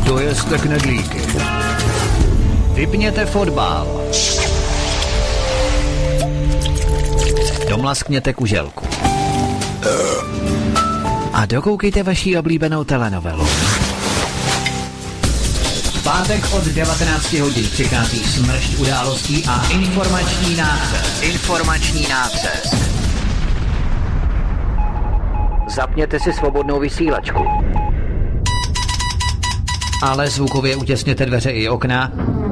Dojezte knedlíky. Vypněte fotbal. Domlaskněte kuželku. A dokoukejte vaši oblíbenou telenovelu. V pátek od 19 hodin přichází smršť událostí a informační nácest. Informační nácest. Zapněte si svobodnou vysílačku. Ale zvukově utěsněte dveře i okna,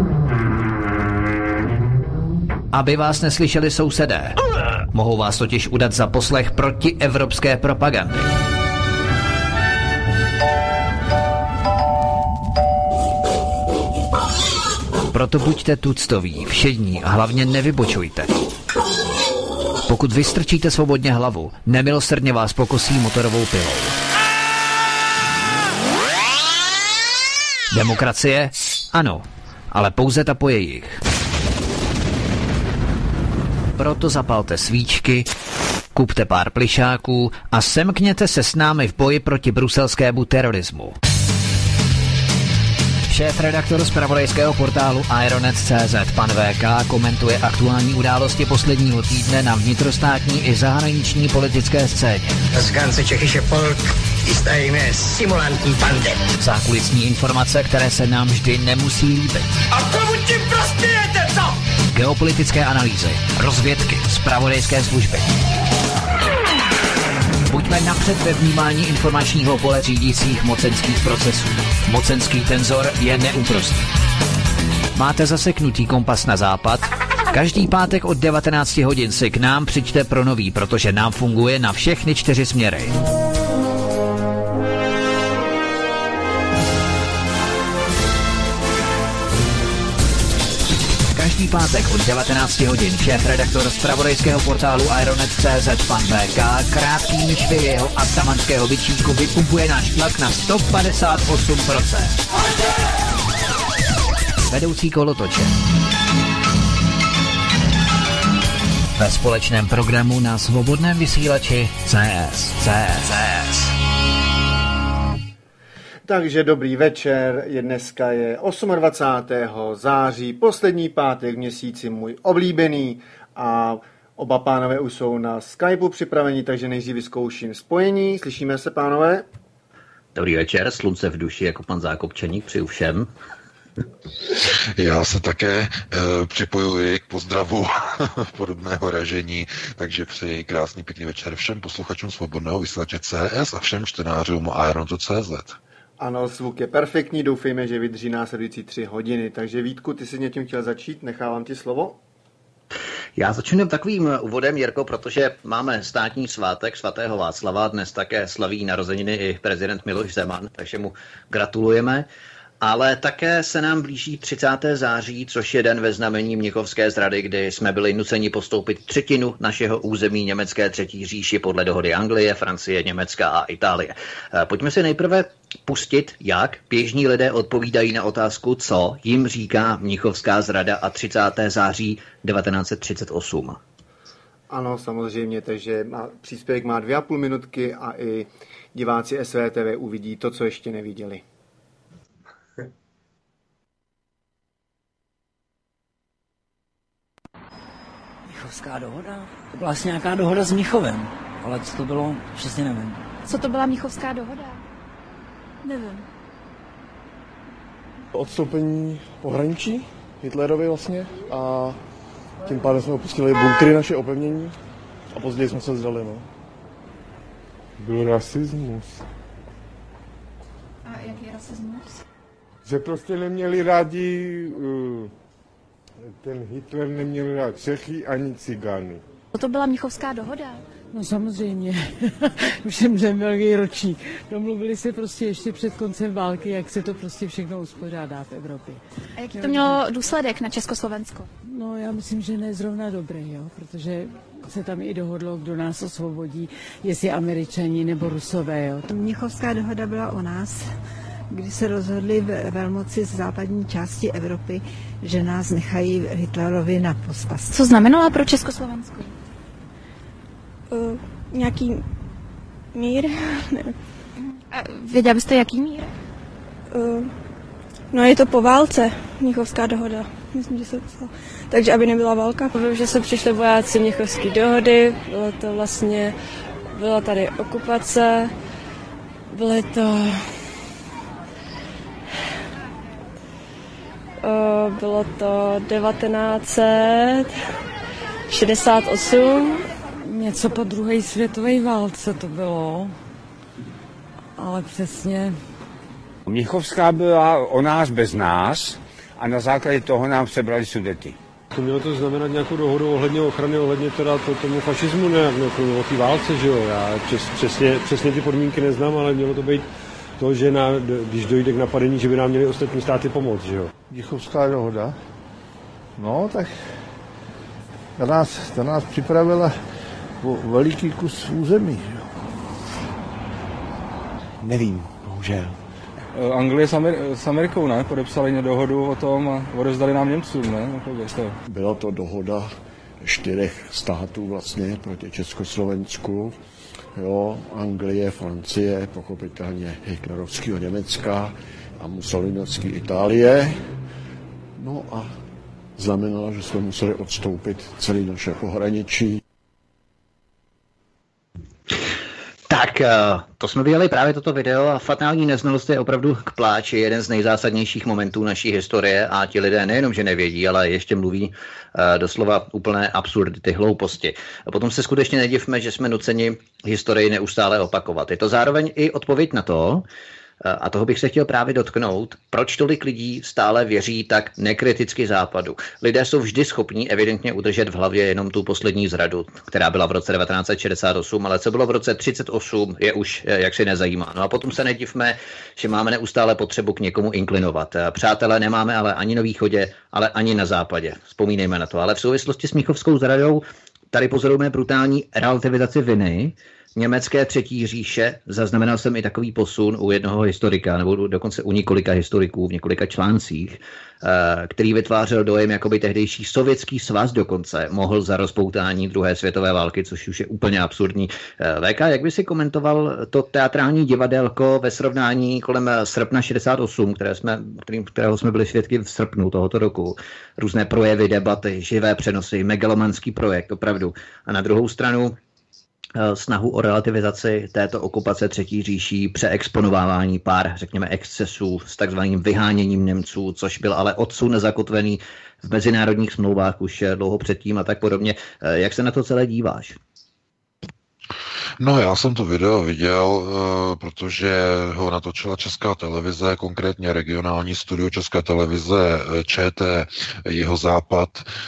aby vás neslyšeli sousedé. Mohou vás totiž udat za poslech protievropské propagandy. Proto buďte tuctoví, všední a hlavně nevybočujte. Pokud vystrčíte svobodně hlavu, nemilosrdně vás pokosí motorovou pilou. Demokracie? Ano, ale pouze ta po jejich. Proto zapalte svíčky, kupte pár plišáků a semkněte se s námi v boji proti bruselskému terorismu. Šéf-redaktor zpravodajského portálu Ironet.cz pan VK komentuje aktuální události posledního týdne na vnitrostátní i zahraniční politické scéně. Das ganze tschechische Volk ist eine simulantní bande. Zákulisní informace, které se nám vždy nemusí líbit. A komu tím prospějete, co? Geopolitické analýzy, rozvědky, zpravodajské služby. Buďme napřed ve vnímání informačního pole řídících mocenských procesů. Mocenský tenzor je neúprostný. Máte zaseknutý kompas na západ? Každý pátek od 19 hodin si k nám přijďte pro nový, protože nám funguje na všechny 4 směry. Každý pátek od 19 hodin šéf-redaktor zpravodajského portálu Ironet.cz pan VK krátkými švy jeho atamanského bičíku vypumpuje náš tlak na 158%. Vedoucí kolotoče. Ve společném programu na svobodném vysílači CS. Takže dobrý večer, dneska je 28. září, poslední pátek v měsíci, můj oblíbený, a oba pánové už jsou na Skypeu připraveni, takže nejdřív vyzkouším spojení. Slyšíme se, pánové? Dobrý večer, slunce v duši jako pan Zákopčaník, přeju všem. Já se také připojuji k pozdravu podobného ražení, takže přeji krásný pěkný večer všem posluchačům svobodného vysílače CS a všem čtenářům Ironetu.cz. Ano, zvuk je perfektní, doufejme, že vydrží následující 3 hodiny. Takže Vítku, ty jsi něčím chtěl začít, nechávám ti slovo. Já začnu takovým úvodem, Jirko, protože máme státní svátek svatého Václava, dnes také slaví narozeniny i prezident Miloš Zeman, takže mu gratulujeme. Ale také se nám blíží 30. září, což je den ve znamení Mnichovské zrady, kdy jsme byli nuceni postoupit 1/3 našeho území německé třetí říši podle dohody Anglie, Francie, Německa a Itálie. Pojďme si nejprve pustit, jak běžní lidé odpovídají na otázku, co jim říká Mnichovská zrada a 30. září 1938. Ano, samozřejmě, takže příspěvek má 2,5 minutky a i diváci SVTV uvidí to, co ještě neviděli. Mnichovská dohoda? To byla asi nějaká dohoda s Mnichovem, ale co to bylo, přesně nevím. Co to byla Mnichovská dohoda? Nevím. Odstoupení pohraničí Hitlerovi vlastně a tím pádem jsme opustili bunkry, naše opevnění a později jsme se vzdali, no. Byl rasismus. A jaký je rasismus? Že prostě neměli rádi, ten Hitler neměl rád Čechy ani Cigány. Co to byla Mnichovská dohoda? No samozřejmě, už jsem velký ročník. Domluvili se prostě ještě před koncem války, jak se to prostě všechno uspořádá v Evropě. A jaký to mělo důsledek na Československo? No já myslím, že ne zrovna dobrý, jo, protože se tam i dohodlo, kdo nás osvobodí, jestli Američani nebo Rusové. Jo. Mnichovská dohoda byla o nás, kdy se rozhodli velmoci z západní části Evropy, že nás nechají Hitlerovi na pospas. Co znamenala pro Československo? Nějaký mír. A věděla byste, jaký mír? No je to po válce, Mnichovská dohoda. Myslím, že se psala. Takže aby nebyla válka. Vím, že se přišli vojáci Mnichovské dohody, byla tady okupace, bylo to 1968. Něco po druhé světové válce to bylo, ale přesně. Mnichovská byla o nás bez nás a na základě toho nám přebrali Sudety. To mělo to znamenat nějakou dohodu ohledně ochrany, ohledně teda tomu fašismu, ne o té válce, že jo? Já přesně ty podmínky neznám, ale mělo to být to, že když dojde k napadení, že by nám měli ostatní státy pomoct, že jo? Mnichovská dohoda? No, tak ta nás připravila o veliký kus území, že jo? Nevím, bohužel. Anglie s Amerikou, ne? Podepsali dohodu o tom a odevzdali nám Němcům, ne? Byla to dohoda 4 států vlastně proti Československu. Jo, Anglie, Francie, pochopitelně hitlerovského Německa a mussolinovský Itálie. No a znamenalo, že jsme museli odstoupit celé naše pohraničí. Tak, to jsme viděli právě toto video a fatální neznalost je opravdu k pláči, jeden z nejzásadnějších momentů naší historie a ti lidé nejenom, že nevědí, ale ještě mluví doslova úplné absurdity, hlouposti. A potom se skutečně nedivme, že jsme nuceni historii neustále opakovat. Je to zároveň i odpověď na to, a toho bych se chtěl právě dotknout, proč tolik lidí stále věří tak nekriticky Západu. Lidé jsou vždy schopní evidentně udržet v hlavě jenom tu poslední zradu, která byla v roce 1968, ale co bylo v roce 1938, je už jaksi nezajímá. No a potom se nedivme, že máme neustále potřebu k někomu inklinovat. Přátelé nemáme ale ani na východě, ale ani na západě. Vzpomínejme na to. Ale v souvislosti s Mnichovskou zradou tady pozorujeme brutální relativizaci viny německé třetí říše. Zaznamenal jsem i takový posun u jednoho historika, nebo dokonce u několika historiků v několika článcích, který vytvářel dojem, jakoby tehdejší sovětský svaz dokonce mohl za rozpoutání druhé světové války, což už je úplně absurdní. VK, jak by si komentoval to teatrální divadélko ve srovnání kolem srpna 68, kterého jsme byli svědky v srpnu tohoto roku? Různé projevy, debaty, živé přenosy, megalomanský projekt, opravdu. A na druhou stranu snahu o relativizaci této okupace třetí říší, přeexponovávání pár, řekněme, excesů s takzvaným vyháněním Němců, což byl ale odsun zakotvený v mezinárodních smlouvách už dlouho předtím a tak podobně. Jak se na to celé díváš? No, já jsem to video viděl, protože ho natočila Česká televize, konkrétně regionální studio České televize ČT Jihozápad.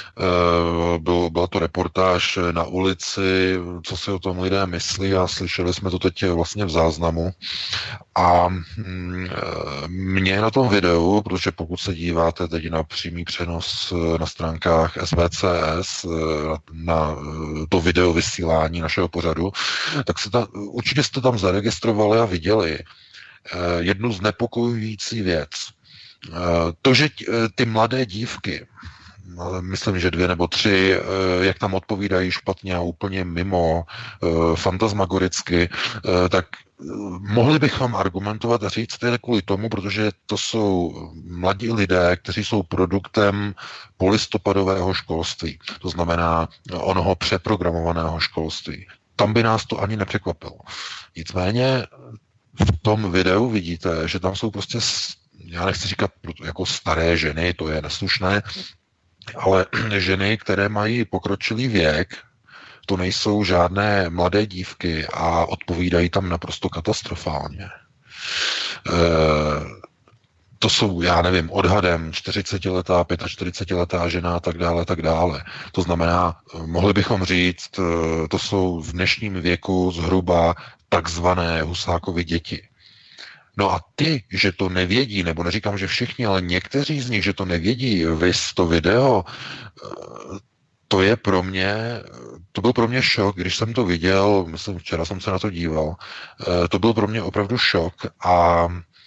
Byla to reportáž na ulici, co si o tom lidé myslí a slyšeli jsme to teď vlastně v záznamu. A mě na tom videu, protože pokud se díváte teď na přímý přenos na stránkách SVCS, na to video vysílání našeho pořadu, tak určitě jste tam zaregistrovali a viděli jednu znepokojující věc. To, že ty mladé dívky, myslím, že 2 nebo 3, jak tam odpovídají špatně a úplně mimo, fantasmagoricky, tak mohli bychom argumentovat a říct tedy kvůli tomu, protože to jsou mladí lidé, kteří jsou produktem polistopadového školství. To znamená onoho přeprogramovaného školství. Tam by nás to ani nepřekvapilo. Nicméně v tom videu vidíte, že tam jsou prostě, já nechci říkat jako staré ženy, to je neslušné, ale ženy, které mají pokročilý věk, to nejsou žádné mladé dívky a odpovídají tam naprosto katastrofálně. To jsou, já nevím, odhadem 40letá, 45letá žena a tak dále, tak dále. To znamená, mohli bychom říct, to jsou v dnešním věku zhruba takzvané Husákovy děti. No a ty, že to nevědí, nebo neříkám, že všichni, ale někteří z nich, že to nevědí, vys to video, to byl pro mě šok, když jsem to viděl, myslím, včera jsem se na to díval, to byl pro mě opravdu šok a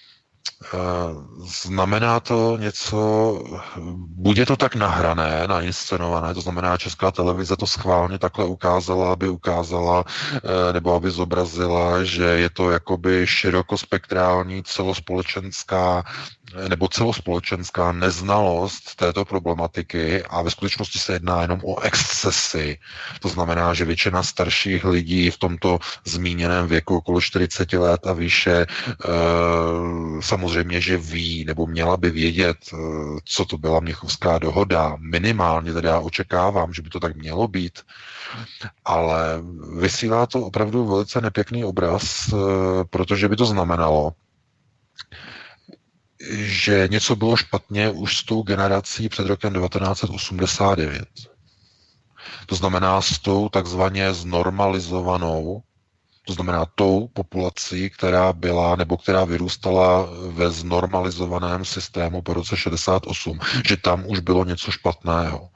znamená to něco, buď je to tak nahrané, nainscenované, to znamená Česká televize to schválně takhle ukázala, nebo aby zobrazila, že je to jakoby širokospektrální celospolečenská nebo celospolečenská neznalost této problematiky a ve skutečnosti se jedná jenom o excesy. To znamená, že většina starších lidí v tomto zmíněném věku okolo 40 let a výše samozřejmě, že ví, nebo měla by vědět, co to byla Mnichovská dohoda. Minimálně teda já očekávám, že by to tak mělo být, ale vysílá to opravdu velice nepěkný obraz, protože by to znamenalo, že něco bylo špatně už s tou generací před rokem 1989. To znamená s tou takzvaně znormalizovanou, to znamená tou populací, která byla nebo která vyrůstala ve znormalizovaném systému po roce 68, že tam už bylo něco špatného.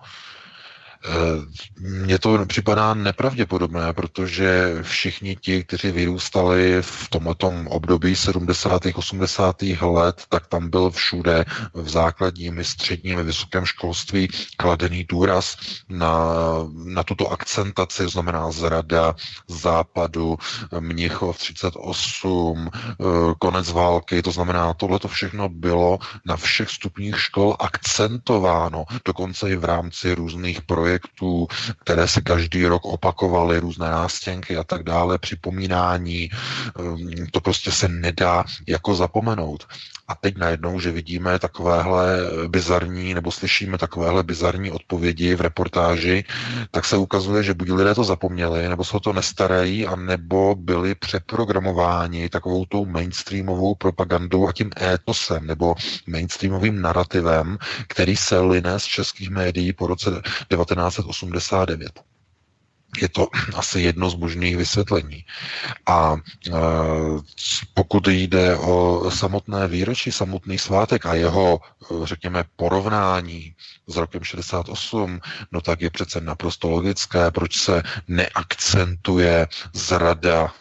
Mně to připadá nepravděpodobné, protože všichni ti, kteří vyrůstali v tomhletom období 70. 80. let, tak tam byl všude v základním, středním a vysokém školství kladený důraz na tuto akcentaci, znamená zrada západu, Mnichov 38, konec války, to znamená, tohleto všechno bylo na všech stupních škol akcentováno, dokonce i v rámci různých projektů, které se každý rok opakovaly, různé nástěnky a tak dále, připomínání, to prostě se nedá jako zapomenout. A teď najednou, že vidíme takovéhle bizarní, nebo slyšíme takovéhle bizarní odpovědi v reportáži, tak se ukazuje, že buď lidé to zapomněli, nebo se o to nestarají, anebo byli přeprogramováni takovou tou mainstreamovou propagandou a tím étosem, nebo mainstreamovým narrativem, který se line z českých médií po roce 1989. Je to asi jedno z možných vysvětlení. A pokud jde o samotné výročí, samotný svátek a jeho, řekněme, porovnání s rokem 68, no tak je přece naprosto logické, proč se neakcentuje zrada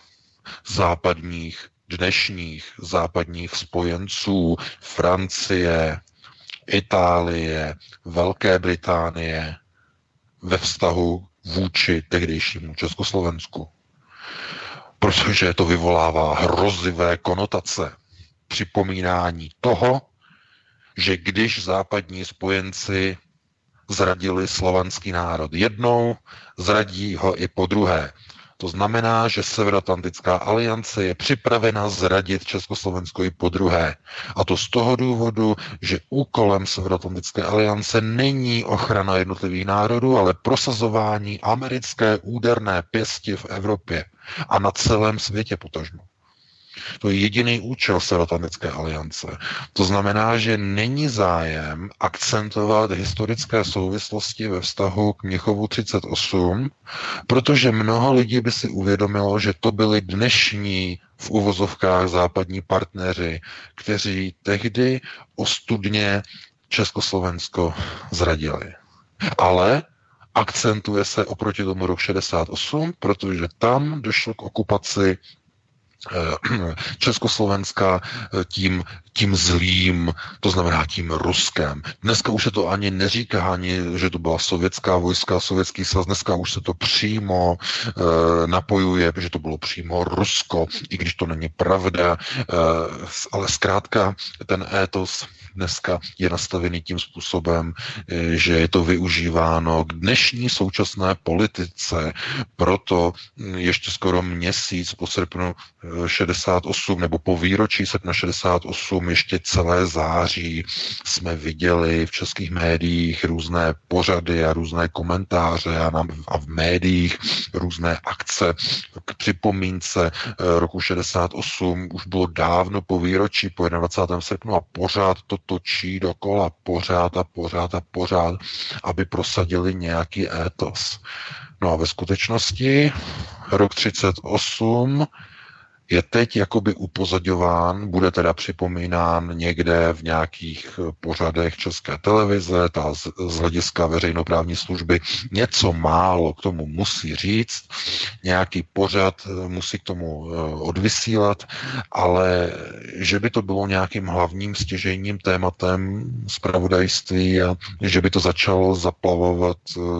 dnešních západních spojenců Francie, Itálie, Velké Británie ve vztahu vůči tehdejšímu Československu. Protože to vyvolává hrozivé konotace, připomínání toho, že když západní spojenci zradili slovanský národ jednou, zradí ho i po druhé. To znamená, že Severoatlantická aliance je připravena zradit Československo i po druhé. A to z toho důvodu, že úkolem Severoatlantické aliance není ochrana jednotlivých národů, ale prosazování americké úderné pěsti v Evropě a na celém světě potažmo. To je jediný účel Severoatlantické aliance. To znamená, že není zájem akcentovat historické souvislosti ve vztahu k Mnichovu 38, protože mnoho lidí by si uvědomilo, že to byli dnešní v uvozovkách západní partneři, kteří tehdy ostudně Československo zradili. Ale akcentuje se oproti tomu rok 68, protože tam došlo k okupaci Československa tím zlým, to znamená tím Ruskem. Dneska už se to ani neříká, ani, že to byla sovětská vojska, Sovětský svaz, dneska už se to přímo napojuje, že to bylo přímo Rusko, i když to není pravda, ale zkrátka ten étos dneska je nastavený tím způsobem, že je to využíváno k dnešní současné politice. Proto ještě skoro měsíc po srpnu 68 nebo po výročí srpna 68 ještě celé září jsme viděli v českých médiích různé pořady a různé komentáře a v médiích různé akce k připomínce roku 68. Už bylo dávno po výročí, po 21. srpnu a pořád to točí dokola, pořád, aby prosadili nějaký étos. No a ve skutečnosti rok 38 je teď jakoby upozorňován, bude teda připomínán někde v nějakých pořadech České televize, ta z hlediska veřejnoprávní služby něco málo k tomu musí říct, nějaký pořad musí k tomu odvysílat, ale že by to bylo nějakým hlavním stěžejním tématem zpravodajství a že by to začalo zaplavovat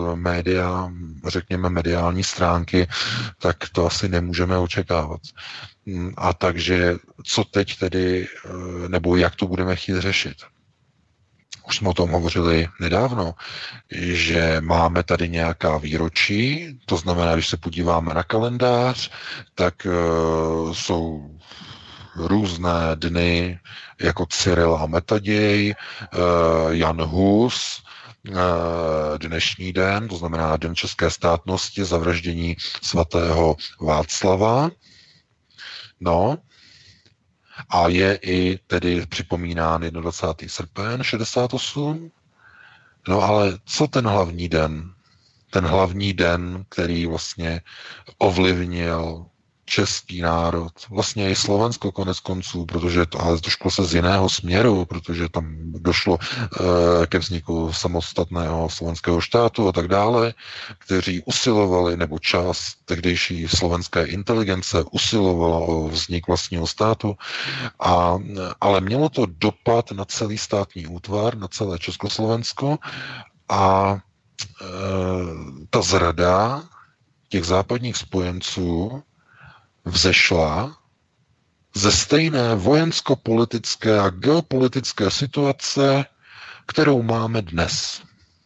média, řekněme mediální stránky, tak to asi nemůžeme očekávat. A takže co teď tedy, nebo jak to budeme chtít řešit? Už jsme o tom hovořili nedávno, že máme tady nějaká výročí, to znamená, když se podíváme na kalendář, tak jsou různé dny, jako Cyril a Metaděj, Jan Hus, dnešní den, to znamená Den české státnosti, zavraždění svatého Václava. No, a je i tedy připomínán 21. srpen 68. No ale co ten hlavní den? Ten hlavní den, který vlastně ovlivnil český národ, vlastně i Slovensko konec konců, protože ale došlo se z jiného směru, protože tam došlo ke vzniku samostatného slovenského štátu a tak dále, kteří usilovali, nebo část tehdejší slovenské inteligence usilovala o vznik vlastního státu, ale mělo to dopad na celý státní útvar, na celé Československo a ta zrada těch západních spojenců vzešla ze stejné vojensko-politické a geopolitické situace, kterou máme dnes.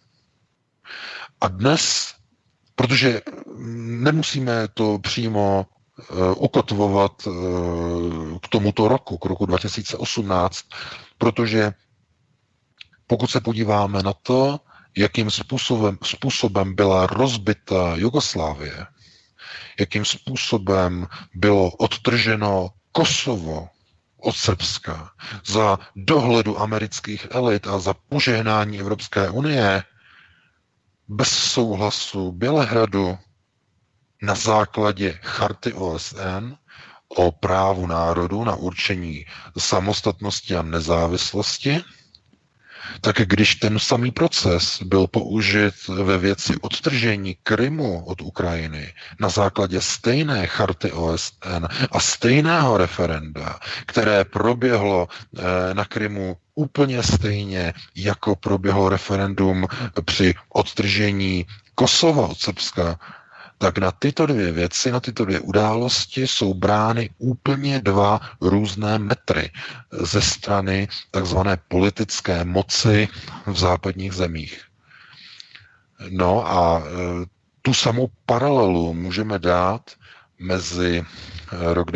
A dnes, protože nemusíme to přímo ukotvovat k tomuto roku, k roku 2018, protože pokud se podíváme na to, jakým způsobem byla rozbita Jugoslávie, jakým způsobem bylo odtrženo Kosovo od Srbska za dohledu amerických elit a za požehnání Evropské unie bez souhlasu Bělehradu na základě charty OSN o právu národu na určení samostatnosti a nezávislosti, tak když ten samý proces byl použit ve věci odtržení Krymu od Ukrajiny na základě stejné charty OSN a stejného referenda, které proběhlo na Krymu úplně stejně, jako proběhlo referendum při odtržení Kosova od Srbska, tak na tyto dvě věci, na tyto dvě události jsou brány úplně dva různé metry ze strany takzvané politické moci v západních zemích. No a tu samou paralelu můžeme dát mezi rok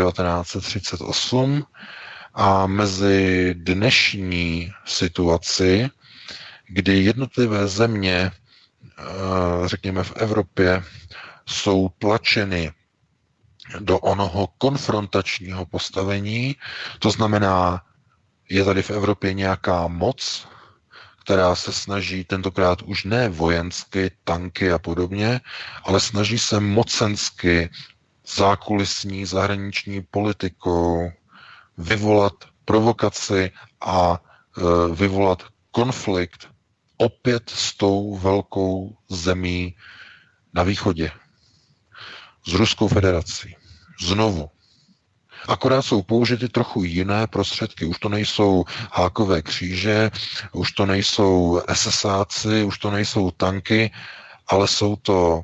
1938 a mezi dnešní situaci, kdy jednotlivé země, řekněme v Evropě, jsou tlačeny do onoho konfrontačního postavení, to znamená, je tady v Evropě nějaká moc, která se snaží tentokrát už ne vojensky, tanky a podobně, ale snaží se mocensky, zákulisní, zahraniční politikou vyvolat provokaci a vyvolat konflikt opět s tou velkou zemí na východě. S Ruskou federací. Znovu. Akorát jsou použity trochu jiné prostředky. Už to nejsou hákové kříže, už to nejsou SSáci, už to nejsou tanky, ale jsou to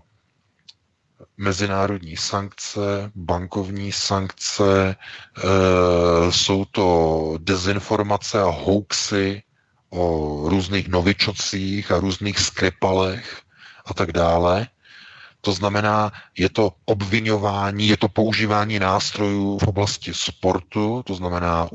mezinárodní sankce, bankovní sankce, jsou to dezinformace a hoaxy o různých novičocích a různých Skripalech a tak dále. To znamená, je to obviňování, je to používání nástrojů v oblasti sportu, to znamená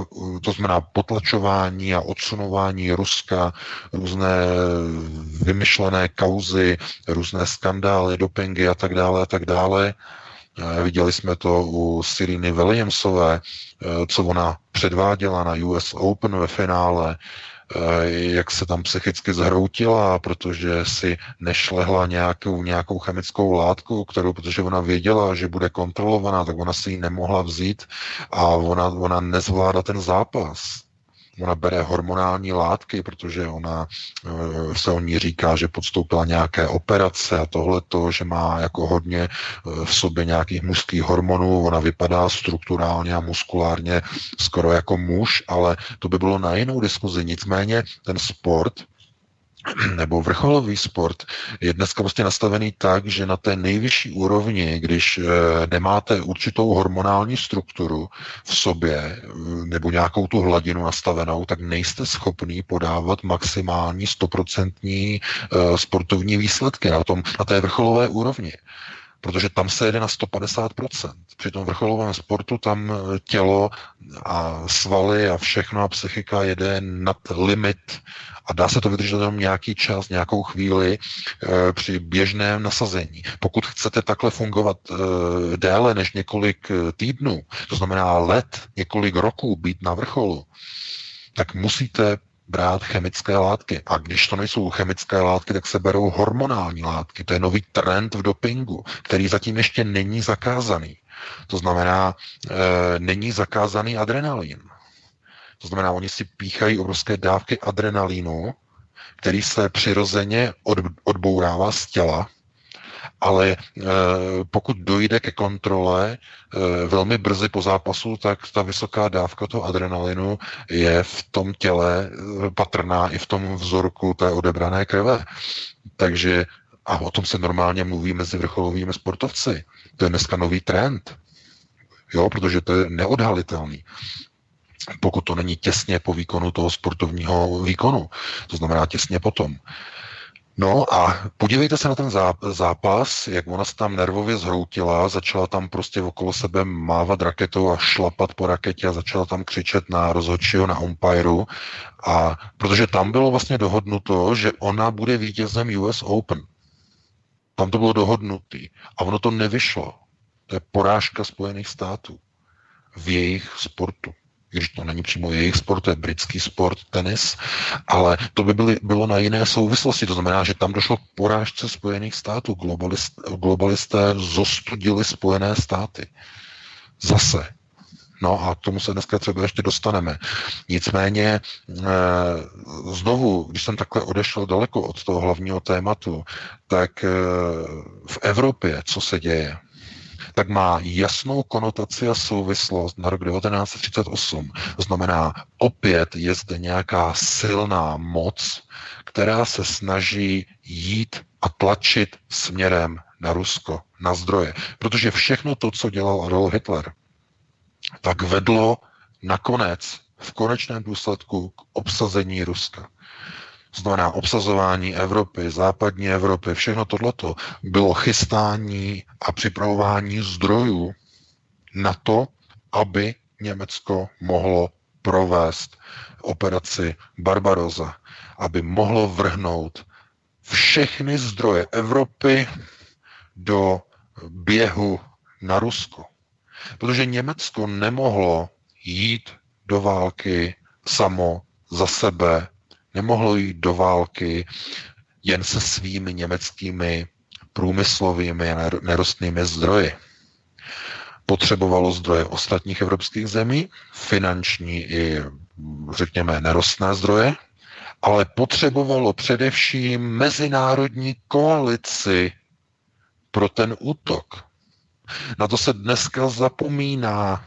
potlačování a odsunování Ruska, různé vymyšlené kauzy, různé skandály, dopingy a tak dále, a tak dále. Viděli jsme to u Sereny Williamsové, co ona předváděla na US Open ve finále, jak se tam psychicky zhroutila, protože si nešlehla nějakou chemickou látku, protože ona věděla, že bude kontrolovaná, tak ona si ji nemohla vzít a ona nezvládá ten zápas. Ona bere hormonální látky, protože ona se o ní říká, že podstoupila nějaké operace a tohleto, že má jako hodně v sobě nějakých mužských hormonů, ona vypadá strukturálně a muskulárně skoro jako muž, ale to by bylo na jinou diskuzi. Nicméně ten sport nebo vrcholový sport je dneska prostě nastavený tak, že na té nejvyšší úrovni, když nemáte určitou hormonální strukturu v sobě nebo nějakou tu hladinu nastavenou, tak nejste schopný podávat maximální 100% sportovní výsledky na té vrcholové úrovni. Protože tam se jede na 150%. Při tom vrcholovém sportu tam tělo a svaly a všechno a psychika jede nad limit a dá se to vydržet jenom nějaký čas, nějakou chvíli při běžném nasazení. Pokud chcete takhle fungovat déle než několik týdnů, to znamená let, několik roků být na vrcholu, tak musíte brát chemické látky. A když to nejsou chemické látky, tak se berou hormonální látky. To je nový trend v dopingu, který zatím ještě není zakázaný. To znamená, není zakázaný adrenalin. To znamená, oni si píchají obrovské dávky adrenalinu, který se přirozeně odbourává z těla, ale pokud dojde ke kontrole velmi brzy po zápasu, tak ta vysoká dávka toho adrenalinu je v tom těle patrná i v tom vzorku té odebrané krve. Takže, a o tom se normálně mluví mezi vrcholovými sportovci. To je dneska nový trend. Jo, protože to je neodhalitelný. Pokud to není těsně po výkonu toho sportovního výkonu. To znamená těsně potom. No a podívejte se na ten zápas, jak ona se tam nervově zhroutila, začala tam prostě okolo sebe mávat raketou a šlapat po raketě a začala tam křičet na rozhodčího, na umpiru. A protože tam bylo vlastně dohodnuto, že ona bude vítězem US Open. Tam to bylo dohodnutý. A ono to nevyšlo. To je porážka Spojených států v jejich sportu. Když to není přímo jejich sport, to je britský sport, tenis, ale to by bylo na jiné souvislosti. To znamená, že tam došlo k porážce Spojených států. Globalisté zostudili Spojené státy. Zase. No a k tomu se dneska třeba ještě dostaneme. Nicméně znovu, když jsem takhle odešel daleko od toho hlavního tématu, tak v Evropě, co se děje, tak má jasnou konotaci a souvislost na rok 1938. To znamená, opět je zde nějaká silná moc, která se snaží jít a tlačit směrem na Rusko, na zdroje. Protože všechno to, co dělal Adolf Hitler, tak vedlo nakonec, v konečném důsledku, k obsazení Ruska. To znamená obsazování Evropy, západní Evropy, všechno tohleto bylo chystání a připravování zdrojů na to, aby Německo mohlo provést operaci Barbarossa, aby mohlo vrhnout všechny zdroje Evropy do běhu na Rusko. Protože Německo nemohlo jít do války samo za sebe, nemohlo jít do války jen se svými německými průmyslovými a nerostnými zdroji. Potřebovalo zdroje ostatních evropských zemí, finanční i, řekněme, nerostné zdroje, ale potřebovalo především mezinárodní koalici pro ten útok. Na to se dneska zapomíná.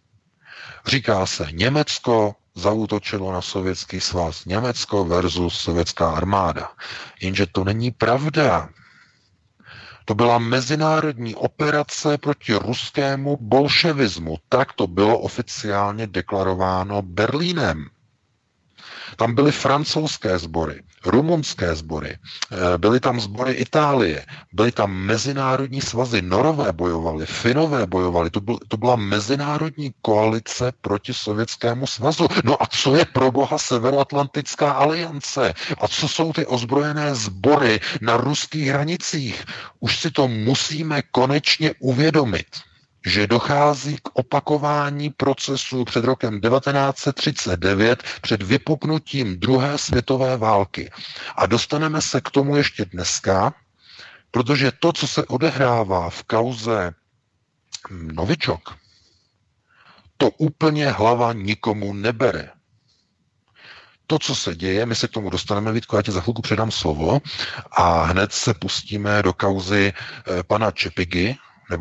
Říká se, Německo zaútočilo na Sovětský svaz. Německo versus sovětská armáda. Jenže to není pravda. To byla mezinárodní operace proti ruskému bolševismu. Tak to bylo oficiálně deklarováno Berlínem. Tam byly francouzské sbory, rumunské sbory, byly tam sbory Itálie, byly tam mezinárodní svazy, Norové bojovali, Finové bojovali, to byla mezinárodní koalice proti Sovětskému svazu. No a co je pro boha Severoatlantická aliance? A co jsou ty ozbrojené sbory na ruských hranicích? Už si to musíme konečně uvědomit, že dochází k opakování procesu před rokem 1939, před vypuknutím druhé světové války. A dostaneme se k tomu ještě dneska, protože to, co se odehrává v kauze Novičok, to úplně hlava nikomu nebere. To, co se děje, my se k tomu dostaneme, Vítko, já ti za chvilku předám slovo a hned se pustíme do kauzy pana Čepigy, nebo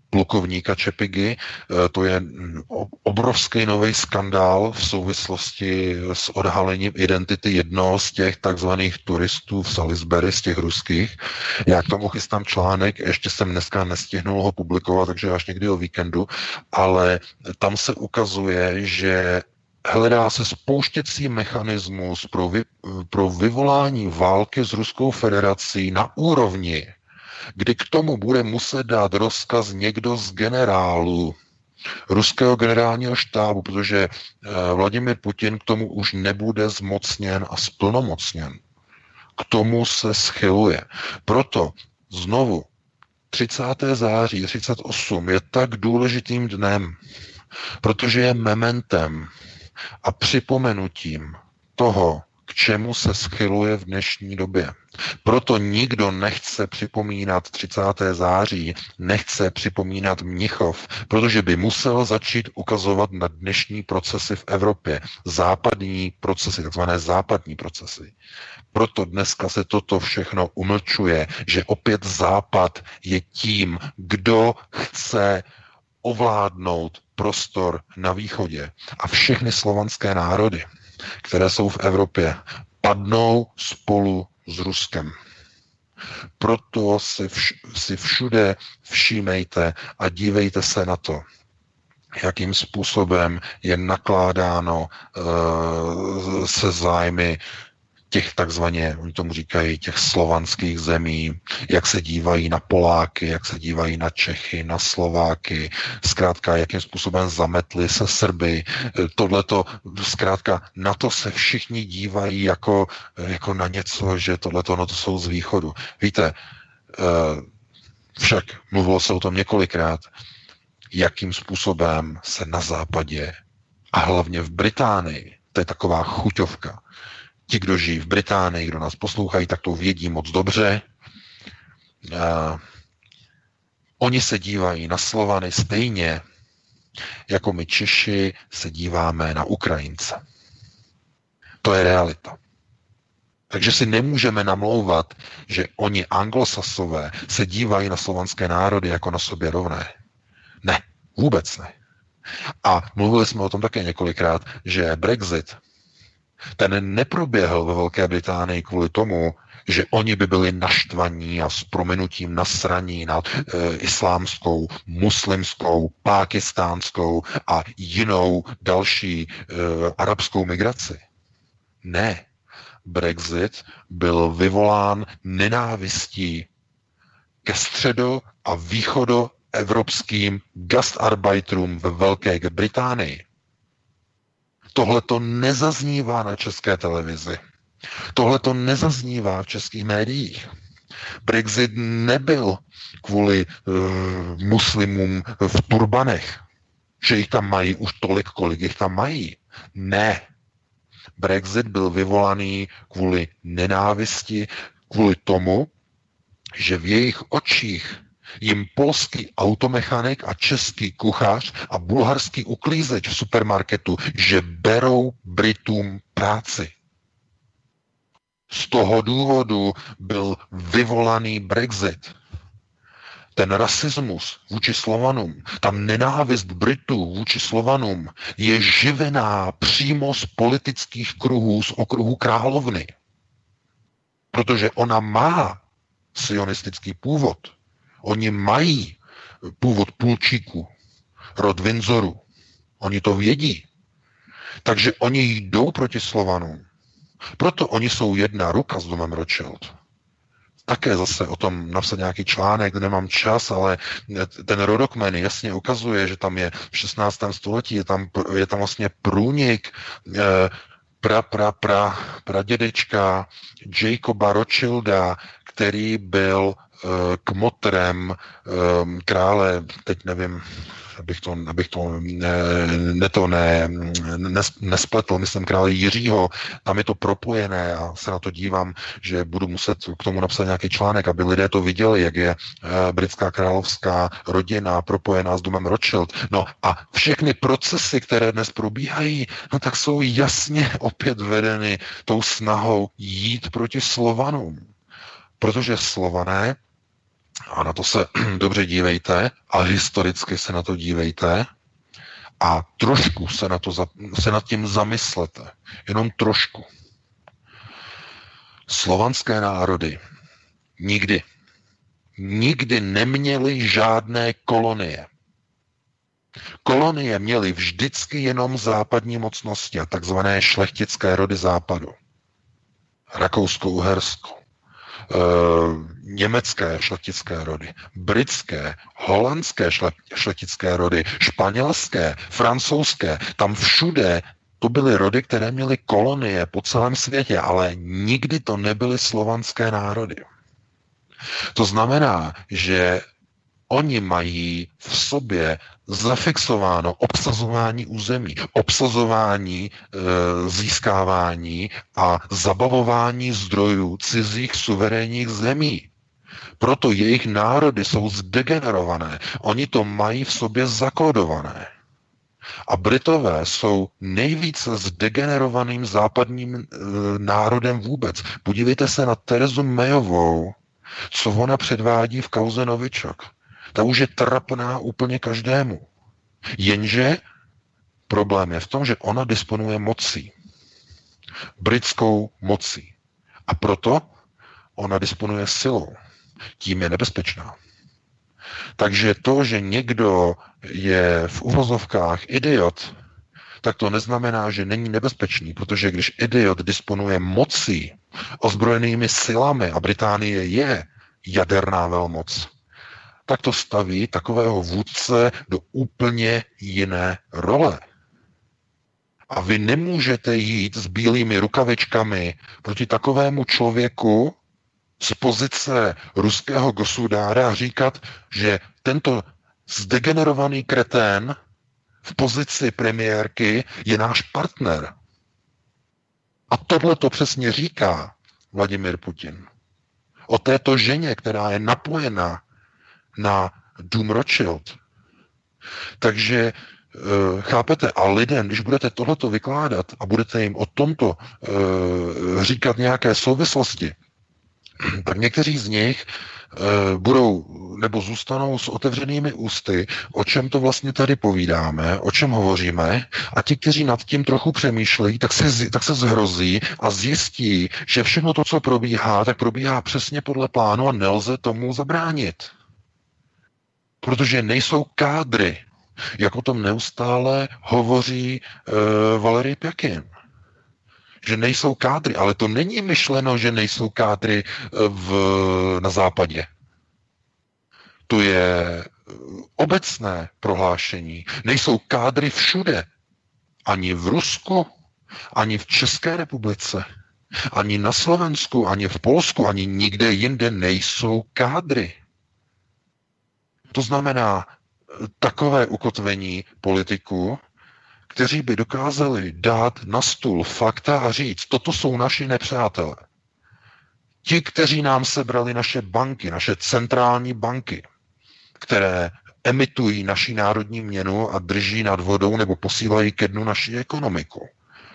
plukovníka Čepigy. To je obrovský nový skandál v souvislosti s odhalením identity jednoho z těch takzvaných turistů v Salisbury, z těch ruských. Já k tomu chystám článek, ještě jsem dneska nestihnul ho publikovat, takže až někdy o víkendu, ale tam se ukazuje, že hledá se spouštěcí mechanismus pro vyvolání války s Ruskou federací na úrovni, kdy k tomu bude muset dát rozkaz někdo z generálů ruského generálního štábu, protože Vladimir Putin k tomu už nebude zmocněn a splnomocněn. K tomu se schyluje. Proto znovu 30. září 38 je tak důležitým dnem, protože je mementem a připomenutím toho, k čemu se schyluje v dnešní době. Proto nikdo nechce připomínat 30. září, nechce připomínat Mnichov, protože by musel začít ukazovat na dnešní procesy v Evropě. Západní procesy, takzvané západní procesy. Proto dneska se toto všechno umlčuje, že opět Západ je tím, kdo chce ovládnout prostor na východě. A všechny slovanské národy, které jsou v Evropě, padnou spolu s Ruskem. Proto si všude všímejte a dívejte se na to, jakým způsobem je nakládáno se zájmy těch takzvaně, oni tomu říkají, těch slovanských zemí, jak se dívají na Poláky, jak se dívají na Čechy, na Slováky, zkrátka, jakým způsobem zametli se Srby. Tohleto, zkrátka, na to se všichni dívají jako na něco, že tohleto, no to jsou z východu. Víte, však mluvilo se o tom několikrát, jakým způsobem se na západě a hlavně v Británii, to je taková chuťovka. Ti, kdo žijí v Británii, kdo nás poslouchají, tak to vědí moc dobře. Oni se dívají na Slovany stejně, jako my Češi se díváme na Ukrajince. To je realita. Takže si nemůžeme namlouvat, že oni anglosasové se dívají na slovanské národy jako na sobě rovné. Ne, vůbec ne. A mluvili jsme o tom také několikrát, že Brexit, ten neproběhl ve Velké Británii kvůli tomu, že oni by byli naštvaní a s prominutím nasraní na islámskou, muslimskou, pákistánskou a jinou další arabskou migraci. Ne. Brexit byl vyvolán nenávistí ke středo- a východoevropským gastarbeiterům ve Velké Británii. Tohle to nezaznívá na české televizi. Tohle to nezaznívá v českých médiích. Brexit nebyl kvůli muslimům v turbanech, že jich tam mají už tolik, kolik jich tam mají. Ne. Brexit byl vyvolaný kvůli nenávisti, kvůli tomu, že v jejich očích jim polský automechanik a český kuchař a bulharský uklízeč v supermarketu, že berou Britům práci. Z toho důvodu byl vyvolaný Brexit. Ten rasismus vůči Slovanům, ta nenávist Britů vůči Slovanům je živená přímo z politických kruhů, z okruhu královny. Protože ona má sionistický původ. Oni mají původ půlčíků, rod Windzoru. Oni to vědí. Takže oni jdou proti Slovanům. Proto oni jsou jedna ruka s domem Rothschild. Také zase o tom napsat nějaký článek, nemám čas, ale ten rodokmen jasně ukazuje, že tam je v 16. století, je tam vlastně průnik pradědečka Jacoba Rothschilda, který byl kmotrem krále, teď nevím, abych to nespletl, myslím krále Jiřího, tam je to propojené a se na to dívám, že budu muset k tomu napsat nějaký článek, aby lidé to viděli, jak je britská královská rodina propojená s domem Rothschild. No a všechny procesy, které dnes probíhají, no tak jsou jasně opět vedeny tou snahou jít proti Slovanům. Protože Slované A na to se dobře dívejte a historicky se na to dívejte a trošku se nad tím zamyslete. Jenom trošku. Slovanské národy nikdy neměly žádné kolonie. Kolonie měly vždycky jenom západní mocnosti a takzvané šlechtické rody západu. Rakousko-Uhersko, německé šlechtické rody, britské, holandské šlechtické rody, španělské, francouzské, tam všude to byly rody, které měly kolonie po celém světě, ale nikdy to nebyly slovanské národy. To znamená, že oni mají v sobě zafixováno obsazování území, obsazování, získávání a zabavování zdrojů cizích suverénních zemí. Proto jejich národy jsou zdegenerované. Oni to mají v sobě zakódované. A Britové jsou nejvíce zdegenerovaným západním národem vůbec. Podívejte se na Terezu Mayovou, co ona předvádí v kauze Novičok. Ta už je trapná úplně každému. Jenže problém je v tom, že ona disponuje mocí. Britskou mocí. A proto ona disponuje silou. Tím je nebezpečná. Takže to, že někdo je v uvozovkách idiot, tak to neznamená, že není nebezpečný, protože když idiot disponuje mocí, ozbrojenými silami, a Británie je jaderná velmoc, tak to staví takového vůdce do úplně jiné role. A vy nemůžete jít s bílými rukavičkami proti takovému člověku z pozice ruského gosudára a říkat, že tento zdegenerovaný kretén v pozici premiérky je náš partner. A tohle to přesně říká Vladimír Putin. O této ženě, která je napojena na dům Rothschild. Takže chápete, a lidem, když budete tohleto vykládat a budete jim o tomto říkat nějaké souvislosti, tak někteří z nich budou nebo zůstanou s otevřenými ústy, o čem to vlastně tady povídáme, o čem hovoříme, a ti, kteří nad tím trochu přemýšlejí, tak se zhrozí a zjistí, že všechno to, co probíhá, tak probíhá přesně podle plánu a nelze tomu zabránit. Protože nejsou kádry, jak o tom neustále hovoří Valery Pjakin. Že nejsou kádry, ale to není myšleno, že nejsou kádry na západě. To je obecné prohlášení. Nejsou kádry všude. Ani v Rusku, ani v České republice, ani na Slovensku, ani v Polsku, ani nikde jinde nejsou kádry. To znamená takové ukotvení politiků, kteří by dokázali dát na stůl fakta a říct, toto jsou naši nepřátelé. Ti, kteří nám sebrali naše banky, naše centrální banky, které emitují naši národní měnu a drží nad vodou nebo posílají ke dnu naši ekonomiku.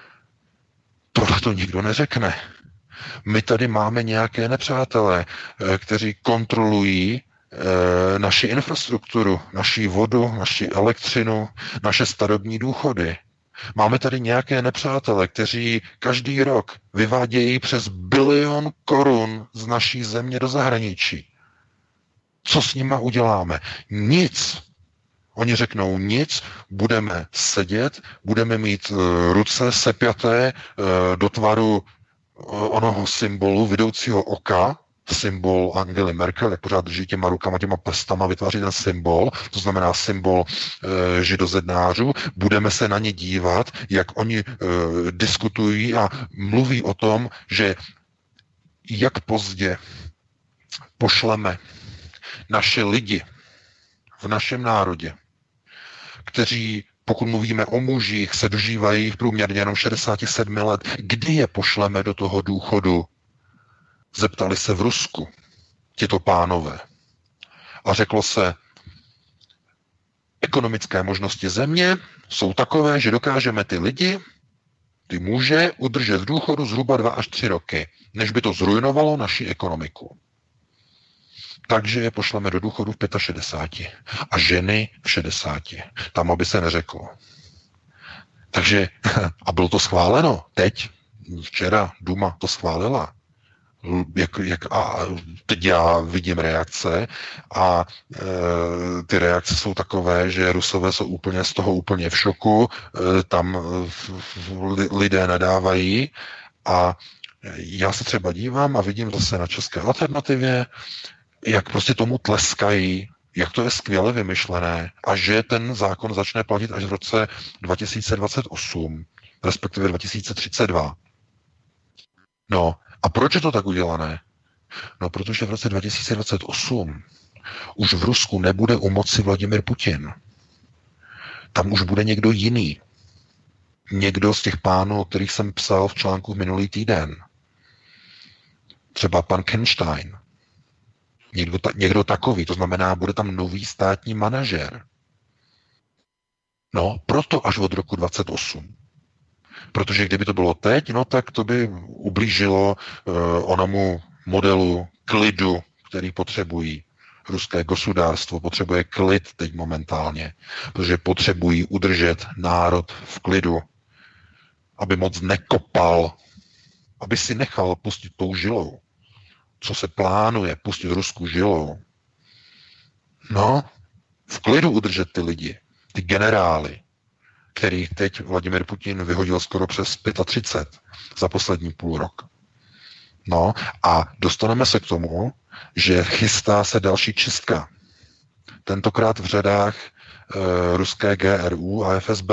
Tohle to nikdo neřekne. My tady máme nějaké nepřátelé, kteří kontrolují naši infrastrukturu, naši vodu, naši elektřinu, naše starobní důchody. Máme tady nějaké nepřátele, kteří každý rok vyvádějí přes 1 bilion korun z naší země do zahraničí. Co s nima uděláme? Nic. Oni řeknou nic, budeme sedět, budeme mít ruce sepjaté do tvaru onoho symbolu vidoucího oka, symbol Angely Merkel, jak pořád drží těma rukama, těma prstama, vytváří ten symbol, to znamená symbol židozednářů. Budeme se na ně dívat, jak oni diskutují a mluví o tom, že jak pozdě pošleme naše lidi v našem národě, kteří, pokud mluvíme o mužích, se dožívají v průměrně jenom 67 let, kdy je pošleme do toho důchodu? Zeptali se v Rusku tito pánové. A řeklo se, ekonomické možnosti země jsou takové, že dokážeme ty lidi, ty muže, udržet v důchodu zhruba 2 až 3 roky, než by to zrujnovalo naši ekonomiku. Takže je pošleme do důchodu v 65 a ženy v 60. Tam, aby se neřeklo. Takže, a bylo to schváleno teď, včera Duma to schválila. A teď já vidím reakce a ty reakce jsou takové, že Rusové jsou úplně z toho úplně v šoku, tam lidé nadávají a já se třeba dívám a vidím zase na České alternativě, jak prostě tomu tleskají, jak to je skvěle vymyšlené a že ten zákon začne platit až v roce 2028, respektive 2032. No, a proč je to tak udělané? No, protože v roce 2028 už v Rusku nebude u moci Vladimir Putin. Tam už bude někdo jiný. Někdo z těch pánů, o kterých jsem psal v článku minulý týden. Třeba pan Kenstein. Někdo takový, to znamená, bude tam nový státní manažer. No, proto až od roku 28. Protože kdyby to bylo teď, no tak to by ublížilo onomu modelu klidu, který potřebují. Ruské gosudárstvo potřebuje klid teď momentálně, protože potřebují udržet národ v klidu, aby moc nekopal, aby si nechal pustit tou žilou. Co se plánuje pustit Rusku žilou? No, v klidu udržet ty lidi, ty generály, který teď Vladimir Putin vyhodil skoro přes 35 za poslední půl rok. No a dostaneme se k tomu, že chystá se další čistka. Tentokrát v řadách ruské GRU a FSB.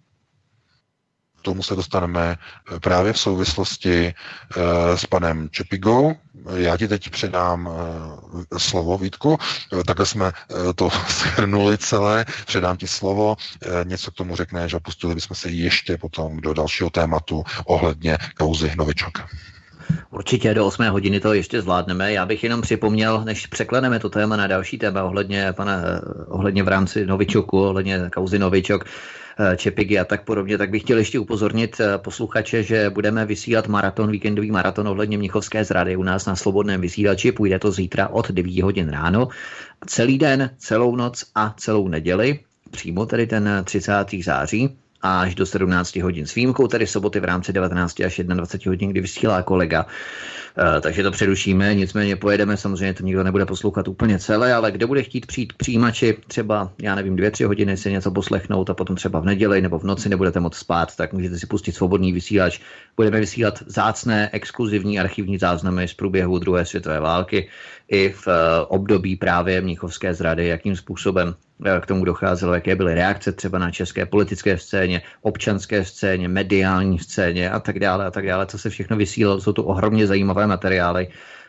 K tomu se dostaneme právě v souvislosti s panem Čepigou. Já ti teď předám slovo, Vítku. Takhle jsme to shrnuli celé. Předám ti slovo. Něco k tomu řekneš a pustili bychom se ještě potom do dalšího tématu ohledně kauzy Novičok. Určitě do 8 hodiny to ještě zvládneme. Já bych jenom připomněl, než překleneme to téma na další téma ohledně v rámci Novičoku, ohledně kauzy Novičok, Čepigy a tak podobně, tak bych chtěl ještě upozornit posluchače, že budeme vysílat víkendový maraton ohledně mnichovské zrady u nás na Slobodném vysílači. Půjde to zítra od 9 hodin ráno. Celý den, celou noc a celou neděli, přímo tedy ten 30. září. Až do 17 hodin s výjimkou, tedy soboty v rámci 19 až 21 hodin, kdy vysílá kolega. Takže to přerušíme, nicméně pojedeme, samozřejmě to nikdo nebude poslouchat úplně celé, ale kdo bude chtít přijít k přijímači, třeba, 2-3 hodiny si něco poslechnout a potom třeba v neděli nebo v noci nebudete moc spát, tak můžete si pustit svobodný vysílač. Budeme vysílat vzácné, exkluzivní archivní záznamy z průběhu druhé světové války i v období právě mnichovské zrady, jakým způsobem k tomu docházelo, jaké byly reakce třeba na české politické scéně, občanské scéně, mediální scéně a tak dále, co se všechno vysílalo. Jsou to ohromně zajímavé materiály,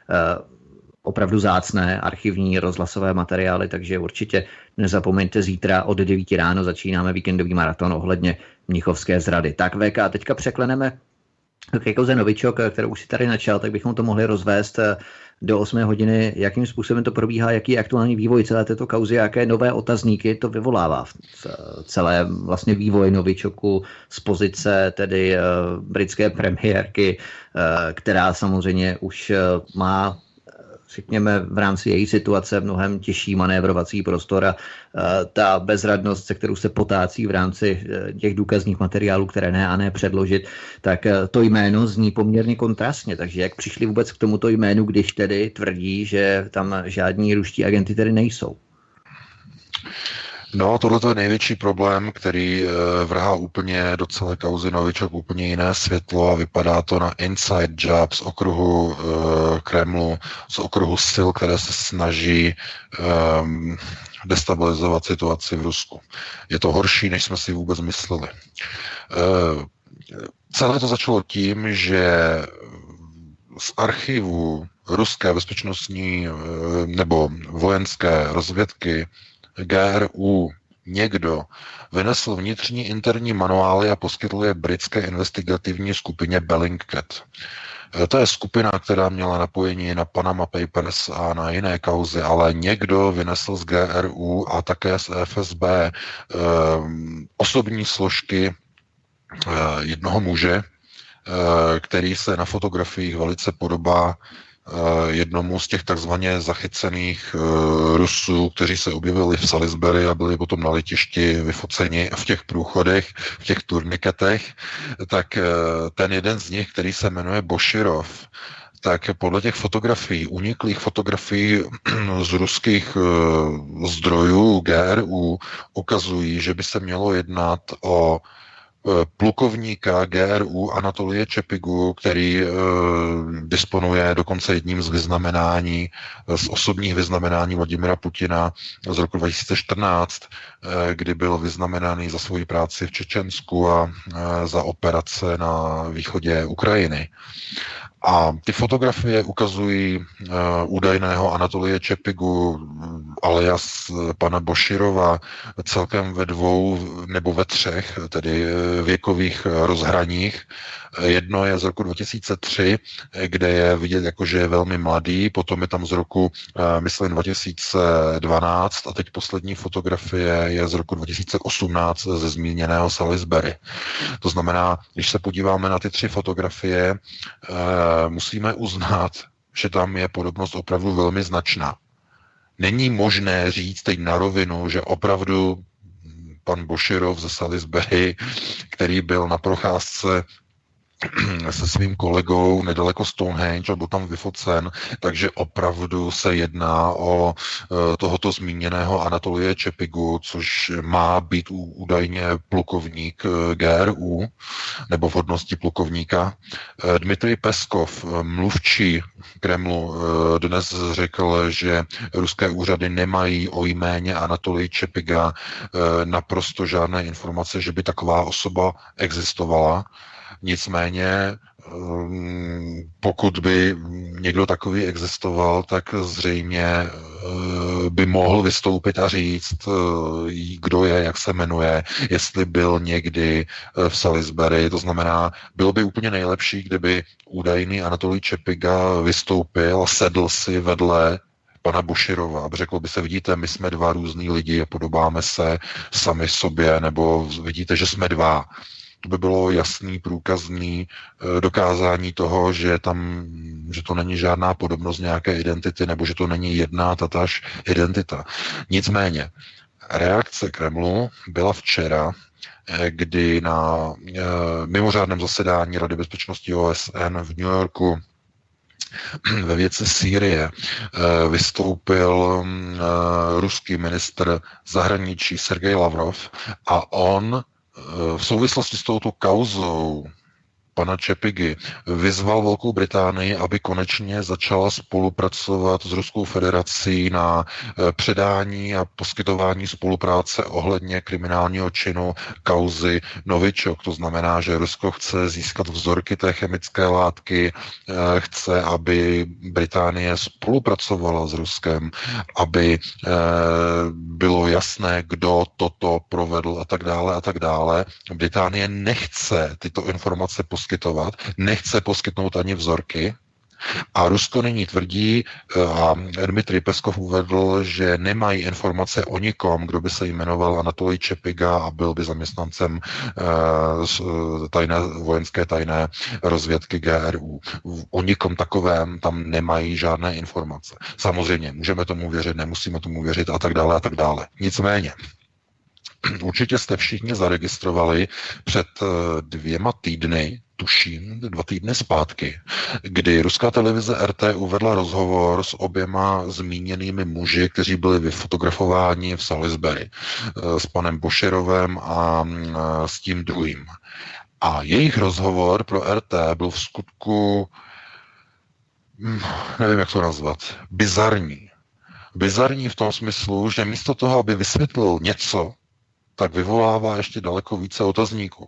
opravdu vzácné archivní rozhlasové materiály, takže určitě nezapomeňte, zítra od 9 ráno začínáme víkendový maraton ohledně mnichovské zrady. Tak VK, teďka překleneme k kauze Novičok, kterou už si tady načal, tak bychom to mohli rozvést do 8 hodiny, jakým způsobem to probíhá, jaký je aktuální vývoj celé této kauzy, jaké nové otazníky to vyvolává v celé vlastně vývoji Novičoku z pozice tedy britské premiérky, která samozřejmě už má, řekněme, v rámci její situace mnohem těžší manévrovací prostor a ta bezradnost, se kterou se potácí v rámci těch důkazních materiálů, které ne předložit, tak to jméno zní poměrně kontrastně. Takže jak přišli vůbec k tomuto jménu, když tedy tvrdí, že tam žádní ruští agenti tedy nejsou? No, tohle je největší problém, který vrhá úplně do celé kauzy Novičok úplně jiné světlo a vypadá to na inside job z okruhu Kremlu, z okruhu sil, které se snaží destabilizovat situaci v Rusku. Je to horší, než jsme si vůbec mysleli. Celé to začalo tím, že z archivu ruské bezpečnostní nebo vojenské rozvědky GRU někdo vynesl vnitřní interní manuály a poskytl je britské investigativní skupině Bellingcat. To je skupina, která měla napojení na Panama Papers a na jiné kauzy, ale někdo vynesl z GRU a také z FSB osobní složky jednoho muže, který se na fotografiích velice podobá jednomu z těch takzvaně zachycených Rusů, kteří se objevili v Salisbury a byli potom na letišti vyfoceni v těch průchodech, v těch turniketech, tak ten jeden z nich, který se jmenuje Boširov, tak podle těch fotografií, uniklých fotografií z ruských zdrojů GRU ukazují, že by se mělo jednat o plukovníka GRU Anatolie Čepigu, který disponuje dokonce jedním z vyznamenání, z osobních vyznamenání Vladimira Putina z roku 2014, kdy byl vyznamenaný za svoji práci v Čečensku a za operace na východě Ukrajiny. A ty fotografie ukazují údajného Anatolie Čepigu alias pana Boširova celkem ve 2 nebo ve 3, tedy věkových rozhraních. Jedno je z roku 2003, kde je vidět, jako, že je velmi mladý, potom je tam z roku, myslím, 2012 a teď poslední fotografie je z roku 2018 ze zmíněného Salisbury. To znamená, když se podíváme na ty 3 fotografie, musíme uznat, že tam je podobnost opravdu velmi značná. Není možné říct teď na rovinu, že opravdu pan Boširov ze Salisbury, který byl na procházce se svým kolegou nedaleko Stonehenge a byl tam vyfocen, takže opravdu se jedná o tohoto zmíněného Anatolie Čepigu, což má být údajně plukovník GRU, nebo v hodnosti plukovníka. Dmitrij Peskov, mluvčí Kremlu, dnes řekl, že ruské úřady nemají o jméně Anatolij Čepiga naprosto žádné informace, že by taková osoba existovala. Nicméně, pokud by někdo takový existoval, tak zřejmě by mohl vystoupit a říct, kdo je, jak se jmenuje, jestli byl někdy v Salisbury. To znamená, bylo by úplně nejlepší, kdyby údajný Anatolij Čepiga vystoupil a sedl si vedle pana Boširova. Řeklo by se, vidíte, my jsme 2 různý lidi a podobáme se sami sobě, nebo vidíte, že jsme 2. To by bylo jasný, průkazný dokázání toho, že to není žádná podobnost nějaké identity, nebo že to není jedna tatáž identita. Nicméně, reakce Kremlu byla včera, kdy na mimořádném zasedání Rady bezpečnosti OSN v New Yorku ve věci Sýrie vystoupil ruský ministr zahraničí Sergej Lavrov a on v souvislosti s touto kauzou pana Čepigy vyzval Velkou Británii, aby konečně začala spolupracovat s Ruskou federací na předání a poskytování spolupráce ohledně kriminálního činu kauzy Novičok. To znamená, že Rusko chce získat vzorky té chemické látky, chce, aby Británie spolupracovala s Ruskem, aby bylo jasné, kdo toto provedl a tak dále a tak dále. Británie nechce tyto informace poskytovat, nechce poskytnout ani vzorky. A Rusko nyní tvrdí, a Dmitrij Peskov uvedl, že nemají informace o nikom, kdo by se jmenoval Anatolij Čepiga a byl by zaměstnancem vojenské tajné rozvědky GRU. O nikom takovém tam nemají žádné informace. Samozřejmě, můžeme tomu věřit, nemusíme tomu věřit a tak dále a tak dále. Nicméně, určitě jste všichni zaregistrovali před 2 týdny, tuším, 2 týdny zpátky, kdy ruská televize RT uvedla rozhovor s oběma zmíněnými muži, kteří byli vyfotografováni v Salisbury, s panem Boširovem a s tím druhým. A jejich rozhovor pro RT byl v skutku, nevím, jak to nazvat, bizarní. Bizarní v tom smyslu, že místo toho, aby vysvětlil něco, tak vyvolává ještě daleko více otazníků.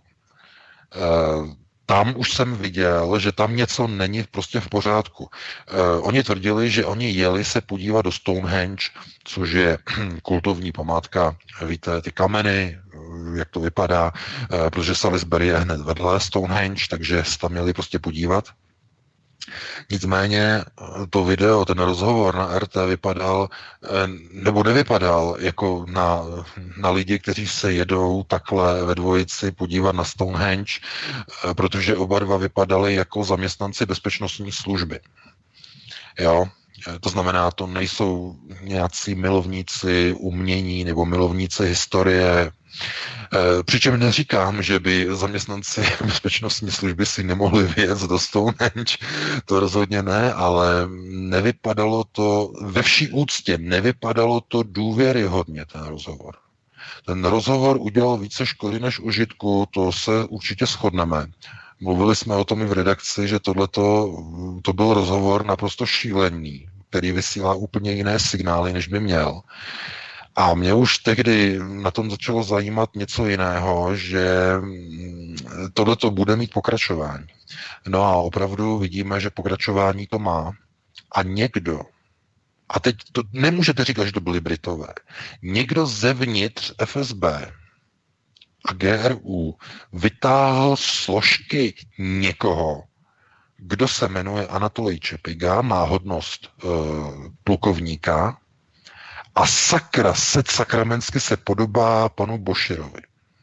Tam už jsem viděl, že tam něco není prostě v pořádku. Oni tvrdili, že oni jeli se podívat do Stonehenge, což je kultovní památka, víte, ty kameny, jak to vypadá, protože Salisbury je hned vedle Stonehenge, takže se tam měli prostě podívat. Nicméně to video, ten rozhovor na RT vypadal, nebo nevypadal jako na lidi, kteří se jedou takhle ve dvojici podívat na Stonehenge, protože oba dva vypadali jako zaměstnanci bezpečnostní služby. Jo? To znamená, to nejsou nějací milovníci umění nebo milovníci historie. Přičem neříkám, že by zaměstnanci bezpečnostní služby si nemohli vyjet do Stonehenge, to rozhodně ne, ale nevypadalo to, ve vší úctě, nevypadalo to důvěryhodně, ten rozhovor. Ten rozhovor udělal více škody než užitku, to se určitě shodneme. Mluvili jsme o tom i v redakci, že to byl rozhovor naprosto šílený, který vysílá úplně jiné signály, než by měl. A mě už tehdy na tom začalo zajímat něco jiného, že tohleto bude mít pokračování. No a opravdu vidíme, že pokračování to má. A někdo, a teď to nemůžete říkat, že to byli Britové, někdo zevnitř FSB a GRU vytáhl složky někoho, kdo se jmenuje Anatolij Čepiga, má hodnost plukovníka a sakra, sakramensky se podobá panu Boširovi.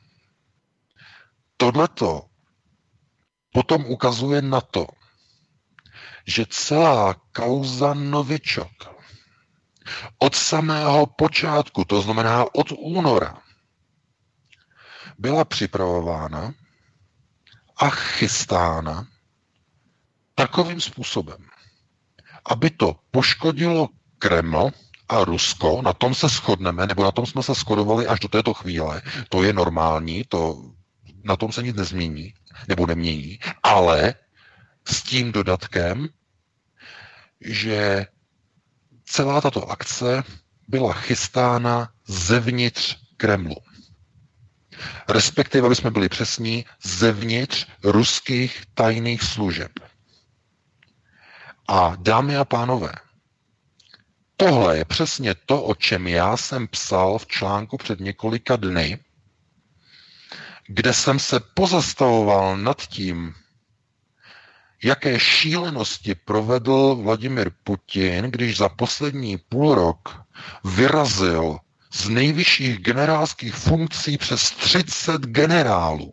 Tohleto potom ukazuje na to, že celá kauza Novičok od samého počátku, to znamená od února, byla připravována a chystána takovým způsobem, aby to poškodilo Kreml a Rusko, na tom se shodneme, nebo na tom jsme se shodovali až do této chvíle, to je normální, na tom se nic nezmění, nebo nemění, ale s tím dodatkem, že celá tato akce byla chystána zevnitř Kremlu. Respektive, aby jsme byli přesní, zevnitř ruských tajných služeb. A dámy a pánové, tohle je přesně to, o čem já jsem psal v článku před několika dny, kde jsem se pozastavoval nad tím, jaké šílenosti provedl Vladimir Putin, když za poslední půl rok vyrazil z nejvyšších generálských funkcí přes 30 generálů.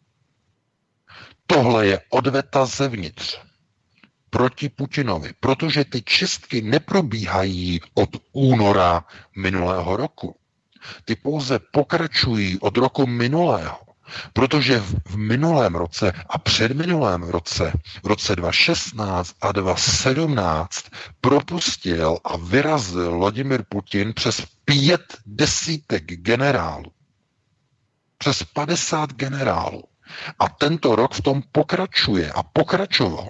Tohle je odveta zevnitř proti Putinovi, protože ty čistky neprobíhají od února minulého roku. Ty pouze pokračují od roku minulého, protože v minulém roce a předminulém roce, v roce 2016 a 2017 propustil a vyrazil Vladimir Putin přes 5 desítek generálů. Přes 50 generálů. A tento rok v tom pokračuje a pokračoval.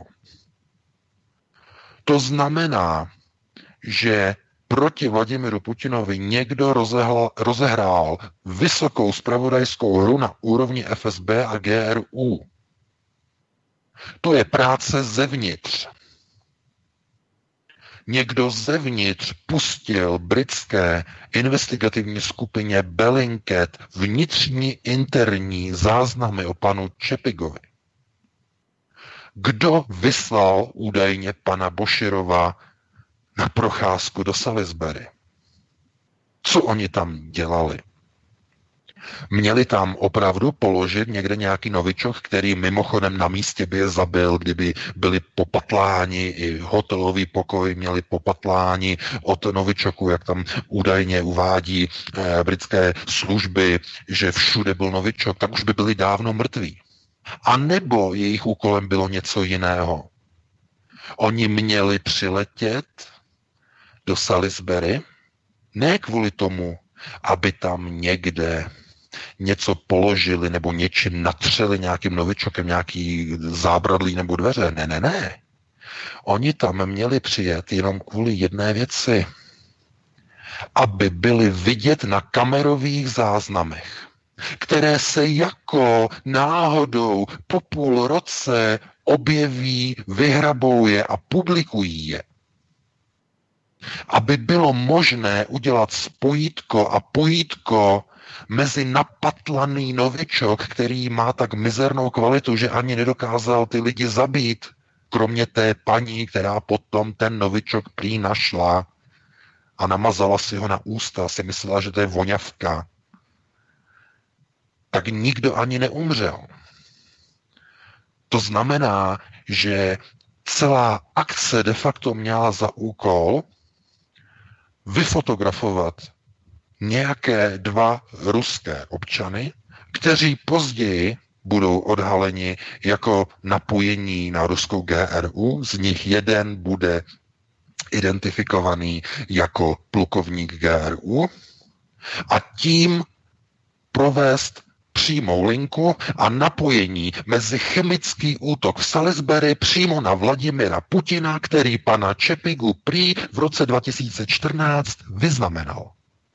To znamená, že proti Vladimiru Putinovi někdo rozehrál vysokou zpravodajskou hru na úrovni FSB a GRU. To je práce zevnitř. Někdo zevnitř pustil britské investigativní skupině Bellingcat vnitřní interní záznamy o panu Čepigovi. Kdo vyslal údajně pana Boširova na procházku do Salisbury? Co oni tam dělali? Měli tam opravdu položit někde nějaký novičok, který mimochodem na místě by je zabil, kdyby byli popatláni, i hotelový pokoj měli popatláni od novičoku, jak tam údajně uvádí britské služby, že všude byl novičok, tak už by byli dávno mrtví. A nebo jejich úkolem bylo něco jiného. Oni měli přiletět do Salisbury, ne kvůli tomu, aby tam někde něco položili nebo něčím natřeli nějakým novičokem, nějaký zábradlí nebo dveře. Ne. Oni tam měli přijet jenom kvůli jedné věci. Aby byli vidět na kamerových záznamech, které se jako náhodou po půl roce objeví, vyhrabou je a publikují je. Aby bylo možné udělat spojítko a pojítko mezi napatlaný novičok, který má tak mizernou kvalitu, že ani nedokázal ty lidi zabít, kromě té paní, která potom ten novičok prý našla a namazala si ho na ústa, si myslela, že to je voňavka. Tak nikdo ani neumřel. To znamená, že celá akce de facto měla za úkol vyfotografovat nějaké 2 ruské občany, kteří později budou odhaleni jako napojení na ruskou GRU. Z nich jeden bude identifikovaný jako plukovník GRU a tím provést přímou linku a napojení mezi chemický útok v Salisbury přímo na Vladimira Putina, který pana Čepigu prý v roce 2014 vyznamenal.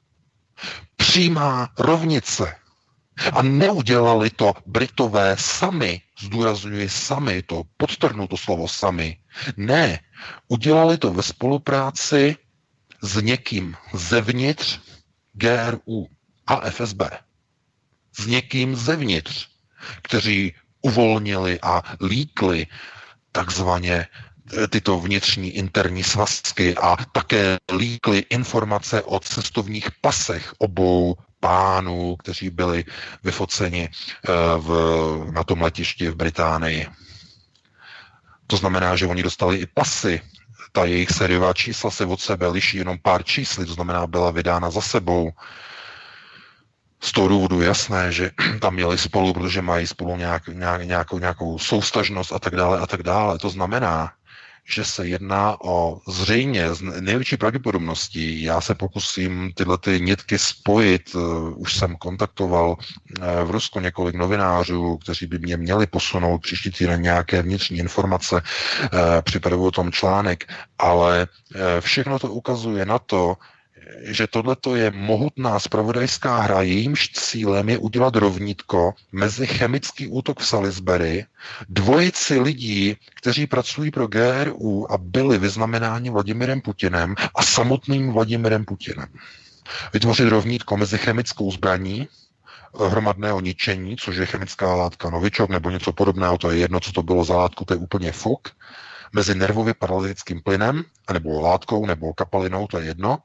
Přímá rovnice. A neudělali to Britové sami, zdůrazňuji sami, to podtrhnu to slovo sami. Ne, udělali to ve spolupráci s někým zevnitř GRU a FSB. S někým zevnitř, kteří uvolnili a líkli takzvaně tyto vnitřní interní svazky a také líkli informace o cestovních pasech obou pánů, kteří byli vyfoceni na tom letišti v Británii. To znamená, že oni dostali i pasy. Ta jejich sériová čísla se od sebe liší jenom pár čísly, to znamená, byla vydána za sebou. Z toho důvodu jasné, že tam měli spolu, protože mají spolu nějakou soustažnost a tak dále a tak dále. To znamená, že se jedná o zřejmě z největší pravděpodobností. Já se pokusím tyhle ty nitky spojit. Už jsem kontaktoval v Rusku několik novinářů, kteří by mě měli posunout příští týden nějaké vnitřní informace. Připravuju o tom článek, ale všechno to ukazuje na to, že tohleto je mohutná zpravodajská hra, jejímž cílem je udělat rovnítko mezi chemický útok v Salisbury, dvojici lidí, kteří pracují pro GRU a byli vyznamenáni Vladimirem Putinem a samotným Vladimirem Putinem. Vytvořit rovnítko mezi chemickou zbraní hromadného ničení, což je chemická látka Novičok nebo něco podobného, to je jedno, co to bylo za látku, to je úplně fuk, mezi nervově paralytickým plynem, nebo látkou, nebo kapalinou, to je jedno,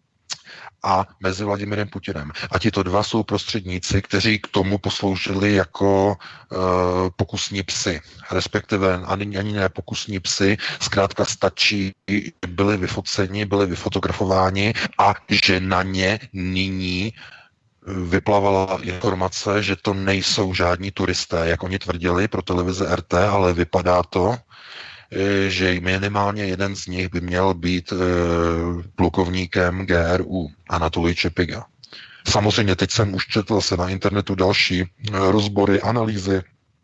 a mezi Vladimirem Putinem. A tito 2 jsou prostředníci, kteří k tomu posloužili jako pokusní psy. Respektive ani ne pokusní psy, zkrátka stačí, byli vyfoceni, byli vyfotografováni a že na ně nyní vyplavala informace, že to nejsou žádní turisté, jak oni tvrdili pro televize RT, ale vypadá to, že minimálně jeden z nich by měl být plukovníkem GRU, Anatolij Čepiga. Samozřejmě teď jsem už četl se na internetu další rozbory, analýzy.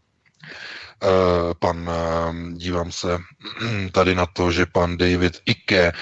Dívám se tady na to, že pan David Icke,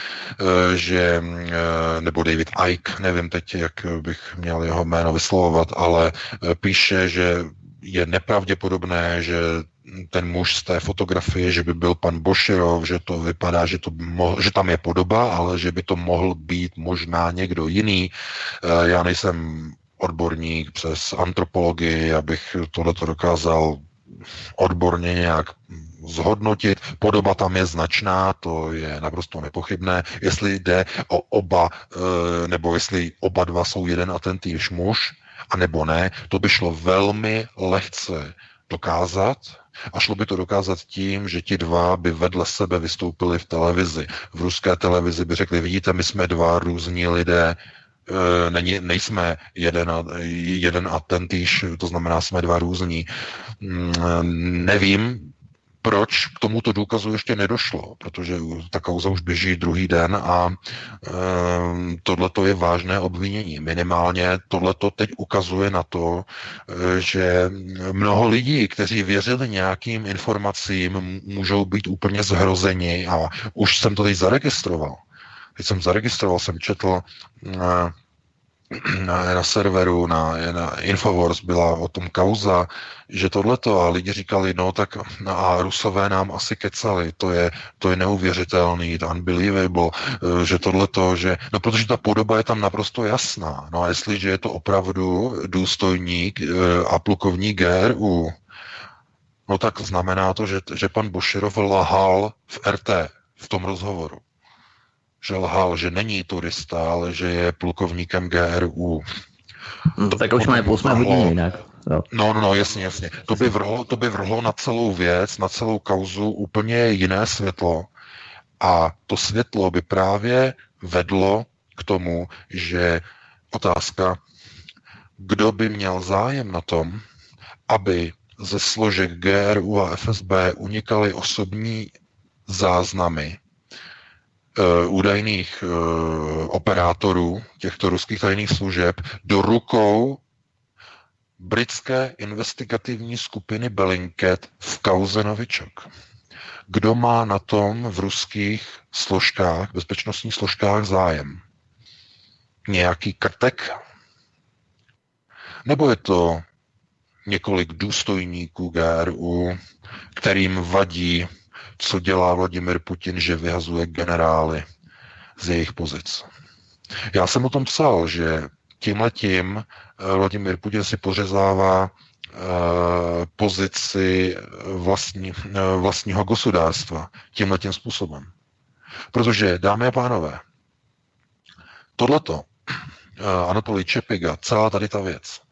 nebo David Icke, nevím teď, jak bych měl jeho jméno vyslovovat, ale píše, že je nepravděpodobné, že ten muž z té fotografie, že by byl pan Boširov, že to vypadá, že tam je podoba, ale že by to mohl být možná někdo jiný. Já nejsem odborník přes antropologii, abych tohleto dokázal odborně nějak zhodnotit. Podoba tam je značná, to je naprosto nepochybné. Jestli jde o oba, nebo jestli oba 2 jsou jeden a ten týž muž, a nebo ne, to by šlo velmi lehce dokázat a šlo by to dokázat tím, že ti 2 by vedle sebe vystoupili v televizi. V ruské televizi by řekli, vidíte, my jsme 2 různí lidé, nejsme jeden a ten týž, to znamená, jsme 2 různí. Nevím, proč k tomuto důkazu ještě nedošlo, protože ta kauza už běží druhý den a tohleto je vážné obvinění. Minimálně tohleto teď ukazuje na to, že mnoho lidí, kteří věřili nějakým informacím, můžou být úplně zhrozeni a už jsem to teď zaregistroval. Jsem četl na serveru, na Infowars byla o tom kauza, že tohleto a lidi říkali, no tak a Rusové nám asi kecali, to je neuvěřitelný, to unbelievable, že tohleto, že, no protože ta podoba je tam naprosto jasná, no a jestliže je to opravdu důstojník a plukovník GRU, no tak znamená to, že pan Boširov lhal v RT, v tom rozhovoru. Že lhal, že není turista, ale že je plukovníkem GRU. No, tak už mají 8 hodiny jinak. No, jasně. To by vrhlo na celou věc, na celou kauzu úplně jiné světlo. A to světlo by právě vedlo k tomu, že otázka, kdo by měl zájem na tom, aby ze složek GRU a FSB unikaly osobní záznamy údajných operátorů těchto ruských tajných služeb do rukou britské investigativní skupiny Bellingcat v kauze Novičok. Kdo má na tom v ruských složkách, bezpečnostních složkách zájem? Nějaký krtek? Nebo je to několik důstojníků GRU, kterým vadí, co dělá Vladimir Putin, že vyhazuje generály z jejich pozic? Já jsem o tom psal, že tímhletím Vladimir Putin si pořezává pozici vlastního gospodářstva tímhletím způsobem. Protože, dámy a pánové, tohleto, Anatolij Čepiga, celá tady ta věc,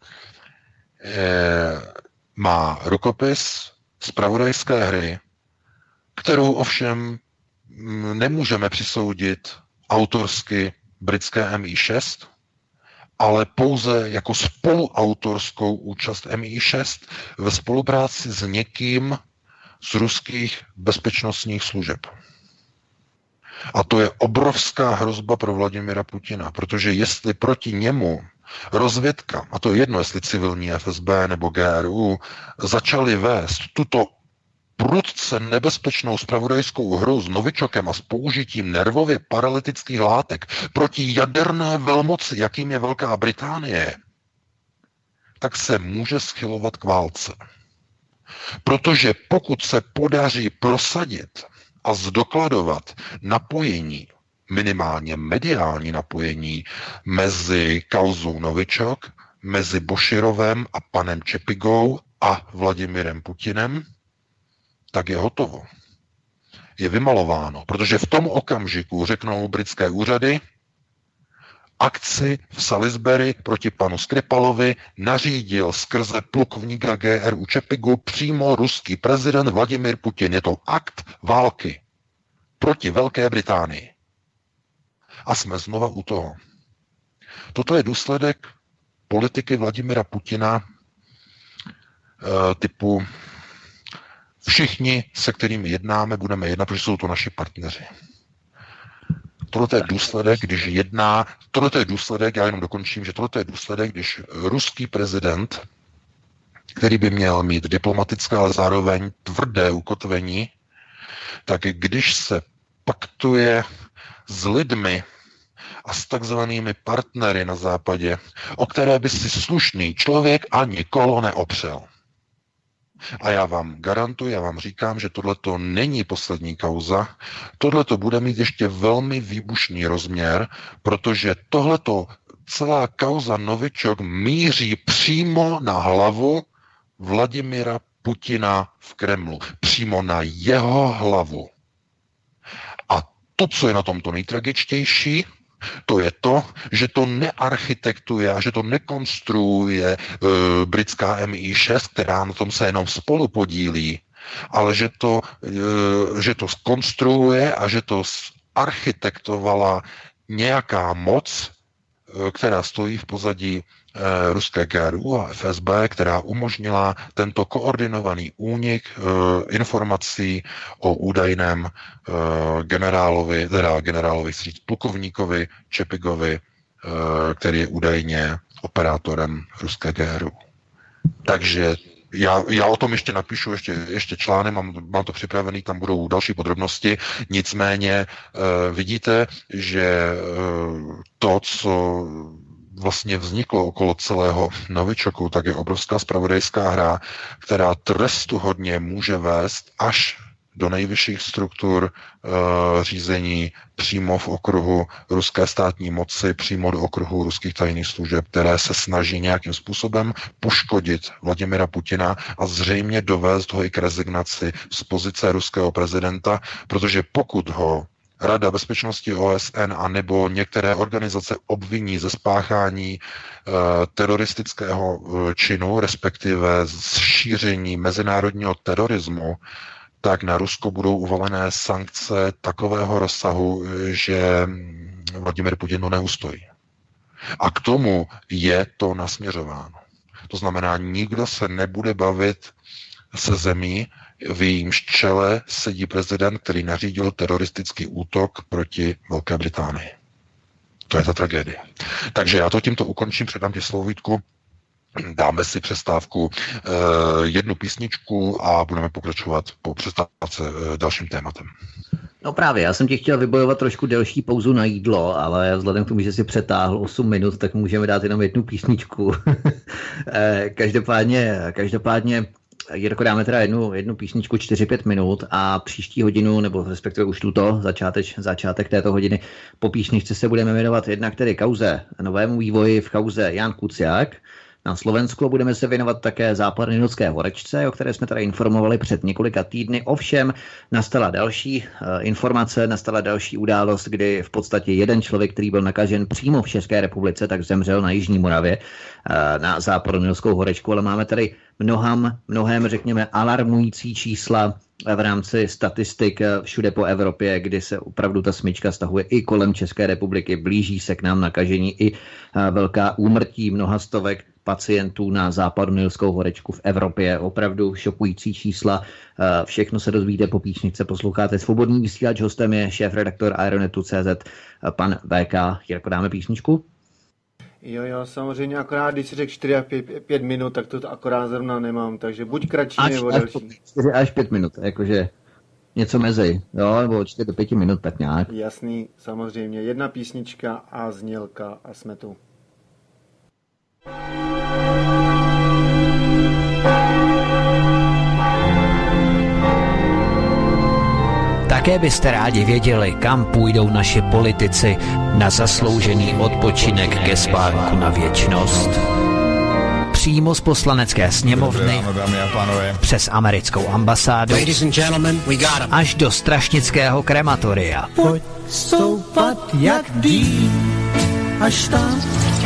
má rukopis zpravodajské hry, kterou ovšem nemůžeme přisoudit autorsky britské MI6, ale pouze jako spoluautorskou účast MI6 ve spolupráci s někým z ruských bezpečnostních služeb. A to je obrovská hrozba pro Vladimira Putina, protože jestli proti němu rozvědka, a to je jedno, jestli civilní FSB nebo GRU, začali vést tuto prudce nebezpečnou zpravodajskou hru s Novičokem a s použitím nervově paralytických látek proti jaderné velmoci, jakým je Velká Británie, tak se může schylovat k válce. Protože pokud se podaří prosadit a zdokladovat napojení, minimálně mediální napojení mezi kauzou Novičok, mezi Boširovem a panem Čepigou a Vladimirem Putinem, tak je hotovo. Je vymalováno, protože v tom okamžiku řeknou britské úřady, akci v Salisbury proti panu Skripalovi nařídil skrze plukovníka GRU Čepigu přímo ruský prezident Vladimir Putin. Je to akt války proti Velké Británii. A jsme znova u toho. Toto je důsledek politiky Vladimira Putina typu všichni, se kterými jednáme, budeme jednat, protože jsou to naši partneři. Tohle je důsledek, když jedná, tohle je důsledek, já jenom dokončím, že tohle je důsledek, když ruský prezident, který by měl mít diplomatické, ale zároveň tvrdé ukotvení, tak když se paktuje s lidmi a s takzvanými partnery na západě, o které by si slušný člověk ani kolo neopřel. A já vám garantuji, já vám říkám, že tohleto není poslední kauza, tohleto bude mít ještě velmi výbušný rozměr, protože tohleto celá kauza Novičok míří přímo na hlavu Vladimira Putina v Kremlu. Přímo na jeho hlavu. A to, co je na tomto nejtragičtější, to je to, že to nearchitektuje a že to nekonstruuje britská MI6, která na tom se jenom spolu podílí, ale že to konstruuje a že to architektovala nějaká moc, která stojí v pozadí ruské GRU a FSB, která umožnila tento koordinovaný únik informací o údajném generálovi plukovníkovi Čepigovi, který je údajně operátorem ruské GRU. Takže já o tom ještě napíšu ještě článek, mám to připravený, tam budou další podrobnosti. Nicméně vidíte, že to, co vlastně vzniklo okolo celého Novičoku, tak je obrovská zpravodajská hra, která trestuhodně může vést až do nejvyšších struktur řízení přímo v okruhu ruské státní moci, přímo do okruhu ruských tajných služeb, které se snaží nějakým způsobem poškodit Vladimira Putina a zřejmě dovést ho i k rezignaci z pozice ruského prezidenta, protože pokud ho Rada bezpečnosti OSN anebo některé organizace obviní ze spáchání teroristického činu, respektive z šíření mezinárodního terorismu, tak na Rusko budou uvalené sankce takového rozsahu, že Vladimir Putin to neustojí. A k tomu je to nasměřováno. To znamená, nikdo se nebude bavit se zemí, v jejímž čele sedí prezident, který nařídil teroristický útok proti Velké Británii. To je ta tragédie. Takže já to tímto ukončím, předám ti slovo, Vítku. Dáme si přestávku, jednu písničku a budeme pokračovat po přestávce dalším tématem. No právě, já jsem ti chtěl vybojovat trošku delší pauzu na jídlo, ale vzhledem k tomu, že si přetáhl 8 minut, tak můžeme dát jenom jednu písničku. Každopádně, Jirko, dáme teda jednu písničku 4-5 minut a příští hodinu, nebo respektive už tuto, začátek této hodiny, po písničce se budeme věnovat jednak tedy novému vývoji v kauze Jan Kuciak na Slovensku a budeme se věnovat také západonilské horečce, o které jsme tady informovali před několika týdny. Ovšem nastala další informace, nastala další událost, kdy v podstatě jeden člověk, který byl nakažen přímo v České republice, tak zemřel na Jižní Moravě na západonilskou horečku, ale máme tady mnohem, řekněme, alarmující čísla v rámci statistik všude po Evropě, kdy se opravdu ta smyčka stahuje i kolem České republiky, blíží se k nám nakažení i velká úmrtí mnoha stovek pacientů na západonilskou horečku v Evropě. Opravdu šokující čísla. Všechno se dozvíte po písničce. Posloucháte Svobodný vysílač, hostem je šéfredaktor Ironetu.cz pan VK. Jirko, dáme písničku? Jo, samozřejmě, akorát když si řekl 4 a 5 minut, tak to akorát zrovna nemám, takže buď kratší nebo delší. 4 až 5 minut, jakože něco mezi, jo, nebo 4 do 5 minut, tak nějak. Jasný, samozřejmě, jedna písnička a znělka a jsme tu. Také byste rádi věděli, kam půjdou naši politici na zasloužený odpočinek ke spánku na věčnost. Přímo z poslanecké sněmovny, přes americkou ambasádu, až do strašnického krematoria. Pojď stoupat jak dým, až tam,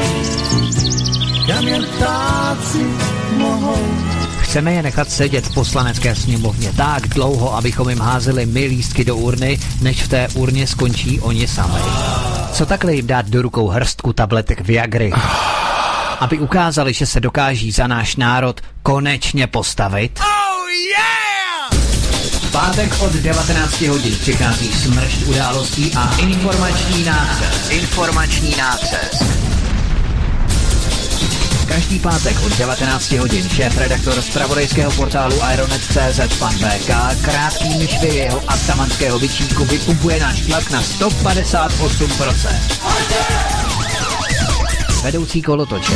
kam jen ptáci mohou. Chceme je nechat sedět v poslanecké sněmovně tak dlouho, abychom jim házeli my lístky do urny, než v té urně skončí oni sami. Co takhle jim dát do rukou hrstku tabletek Viagry? Aby ukázali, že se dokáží za náš národ konečně postavit? Oh yeah! V pátek od 19 hodin přichází smršť událostí a informační nácest. Každý pátek od 19 hodin šéfredaktor zpravodajského portálu Ironet.cz pan VK krátkými švy jeho atamanského bičíku vypumpuje náš tlak na 158%. Vedoucí kolotoče.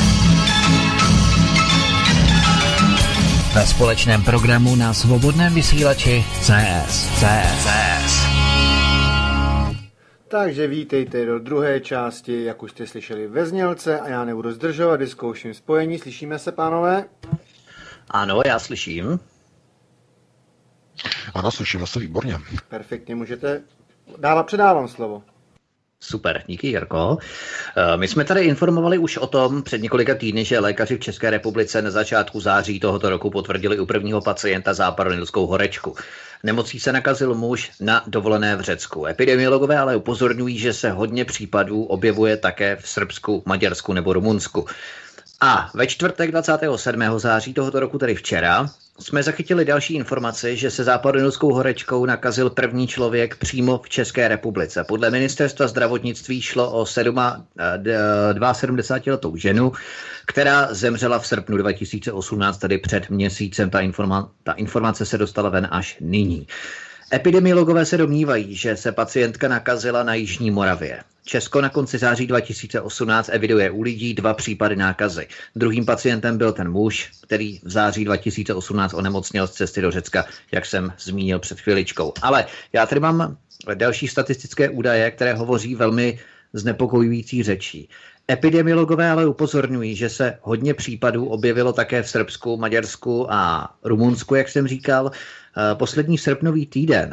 Ve společném programu na svobodném vysílači CS. Takže vítejte do druhé části, jak už jste slyšeli ve znělce a já nebudu zdržovat, vyzkouším spojení. Slyšíme se, pánové? Ano, já slyším. Ano, slyšíme se výborně. Perfektně, můžete... Předávám slovo. Super, díky Jirko. My jsme tady informovali už o tom před několika týdny, že lékaři v České republice na začátku září tohoto roku potvrdili u prvního pacienta západonilskou horečku. Nemocí se nakazil muž na dovolené v Řecku. Epidemiologové ale upozorňují, že se hodně případů objevuje také v Srbsku, Maďarsku nebo Rumunsku. A ve čtvrtek 27. září tohoto roku, tedy včera, jsme zachytili další informaci, že se západonilskou horečkou nakazil první člověk přímo v České republice. Podle ministerstva zdravotnictví šlo o 72letou ženu, která zemřela v srpnu 2018, tedy před měsícem. Ta informace se dostala ven až nyní. Epidemiologové se domnívají, že se pacientka nakazila na Jižní Moravě. Česko na konci září 2018 eviduje u lidí 2 případy nákazy. Druhým pacientem byl ten muž, který v září 2018 onemocněl z cesty do Řecka, jak jsem zmínil před chviličkou. Ale já tady mám další statistické údaje, které hovoří velmi znepokojující řečí. Epidemiologové ale upozorňují, že se hodně případů objevilo také v Srbsku, Maďarsku a Rumunsku, jak jsem říkal. Poslední srpnový týden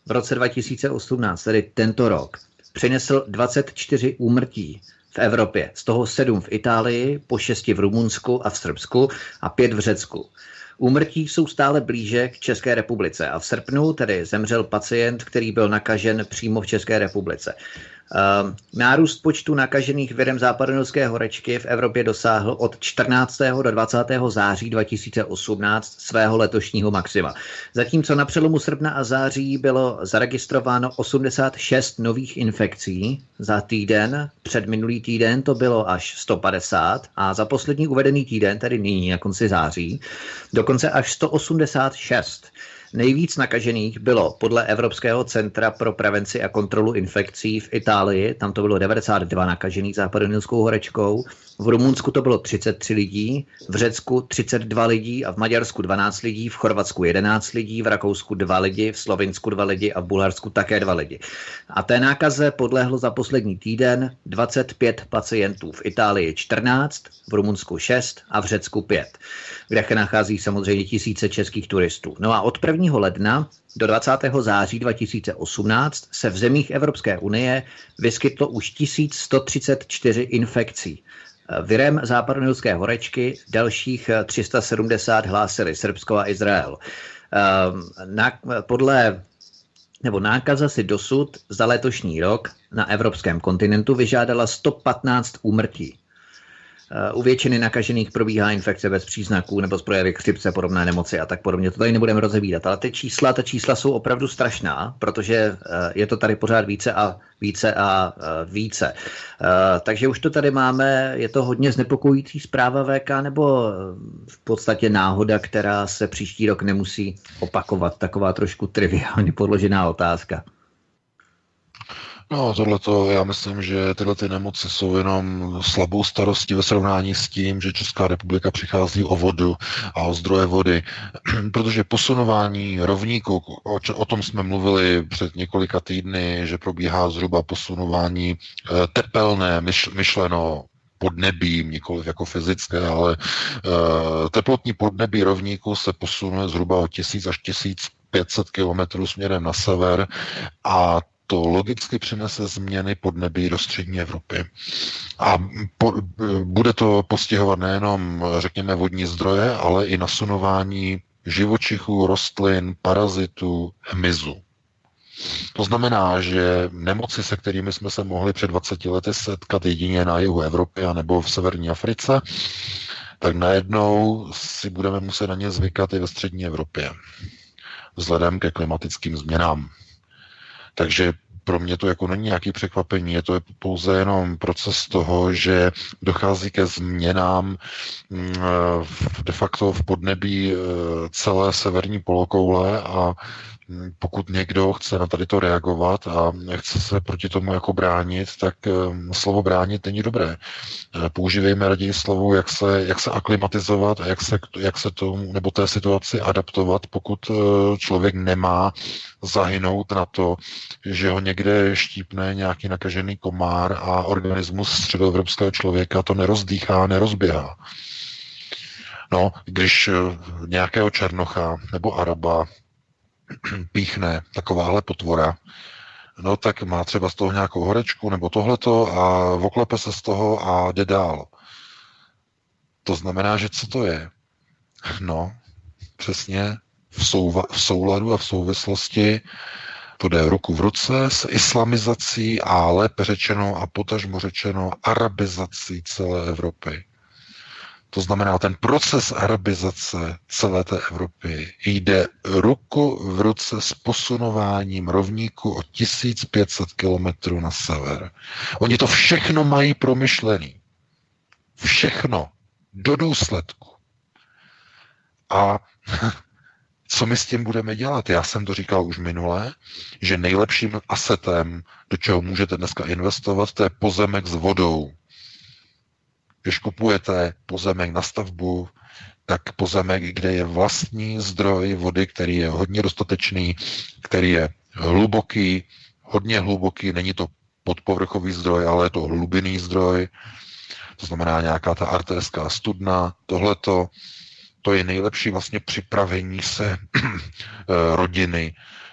v roce 2018, tedy tento rok, přinesl 24 úmrtí v Evropě, z toho 7 v Itálii, po 6 v Rumunsku a v Srbsku a 5 v Řecku. Úmrtí jsou stále blíže k České republice a v srpnu tedy zemřel pacient, který byl nakažen přímo v České republice. Nárůst počtu nakažených virem západonorské horečky v Evropě dosáhl od 14. do 20. září 2018 svého letošního maxima. Zatímco na přelomu srpna a září bylo zaregistrováno 86 nových infekcí za týden, před minulý týden to bylo až 150 a za poslední uvedený týden, tedy nyní na konci září, dokonce až 186. Nejvíc nakažených bylo podle Evropského centra pro prevenci a kontrolu infekcí v Itálii, tam to bylo 92 nakažených západonorskou horečkou, v Rumunsku to bylo 33 lidí, v Řecku 32 lidí a v Maďarsku 12 lidí, v Chorvatsku 11 lidí, v Rakousku 2 lidi, v Slovinsku 2 lidi a v Bulharsku také 2 lidi. A té nákaze podlehlo za poslední týden 25 pacientů, v Itálii 14, v Rumunsku 6 a v Řecku 5, kde nachází samozřejmě tisíce českých turistů. No a od 1. ledna do 20. září 2018 se v zemích Evropské unie vyskytlo už 1134 infekcí. Virem západonorské horečky dalších 370 hlásili Srbsko a Izrael. Nákaza si dosud za letošní rok na evropském kontinentu vyžádala 115 úmrtí. U většiny nakažených probíhá infekce bez příznaků nebo z projevy chřipce, podobné nemoci a tak podobně. To tady nebudeme rozebírat, ale ta čísla jsou opravdu strašná, protože je to tady pořád více a více. Takže už to tady máme, je to hodně znepokojující zpráva VK, nebo v podstatě náhoda, která se příští rok nemusí opakovat, taková trošku triviálně podložená otázka. No, já myslím, že tyhle ty nemoci jsou jenom slabou starostí ve srovnání s tím, že Česká republika přichází o vodu a o zdroje vody, protože posunování rovníku, o tom jsme mluvili před několika týdny, že probíhá zhruba posunování tepelné, myšleno podnebím, nikoliv jako fyzické, ale teplotní podnebí rovníku se posunuje zhruba o 1000 až 1500 kilometrů směrem na sever a to logicky přinese změny podnebí do střední Evropy. A bude to postihovat nejenom, řekněme, vodní zdroje, ale i nasunování živočichů, rostlin, parazitů, hmyzu. To znamená, že nemoci, se kterými jsme se mohli před 20 lety setkat jedině na jihu Evropy nebo v severní Africe, tak najednou si budeme muset na ně zvykat i ve střední Evropě. Vzhledem ke klimatickým změnám. Takže pro mě to jako není nějaké překvapení, je to pouze jenom proces toho, že dochází ke změnám de facto v podnebí celé severní polokoule a pokud někdo chce na tady to reagovat a chce se proti tomu jako bránit, tak slovo bránit není dobré. Používejme raději slovo, jak se aklimatizovat a jak se tomu nebo té situaci adaptovat, pokud člověk nemá zahynout na to, že ho někde štípne nějaký nakažený komár a organismus středoevropského člověka to nerozdýchá, nerozběhá. No, když nějakého černocha nebo Araba píchne takováhle potvora, no tak má třeba z toho nějakou horečku nebo tohleto a oklepe se z toho a jde dál. To znamená, že co to je? No, přesně v souladu a v souvislosti to jde ruku v ruce s islamizací a lépe řečeno a potažmo řečeno arabizací celé Evropy. To znamená, ten proces arabizace celé té Evropy jde ruku v ruce s posunováním rovníku o 1500 kilometrů na sever. Oni to všechno mají promyšlený. Všechno. Do důsledku. A co my s tím budeme dělat? Já jsem to říkal už minule, že nejlepším asetem, do čeho můžete dneska investovat, to je pozemek s vodou. Když kupujete pozemek na stavbu, tak pozemek, kde je vlastní zdroj vody, který je hodně dostatečný, který je hluboký, hodně hluboký, není to podpovrchový zdroj, ale je to hlubinný zdroj, to znamená nějaká ta artérská studna, tohleto, to je nejlepší vlastně připravení se rodiny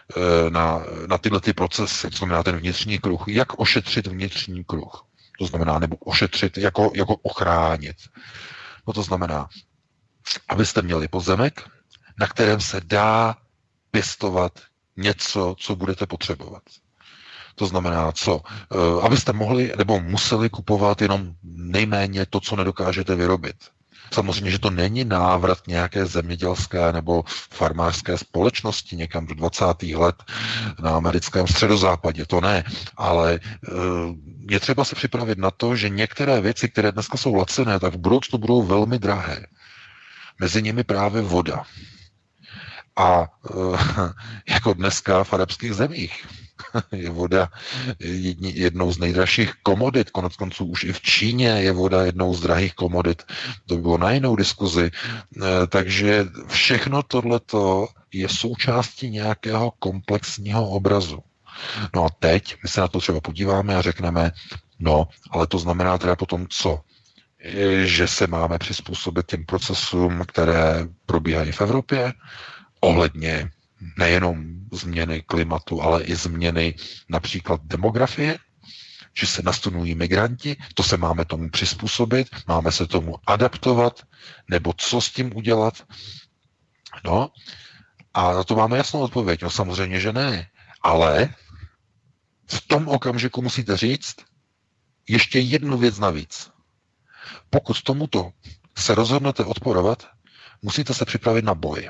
na tyhle ty procesy, to znamená ten vnitřní kruh, jak ošetřit vnitřní kruh. To znamená, nebo ošetřit, jako ochránit. No to znamená, abyste měli pozemek, na kterém se dá pěstovat něco, co budete potřebovat. To znamená co? Abyste mohli nebo museli kupovat jenom nejméně to, co nedokážete vyrobit. Samozřejmě, že to není návrat nějaké zemědělské nebo farmářské společnosti někam do 20. let na americkém středozápadě, to ne, ale je třeba se připravit na to, že některé věci, které dneska jsou laciné, tak v budoucnu budou velmi drahé. Mezi nimi právě voda. A jako dneska v arabských zemích je voda jednou z nejdražších komodit, konec konců už i v Číně je voda jednou z drahých komodit, to by bylo na jinou diskuzi, takže všechno tohleto je součástí nějakého komplexního obrazu. No a teď my se na to třeba podíváme a řekneme, no, ale to znamená teda potom co? Že se máme přizpůsobit těm procesům, které probíhají v Evropě, ohledně nejenom změny klimatu, ale i změny například demografie, že se nastunují migranti, to se máme tomu přizpůsobit, máme se tomu adaptovat, nebo co s tím udělat. No, a na to máme jasnou odpověď. No samozřejmě, že ne. Ale v tom okamžiku musíte říct ještě jednu věc navíc. Pokud tomuto se rozhodnete odporovat, musíte se připravit na boj.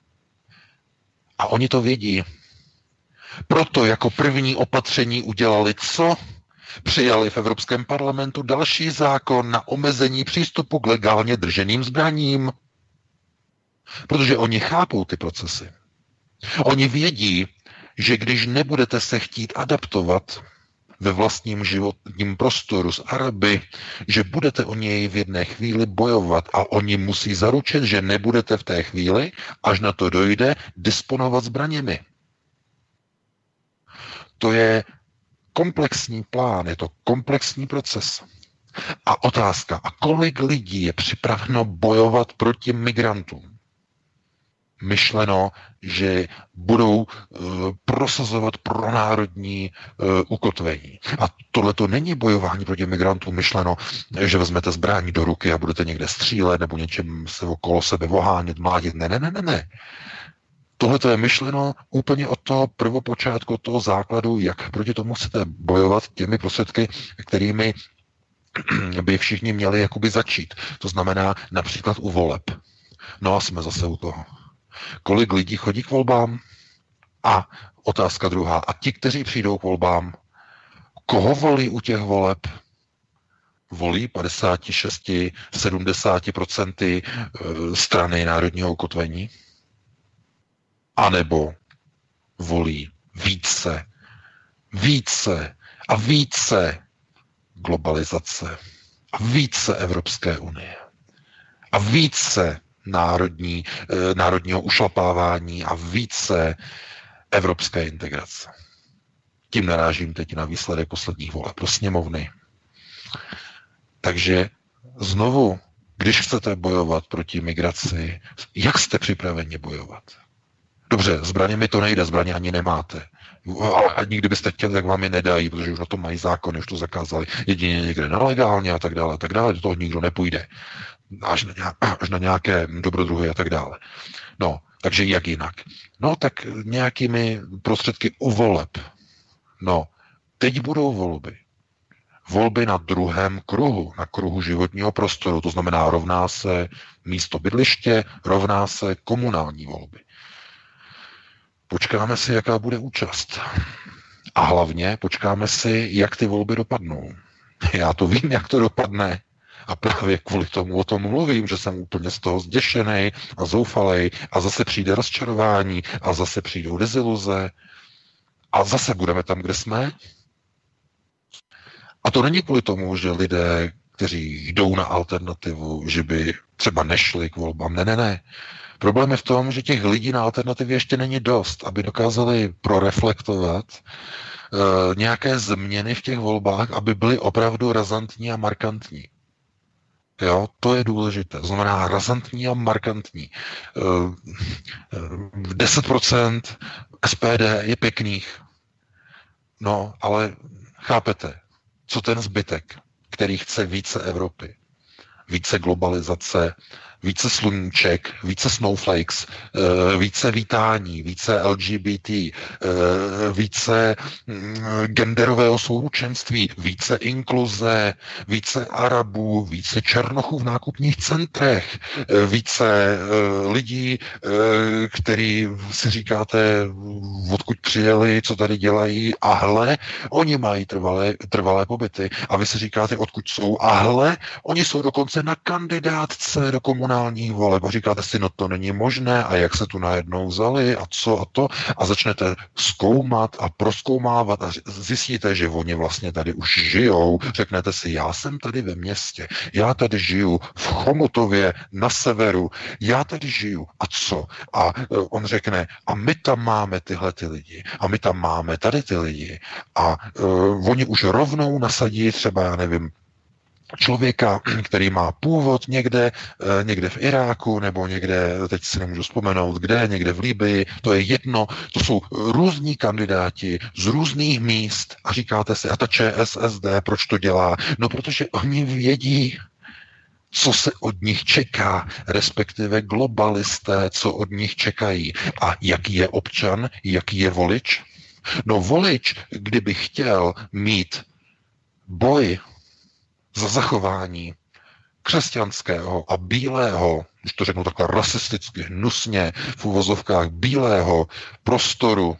A oni to vědí. Proto jako první opatření udělali co? Přijali v Evropském parlamentu další zákon na omezení přístupu k legálně drženým zbraním. Protože oni chápou ty procesy. Oni vědí, že když nebudete se chtít adaptovat ve vlastním životním prostoru s Araby, že budete o něj v jedné chvíli bojovat a oni musí zaručit, že nebudete v té chvíli, až na to dojde, disponovat zbraněmi. To je komplexní plán, je to komplexní proces. A otázka, a kolik lidí je připraveno bojovat proti migrantům? Myšleno, že budou prosazovat pronárodní ukotvení. A tohle to není bojování proti migrantům myšleno, že vezmete zbraní do ruky a budete někde střílet nebo něčem se okolo sebe ohánět, mládit. Ne. Tohle to je myšleno úplně od toho prvopočátku, od toho základu, jak proti tomu chcete bojovat těmi prostředky, kterými by všichni měli jakoby začít. To znamená například u voleb. No a jsme zase u toho. Kolik lidí chodí k volbám? A otázka druhá. A ti, kteří přijdou k volbám, koho volí u těch voleb? Volí 56-70% strany národního ukotvení? A nebo volí více globalizace a více Evropské unie a více národního ušlapávání a více evropské integrace. Tím narážím teď na výsledek posledních voleb do sněmovny. Takže znovu, když chcete bojovat proti migraci, jak jste připraveni bojovat? Dobře, zbraněmi to nejde, zbraně ani nemáte. A nikdy byste chtěli, tak vám je nedají, protože už na to mají zákony, už to zakázali. Jedině někde nelegálně a tak dále, do toho nikdo nepůjde. Až na nějaké dobrodruhy a tak dále. No, takže jak jinak? No, tak nějakými prostředky u voleb. No, teď budou volby. Volby na druhém kruhu, na kruhu životního prostoru, to znamená rovná se místo bydliště, rovná se komunální volby. Počkáme si, jaká bude účast. A hlavně počkáme si, jak ty volby dopadnou. Já to vím, jak to dopadne. A právě kvůli tomu o tom mluvím, že jsem úplně z toho zděšený a zoufalej a zase přijde rozčarování a zase přijdou deziluze a zase budeme tam, kde jsme. A to není kvůli tomu, že lidé, kteří jdou na alternativu, že by třeba nešli k volbám. Ne. Problém je v tom, že těch lidí na alternativě ještě není dost, aby dokázali proreflektovat nějaké změny v těch volbách, aby byly opravdu razantní a markantní. Jo, to je důležité. To znamená razantní a markantní. 10% SPD je pěkných. No, ale chápete, co ten zbytek, který chce více Evropy, více globalizace, více sluníček, více snowflakes, více vítání, více LGBT, více genderového souručenství, více inkluze, více Arabů, více černochů v nákupních centrech, více lidí, který si říkáte, odkud přijeli, co tady dělají, a hle, oni mají trvalé pobyty. A vy si říkáte, odkud jsou, a hle, oni jsou dokonce na kandidátce do komunálních voleb a říkáte si, no to není možné a jak se tu najednou vzali a co a to a začnete zkoumat a prozkoumávat a zjistíte, že oni vlastně tady už žijou. Řeknete si, já jsem tady ve městě, já tady žiju v Chomutově na severu, já tady žiju a co? A on řekne, a my tam máme tyhle ty lidi a my tam máme tady ty lidi a oni už rovnou nasadí třeba, já nevím, člověka, který má původ někde v Iráku, nebo někde, teď si nemůžu vzpomenout, kde, někde v Libyi, to je jedno, to jsou různí kandidáti z různých míst a říkáte si, a ta ČSSD, proč to dělá? No, protože oni vědí, co se od nich čeká, respektive globalisté, co od nich čekají. A jaký je občan, jaký je volič? No, volič, kdyby chtěl mít boj za zachování křesťanského a bílého, když to řeknu takhle rasisticky, hnusně, v uvozovkách bílého prostoru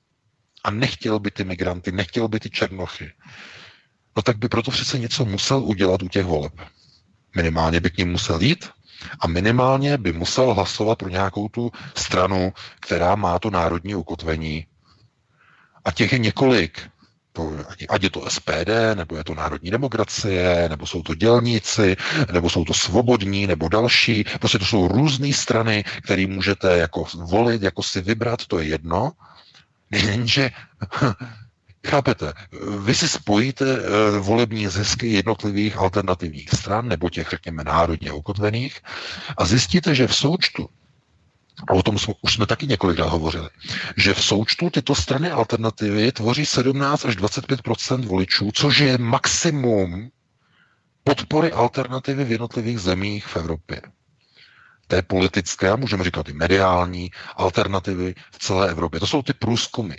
a nechtěl by ty migranty, nechtěl by ty černochy, no tak by proto přece něco musel udělat u těch voleb. Minimálně by k ním musel jít a minimálně by musel hlasovat pro nějakou tu stranu, která má to národní ukotvení. A těch je několik. Ať je to SPD, nebo je to národní demokracie, nebo jsou to dělníci, nebo jsou to svobodní, nebo další. Prostě to jsou různé strany, které můžete jako volit, jako si vybrat, to je jedno. Jenže, chápete, vy si spojíte volební zisky jednotlivých alternativních stran, nebo těch, řekněme, národně ukotvených a zjistíte, že v součtu, a o tom už jsme taky několikrát hovořili, že v součtu tyto strany alternativy tvoří 17 až 25% voličů, což je maximum podpory alternativy v jednotlivých zemích v Evropě. Té politické, můžeme říkat i mediální, alternativy v celé Evropě. To jsou ty průzkumy,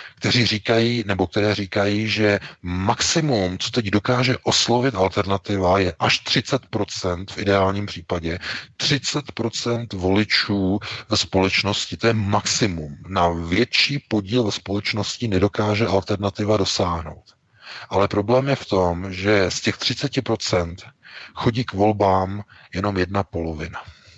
které říkají, že maximum, co teď dokáže oslovit alternativa, je až 30%, v ideálním případě, 30% voličů ve společnosti, to je maximum. Na větší podíl ve společnosti nedokáže alternativa dosáhnout. Ale problém je v tom, že z těch 30% chodí k volbám jenom 1/2.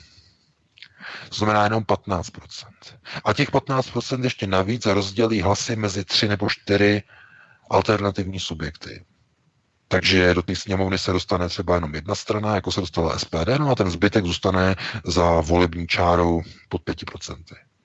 To znamená jenom 15%. A těch 15% ještě navíc rozdělí hlasy mezi 3 nebo 4 alternativní subjekty. Takže do té sněmovny se dostane třeba jenom jedna strana, jako se dostala SPD, no a ten zbytek zůstane za volební čárou pod 5%.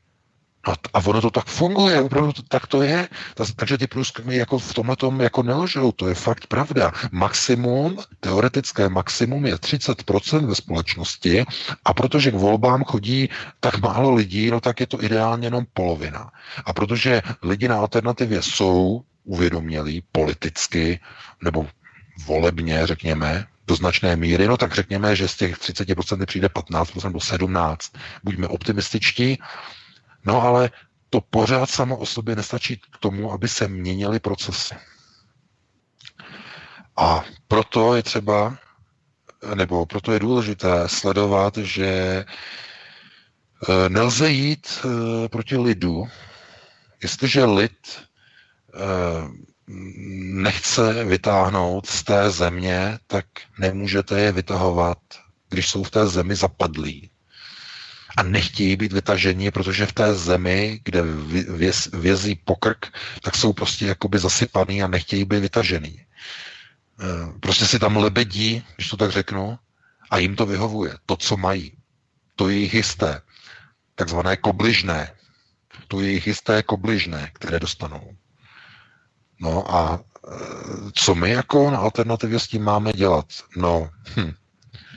A ono to tak funguje, opravdu tak to je. Takže ty průzkumy jako v tomhletom jako nelžou, to je fakt pravda. Maximum, teoretické maximum je 30% ve společnosti a protože k volbám chodí tak málo lidí, no tak je to ideálně jenom polovina. A protože lidi na alternativě jsou uvědomělí politicky nebo volebně, řekněme, do značné míry, no tak řekněme, že z těch 30% přijde 15% nebo 17%. Buďme optimističtí. No ale to pořád samo o sobě nestačí k tomu, aby se měnily procesy. A proto je třeba, nebo proto je důležité sledovat, že nelze jít proti lidu, jestliže lid nechce vytáhnout z té země, tak nemůžete je vytahovat, když jsou v té zemi zapadlí. A nechtějí být vytaženi, protože v té zemi, kde vězí pokrk, tak jsou prostě jakoby zasypaný a nechtějí být vytažený. Prostě si tam lebedí, když to tak řeknu, a jim to vyhovuje. To, co mají. To je jejich jisté. Takzvané kobližné. To je jejich jisté kobližné, které dostanou. No a co my jako na alternativě s tím máme dělat? No,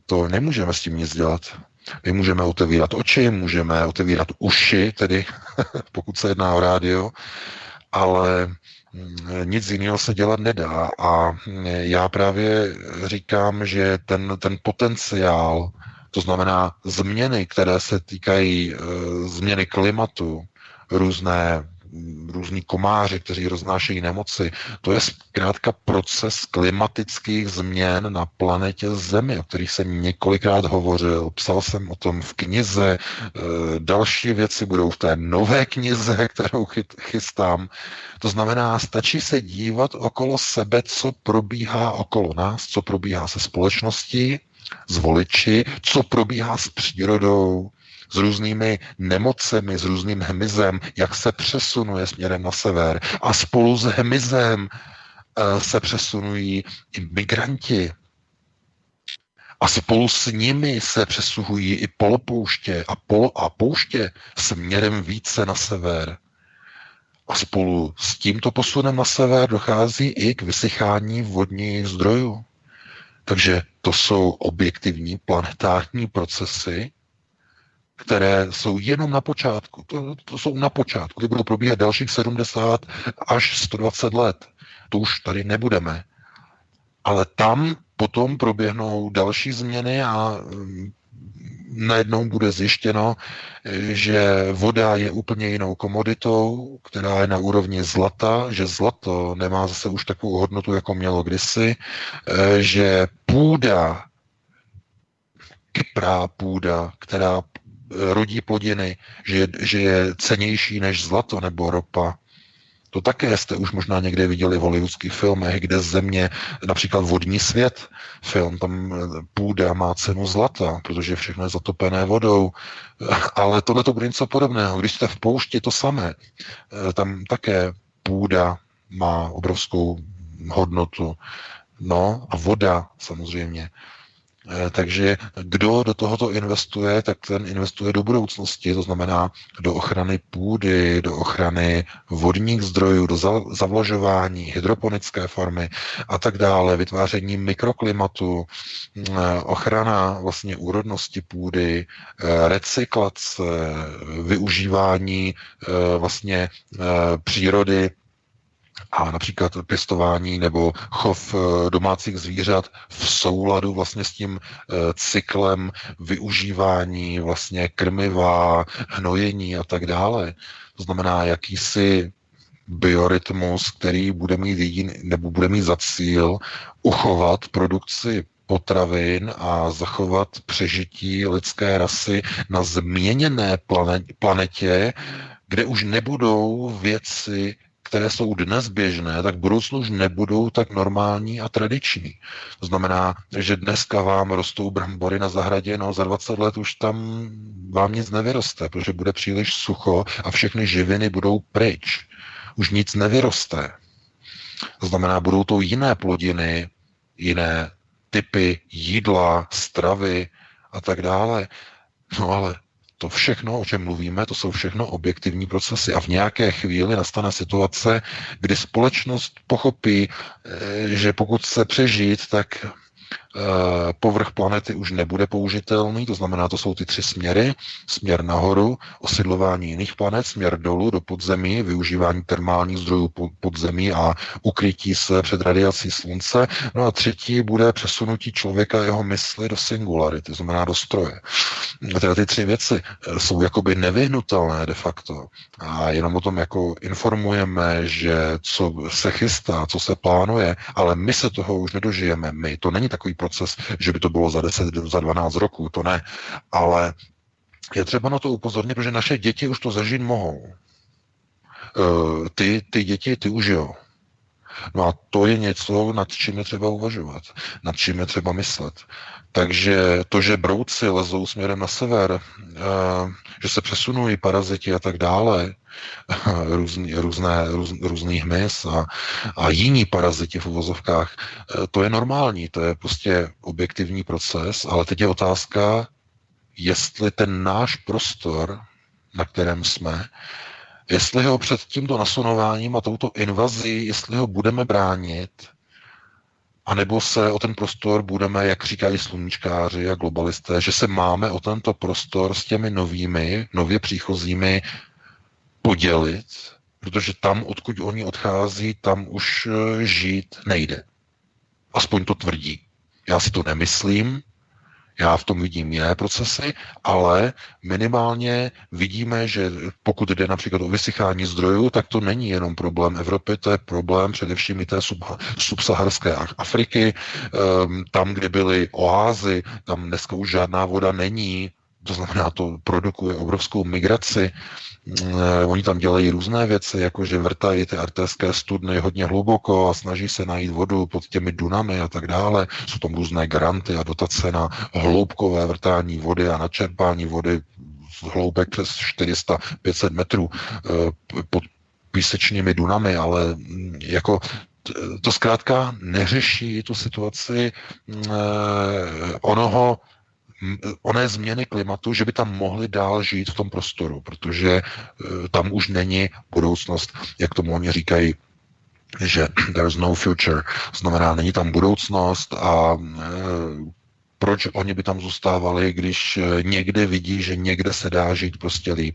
to nemůžeme s tím nic dělat. My můžeme otevírat oči, můžeme otevírat uši, tedy pokud se jedná o rádio, ale nic jiného se dělat nedá. A já právě říkám, že ten potenciál, to znamená změny, které se týkají změny klimatu, různí komáři, kteří roznášejí nemoci. To je zkrátka proces klimatických změn na planetě Zemi, o kterých jsem několikrát hovořil. Psal jsem o tom v knize. Další věci budou v té nové knize, kterou chystám. To znamená, stačí se dívat okolo sebe, co probíhá okolo nás, co probíhá se společností, s voliči, co probíhá s přírodou, s různými nemocemi, s různým hmyzem, jak se přesunuje směrem na sever. A spolu s hmyzem se přesunují i migranti. A spolu s nimi se přesuhují i polopouště a pouště směrem více na sever. A spolu s tímto posunem na sever dochází i k vysychání vodních zdrojů. Takže to jsou objektivní planetární procesy, které jsou jenom na počátku. To jsou na počátku. Ty budou probíhat dalších 70 až 120 let. To už tady nebudeme. Ale tam potom proběhnou další změny a najednou bude zjištěno, že voda je úplně jinou komoditou, která je na úrovni zlata, že zlato nemá zase už takovou hodnotu, jako mělo kdysi, že půda, kyprá půda, která rodí plodiny, že je cennější než zlato nebo ropa. To také jste už možná někde viděli v hollywoodských filmech, kde země, například Vodní svět, film, tam půda má cenu zlata, protože všechno je zatopené vodou. Ale tohle to bude něco podobného. Když jste v poušti, to samé. Tam také půda má obrovskou hodnotu. No a voda samozřejmě. Takže kdo do tohoto investuje, tak ten investuje do budoucnosti, to znamená do ochrany půdy, do ochrany vodních zdrojů, do zavlažování, hydroponické farmy a tak dále, vytváření mikroklimatu, ochrana vlastně úrodnosti půdy, recyklace, využívání vlastně přírody a například pěstování nebo chov domácích zvířat v souladu vlastně s tím cyklem využívání vlastně krmiva, hnojení a tak dále. To znamená jakýsi biorytmus, který bude mít za cíl uchovat produkci potravin a zachovat přežití lidské rasy na změněné planetě, kde už nebudou věci, které jsou dnes běžné, tak v budoucnu už nebudou tak normální a tradiční. To znamená, že dneska vám rostou brambory na zahradě, no za 20 let už tam vám nic nevyroste, protože bude příliš sucho a všechny živiny budou pryč. Už nic nevyroste. To znamená, budou to jiné plodiny, jiné typy jídla, stravy a tak dále. No ale to všechno, o čem mluvíme, to jsou všechno objektivní procesy a v nějaké chvíli nastane situace, kdy společnost pochopí, že pokud se přežít, tak povrch planety už nebude použitelný, to znamená, to jsou ty 3 směry, směr nahoru, osidlování jiných planet, směr dolů do podzemí, využívání termálních zdrojů podzemí a ukrytí se před radiací slunce, no a 3. bude přesunutí člověka a jeho mysli do singularity, to znamená do stroje. Teda ty 3 věci jsou jakoby nevyhnutelné de facto a jenom o tom jako informujeme, že co se chystá, co se plánuje, ale my se toho už nedožijeme. To není takový proces, že by to bylo za 10, za 12 roků, to ne. Ale je třeba na to upozornit, protože naše děti už to zažít mohou. Ty děti, ty už jo. No a to je něco, nad čím je třeba uvažovat, nad čím je třeba myslet. Takže to, že brouci lezou směrem na sever, že se přesunují paraziti a tak dále, různý hmyz a jiní paraziti v uvozovkách, to je normální, to je prostě objektivní proces, ale teď je otázka, jestli ten náš prostor, na kterém jsme, jestli ho před tímto nasunováním a touto invazí, jestli ho budeme bránit, A nebo se o ten prostor budeme, jak říkají sluníčkáři a globalisté, že se máme o tento prostor s těmi nově příchozími podělit, protože tam, odkud oni odchází, tam už žít nejde. Aspoň to tvrdí. Já si to nemyslím, já v tom vidím jiné procesy, ale minimálně vidíme, že pokud jde například o vysychání zdrojů, tak to není jenom problém Evropy, to je problém především i té subsaharské Afriky. Tam, kde byly oázy, tam dneska už žádná voda není, to znamená, to produkuje obrovskou migraci. Oni tam dělají různé věci, jako že vrtají ty artéské studny hodně hluboko a snaží se najít vodu pod těmi dunami a tak dále. Jsou tam různé granty a dotace na hloubkové vrtání vody a načerpání vody z hloubek přes 400-500 metrů pod písečnými dunami, ale jako to zkrátka neřeší tu situaci oné změny klimatu, že by tam mohli dál žít v tom prostoru, protože tam už není budoucnost, jak tomu oni říkají, že there's no future, znamená, není tam budoucnost a proč oni by tam zůstávali, když někde vidí, že někde se dá žít prostě líp.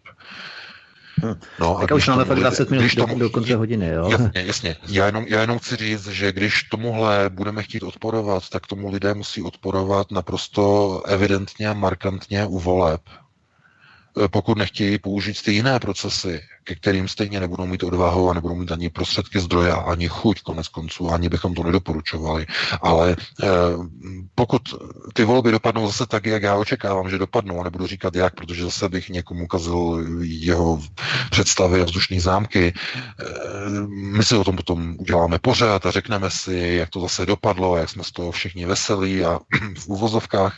No, tak už máme fakt 20 minut do konce hodiny, jo? Jasně. Já jenom chci říct, že když tomuhle budeme chtít odporovat, tak tomu lidé musí odporovat naprosto evidentně a markantně u voleb. Pokud nechtějí použít ty jiné procesy, ke kterým stejně nebudou mít odvahu a nebudou mít ani prostředky zdroje, ani chuť konec konců, ani bychom to nedoporučovali. Ale pokud ty volby dopadnou zase tak, jak já očekávám, že dopadnou, a nebudu říkat jak, protože zase bych někomu ukazil jeho představy a vzdušní zámky, my si o tom potom uděláme pořád a řekneme si, jak to zase dopadlo, jak jsme z toho všichni veselí a v uvozovkách.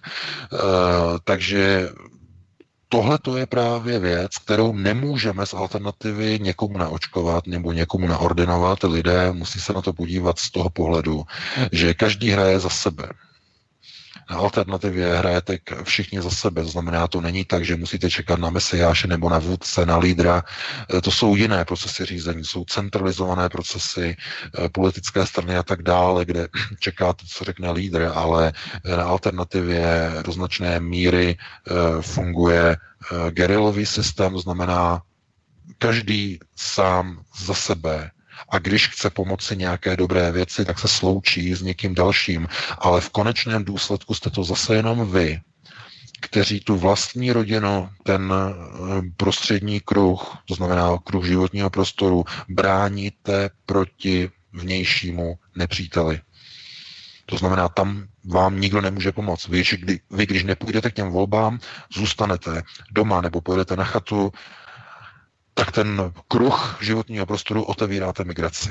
Takže tohle to je právě věc, kterou nemůžeme z alternativy někomu naočkovat nebo někomu naordinovat. Lidé musí se na to podívat z toho pohledu, že každý hraje za sebe. Na alternativě hrajete všichni za sebe. To znamená, to není tak, že musíte čekat na mesiáše nebo na vůdce, na lídra. To jsou jiné procesy řízení, jsou centralizované procesy, politické strany a tak dále, kde čekáte, co řekne lídr, ale na alternativě do značné míry funguje gerilový systém, to znamená každý sám za sebe. A když chce pomoci nějaké dobré věci, tak se sloučí s někým dalším. Ale v konečném důsledku jste to zase jenom vy, kteří tu vlastní rodinu, ten prostřední kruh, to znamená kruh životního prostoru, bráníte proti vnějšímu nepříteli. To znamená, tam vám nikdo nemůže pomoct. Vy, když nepůjdete k těm volbám, zůstanete doma nebo pojedete na chatu, tak ten kruh životního prostoru otevíráte migraci.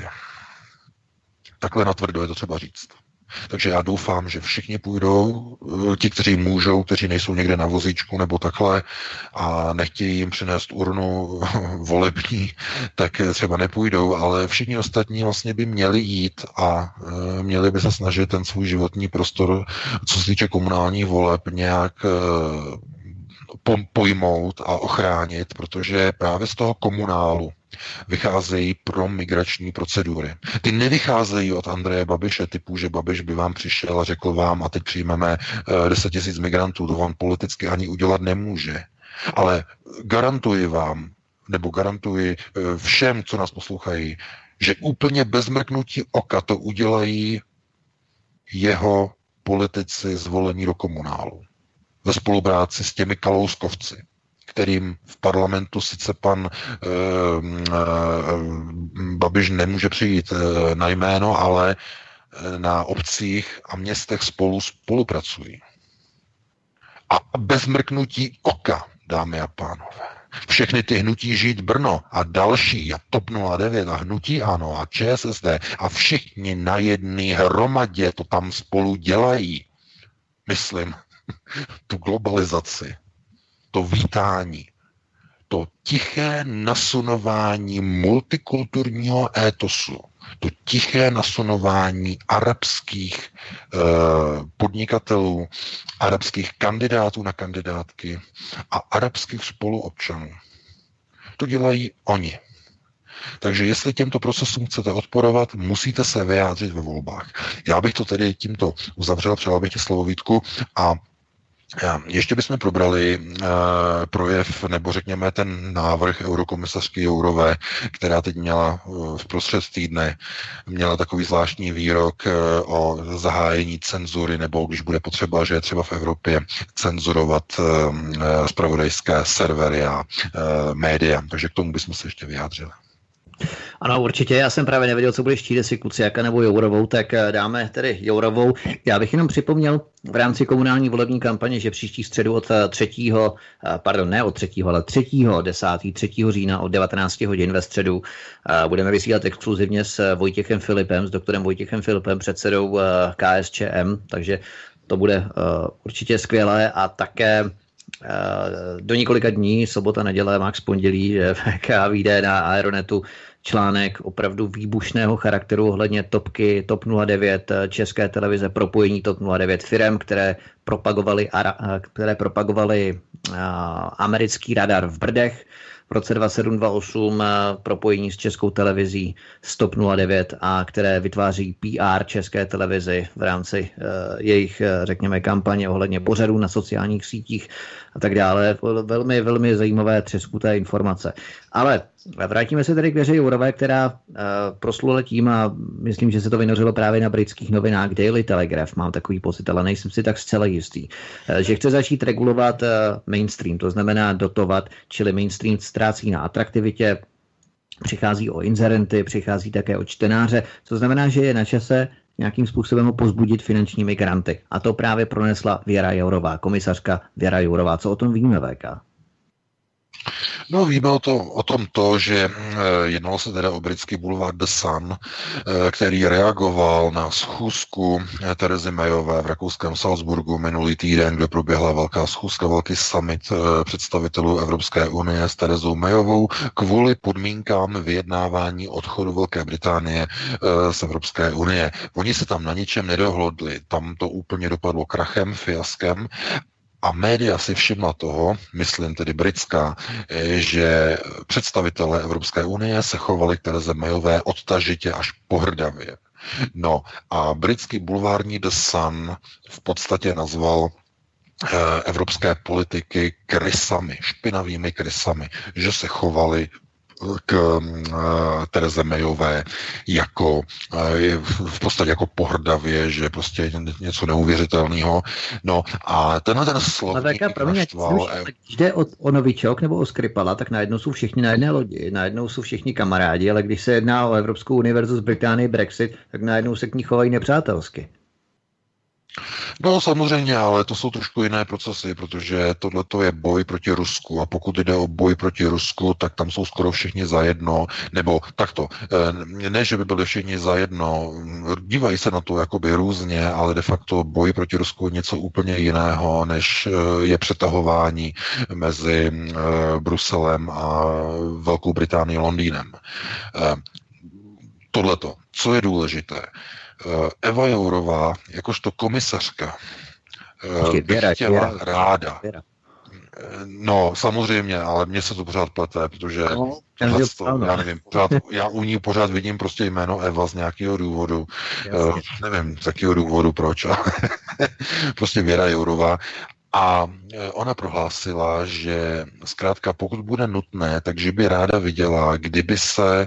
Takhle natvrdo je to třeba říct. Takže já doufám, že všichni půjdou, ti, kteří můžou, kteří nejsou někde na vozíčku nebo takhle a nechtějí jim přinést urnu volební, tak třeba nepůjdou, ale všichni ostatní vlastně by měli jít a měli by se snažit ten svůj životní prostor, co se týče komunálních voleb, nějak pojmout a ochránit, protože právě z toho komunálu vycházejí pro migrační procedury. Ty nevycházejí od Andreje Babiše, typu, že Babiš by vám přišel a řekl vám, a teď přijmeme 10 000 migrantů, to on politicky ani udělat nemůže. Ale garantuji vám, nebo garantuji všem, co nás poslouchají, že úplně bez mrknutí oka to udělají jeho politici zvolení do komunálu. Ve spolupráci s těmi kalouskovci, kterým v parlamentu sice pan Babiš nemůže přijít na jméno, ale na obcích a městech spolupracují. A bez mrknutí oka, dámy a pánové. Všechny ty hnutí Žít Brno a další, a TOP 09 a hnutí ANO a ČSSD a všichni na jedné hromadě to tam spolu dělají. Myslím, tu globalizaci, to vítání, to tiché nasunování multikulturního étosu, to tiché nasunování arabských podnikatelů, arabských kandidátů na kandidátky a arabských spoluobčanů. To dělají oni. Takže jestli těmto procesům chcete odporovat, musíte se vyjádřit ve volbách. Já bych to tedy tímto uzavřel, předal bych ti slovo, Vítku, a ještě bychom probrali projev, nebo řekněme ten návrh eurokomisařky Jourové, která teď měla v prostřed týdne, měla takový zvláštní výrok o zahájení cenzury, nebo když bude potřeba, že je třeba v Evropě cenzurovat zpravodajské servery a média. Takže k tomu bychom se ještě vyjádřili. Ano, určitě. Já jsem právě nevěděl, co bude štít, jestli Kuciaka nebo Jourovou, tak dáme tedy Jourovou. Já bych jenom připomněl v rámci komunální volební kampaně, že příští středu od 3. října od 19 hodin ve středu budeme vysílat exkluzivně s Vojtěchem Filipem, s doktorem Vojtěchem Filipem, předsedou KSČM, takže to bude určitě skvělé a také do několika dní, sobota, neděle, max pondělí, VK vyjde na Aeronetu článek opravdu výbušného charakteru ohledně topky TOP 09 České televize, propojení TOP 09 firem, které propagovaly americký radar v Brdech v roce 2728, propojení s Českou televizí z TOP 09 a které vytváří PR České televizi v rámci jejich, řekněme, kampaně ohledně pořadů na sociálních sítích a tak dále. Velmi, velmi zajímavé třeskuté informace. Ale vrátíme se tedy k Věře Jourové, která proslula tím, a myslím, že se to vynořilo právě na britských novinách Daily Telegraph, mám takový pocit, ale nejsem si tak zcela jistý, že chce začít regulovat mainstream, to znamená dotovat, čili mainstream ztrácí na atraktivitě, přichází o inzerenty, přichází také o čtenáře, co znamená, že je na čase nějakým způsobem ho pozbudit finančními granty. A to právě pronesla Věra Jourová, komisařka Věra Jourová. Co o tom víme, VK? No, víme o tom to, že jednalo se teda o britský bulvár The Sun, který reagoval na schůzku Terezy Mayové v rakouském Salzburgu minulý týden, kde proběhla velká schůzka, velký summit představitelů Evropské unie s Terezou Mayovou kvůli podmínkám vyjednávání odchodu Velké Británie z Evropské unie. Oni se tam na ničem nedohodli, tam to úplně dopadlo krachem, fiaskem. A média si všimla toho, myslím tedy britská, že představitelé Evropské unie se chovali k Tereze Mayové odtažitě až pohrdavě. No a britský bulvární The Sun v podstatě nazval evropské politiky krysami, špinavými krysami, že se chovali k Tereze Mayové jako v podstatě jako pohrdavě, že prostě něco neuvěřitelného. No a tenhle ten slovník naštval. Když jde o novičok nebo o Skripala, tak najednou jsou všichni na jedné lodi, najednou jsou všichni kamarádi, ale když se jedná o Evropskou unii versus Británii Brexit, tak najednou se k ní chovají nepřátelsky. No samozřejmě, ale to jsou trošku jiné procesy, protože tohleto je boj proti Rusku a pokud jde o boj proti Rusku, tak tam jsou skoro všichni zajedno, nebo takto, ne, že by byli všichni zajedno, dívají se na to jakoby různě, ale de facto boj proti Rusku je něco úplně jiného, než je přetahování mezi Bruselem a Velkou Británií Londýnem. Tohleto, co je důležité, Eva Jourová, jakožto komisařka, bych chtěla ráda. No, samozřejmě, ale mně se to pořád plete, protože já nevím, já u ní pořád vidím prostě jméno Eva z nějakého důvodu. Nevím, z jakého důvodu, proč. Prostě Věra Jourová. A ona prohlásila, že zkrátka pokud bude nutné, takže by ráda viděla, kdyby se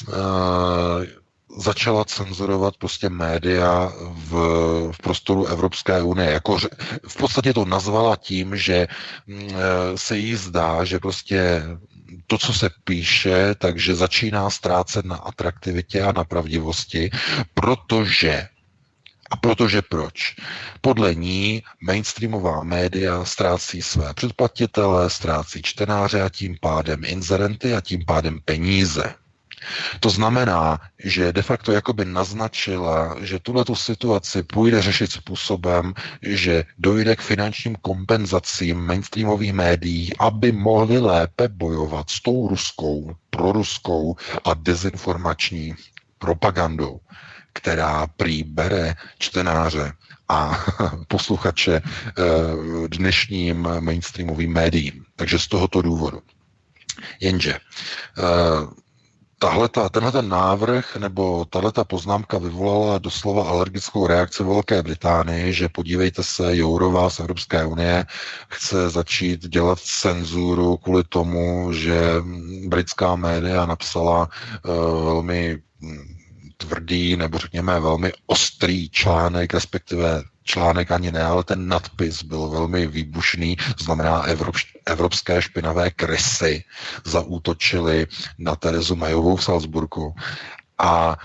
začala cenzurovat prostě média v prostoru Evropské unie. Jako, v podstatě to nazvala tím, že se jí zdá, že prostě to, co se píše, takže začíná ztrácet na atraktivitě a na pravdivosti, protože proč? Podle ní mainstreamová média ztrácí své předplatitele, ztrácí čtenáře a tím pádem inzerenty a tím pádem peníze. To znamená, že de facto jakoby naznačila, že tuhletu situaci půjde řešit způsobem, že dojde k finančním kompenzacím mainstreamových médií, aby mohli lépe bojovat s tou ruskou, proruskou a dezinformační propagandou, která prý bere čtenáře a posluchače dnešním mainstreamovým médiím. Takže z tohoto důvodu. Jenže tenhle návrh nebo tahleta poznámka vyvolala doslova alergickou reakci Velké Británii, že podívejte se, Jourová z Evropské unie chce začít dělat cenzuru kvůli tomu, že britská média napsala velmi tvrdý nebo řekněme velmi ostrý článek, respektive článek ani ne, ale ten nadpis byl velmi výbušný, to znamená evropské špinavé krysy zaútočily na Terezu Mayovou v Salzburgu. A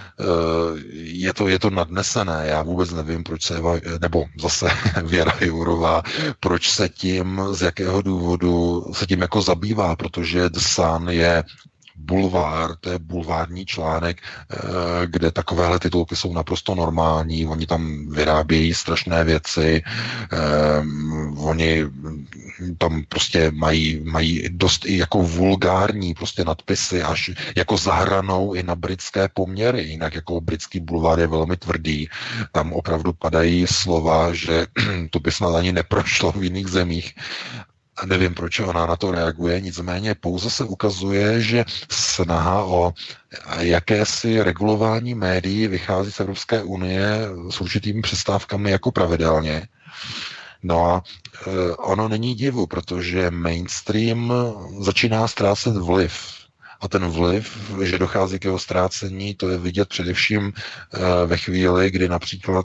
je to nadnesené, já vůbec nevím, proč se, nebo zase Věra Jourová, proč se tím, z jakého důvodu se tím jako zabývá, protože The Sun je bulvár, to je bulvární článek, kde takovéhle titulky jsou naprosto normální, oni tam vyrábějí strašné věci, oni tam prostě mají dost i jako vulgární prostě nadpisy, až jako zahranou i na britské poměry, jinak jako britský bulvár je velmi tvrdý, tam opravdu padají slova, že to by snad ani neprošlo v jiných zemích. Nevím, proč ona na to reaguje, nicméně pouze se ukazuje, že snaha o jakési regulování médií vychází z Evropské unie s určitými přestávkami jako pravidelně. No a ono není divu, protože mainstream začíná ztrácet vliv. A ten vliv, že dochází k jeho ztrácení, to je vidět především ve chvíli, kdy například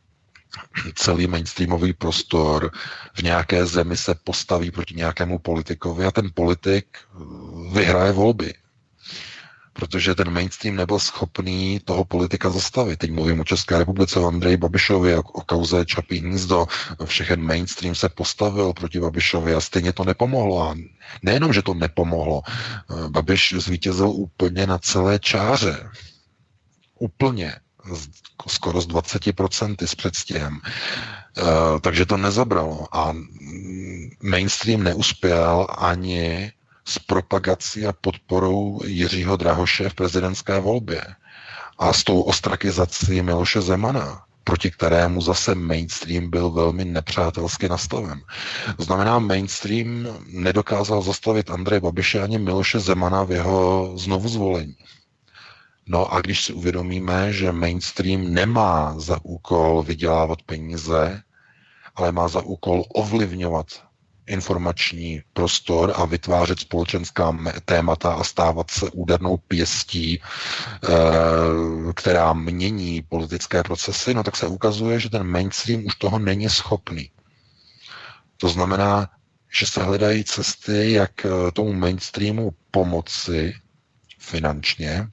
celý mainstreamový prostor v nějaké zemi se postaví proti nějakému politikovi a ten politik vyhraje volby. Protože ten mainstream nebyl schopný toho politika zastavit. Teď mluvím o České republice, o Andreji Babišovi, o kauze Čapí hnízdo. Všechen mainstream se postavil proti Babišovi a stejně to nepomohlo. A nejenom, že to nepomohlo. Babiš zvítězil úplně na celé čáře. Úplně. Skoro z 20% s předstihem. Takže to nezabralo. A mainstream neuspěl ani s propagací a podporou Jiřího Drahoše v prezidentské volbě. A s tou ostrakizací Miloše Zemana, proti kterému zase mainstream byl velmi nepřátelsky nastaven. To znamená, mainstream nedokázal zastavit Andreje Babiše ani Miloše Zemana v jeho znovuzvolení. No a když si uvědomíme, že mainstream nemá za úkol vydělávat peníze, ale má za úkol ovlivňovat informační prostor a vytvářet společenská témata a stávat se údernou pěstí, která mění politické procesy, no tak se ukazuje, že ten mainstream už toho není schopný. To znamená, že se hledají cesty, jak tomu mainstreamu pomoci finančně,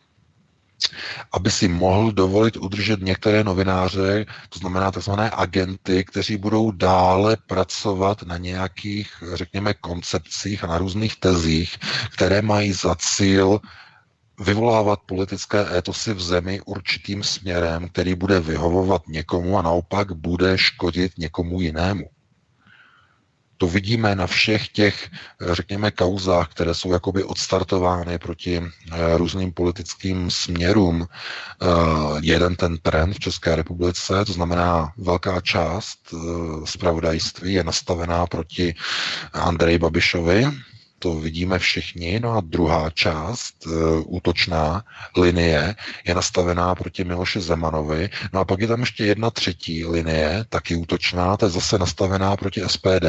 aby si mohl dovolit udržet některé novináře, to znamená takzvané agenty, kteří budou dále pracovat na nějakých, řekněme, koncepcích a na různých tezích, které mají za cíl vyvolávat politické étosy v zemi určitým směrem, který bude vyhovovat někomu a naopak bude škodit někomu jinému. To vidíme na všech těch, řekněme, kauzách, které jsou jakoby odstartovány proti různým politickým směrům. Jeden ten trend v České republice, to znamená velká část zpravodajství je nastavená proti Andreji Babišovi, to vidíme všichni, no a druhá část, útočná linie, je nastavená proti Miloši Zemanovi, no a pak je tam ještě jedna třetí linie, taky útočná, ta je zase nastavená proti SPD.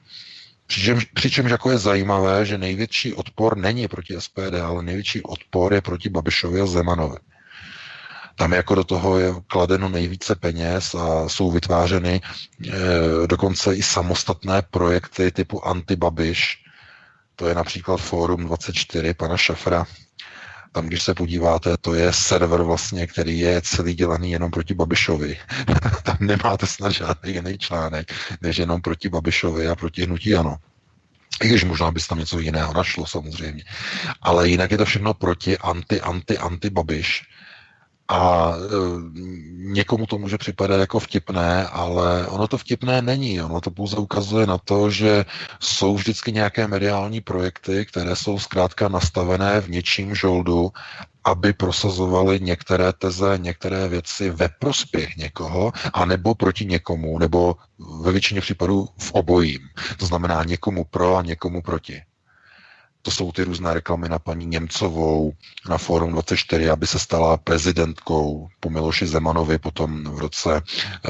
Přičemž jako je zajímavé, že největší odpor není proti SPD, ale největší odpor je proti Babišovi a Zemanovi. Tam jako do toho je kladeno nejvíce peněz a jsou vytvářeny dokonce i samostatné projekty typu Anti-Babiš. To je například Fórum 24 pana Šafra. Tam, když se podíváte, to je server vlastně, který je celý dělaný jenom proti Babišovi. Tam nemáte snad žádný jiný článek, než jenom proti Babišovi a proti hnutí ANO. I když možná by se tam něco jiného našlo samozřejmě. Ale jinak je to všechno proti anti-Babiš. A někomu to může připadat jako vtipné, ale ono to vtipné není. Ono to pouze ukazuje na to, že jsou vždycky nějaké mediální projekty, které jsou zkrátka nastavené v něčím žoldu, aby prosazovali některé teze, některé věci ve prospěch někoho, anebo proti někomu, nebo ve většině případů v obojím. To znamená někomu pro a někomu proti. To jsou ty různé reklamy na paní Němcovou, na Fórum 24, aby se stala prezidentkou po Miloši Zemanovi potom v roce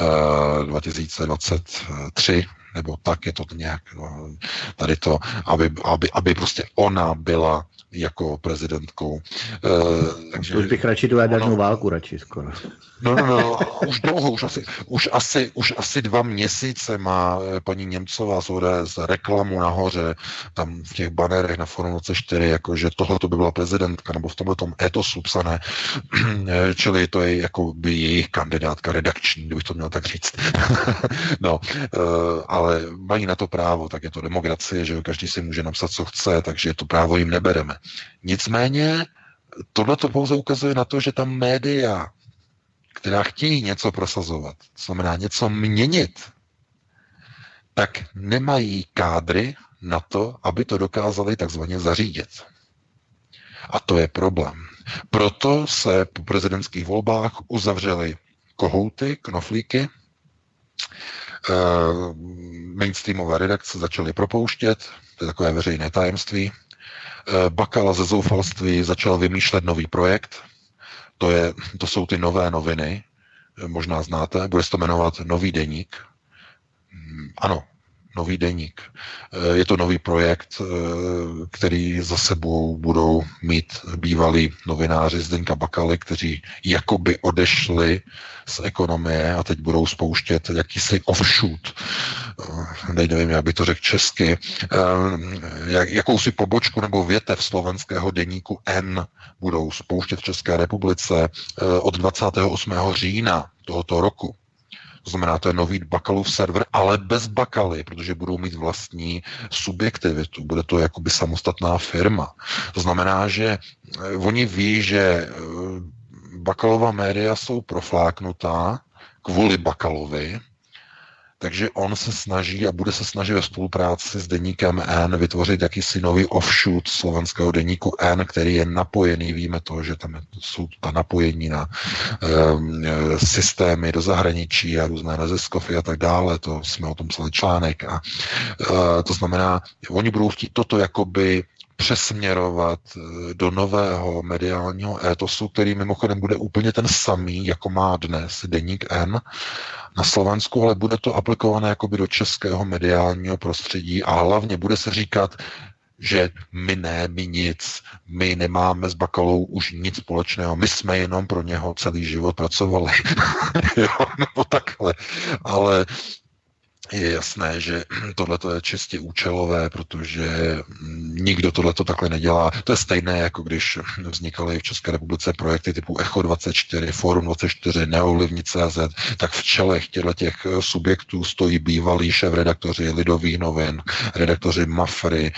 2023, nebo tak je to nějak, tady to, aby prostě ona byla jako prezidentkou. Takže už bych radši tu jadernou válku radši skoro. No, už dlouho, už asi 2 měsíce má paní Němcová z ODS reklamu nahoře, tam v těch banerech na Forum 24, jakože tohle to by byla prezidentka, nebo v tomhletom etosu psané, čili to je jako by jejich kandidátka redakční, kdybych to měl tak říct. No, ale mají na to právo, tak je to demokracie, že každý si může napsat, co chce, takže to právo jim nebereme. Nicméně, tohle to pouze ukazuje na to, že tam média, která chtějí něco prosazovat, to znamená něco měnit, tak nemají kádry na to, aby to dokázali takzvaně zařídit. A to je problém. Proto se po prezidentských volbách uzavřely kohouty, knoflíky, mainstreamové redakce začaly propouštět, to je takové veřejné tajemství. Bakala ze zoufalství začal vymýšlet nový projekt, to jsou ty nové noviny, možná znáte, bude se to jmenovat Nový deník. Ano, Nový deník. Je to nový projekt, který za sebou budou mít bývalí novináři Zdeňka Bakaly, kteří jakoby odešli z ekonomie a teď budou spouštět jakýsi offshoot. Nevím, jak by to řekl česky. Jakousi pobočku nebo větev slovenského deníku N budou spouštět v České republice od 28. října tohoto roku. To znamená, to je nový Bakalův server, ale bez Bakaly, protože budou mít vlastní subjektivitu. Bude to jakoby samostatná firma. To znamená, že oni ví, že Bakalova média jsou profláknutá kvůli Bakalovi, takže on se snaží a bude se snažit ve spolupráci s deníkem N vytvořit jakýsi nový offshoot slovenského deníku N, který je napojený, víme to, že tam jsou ta napojení na systémy do zahraničí a různé neziskovky a tak dále, to jsme o tom psali článek a to znamená, oni budou chtít toto jakoby přesměrovat do nového mediálního étosu, který mimochodem bude úplně ten samý, jako má dnes deník N na Slovensku, ale bude to aplikované jakoby do českého mediálního prostředí a hlavně bude se říkat, že my nic, my nemáme s Bakalou už nic společného, my jsme jenom pro něho celý život pracovali. Jo, nebo takhle. Ale je jasné, že tohleto je čistě účelové, protože nikdo tohleto takhle nedělá. To je stejné, jako když vznikaly v České republice projekty typu Echo 24, Fórum 24, Neovlivni.cz, tak v čele těch subjektů stojí bývalí šéfredaktoři Lidových novin, redaktoři Mafry,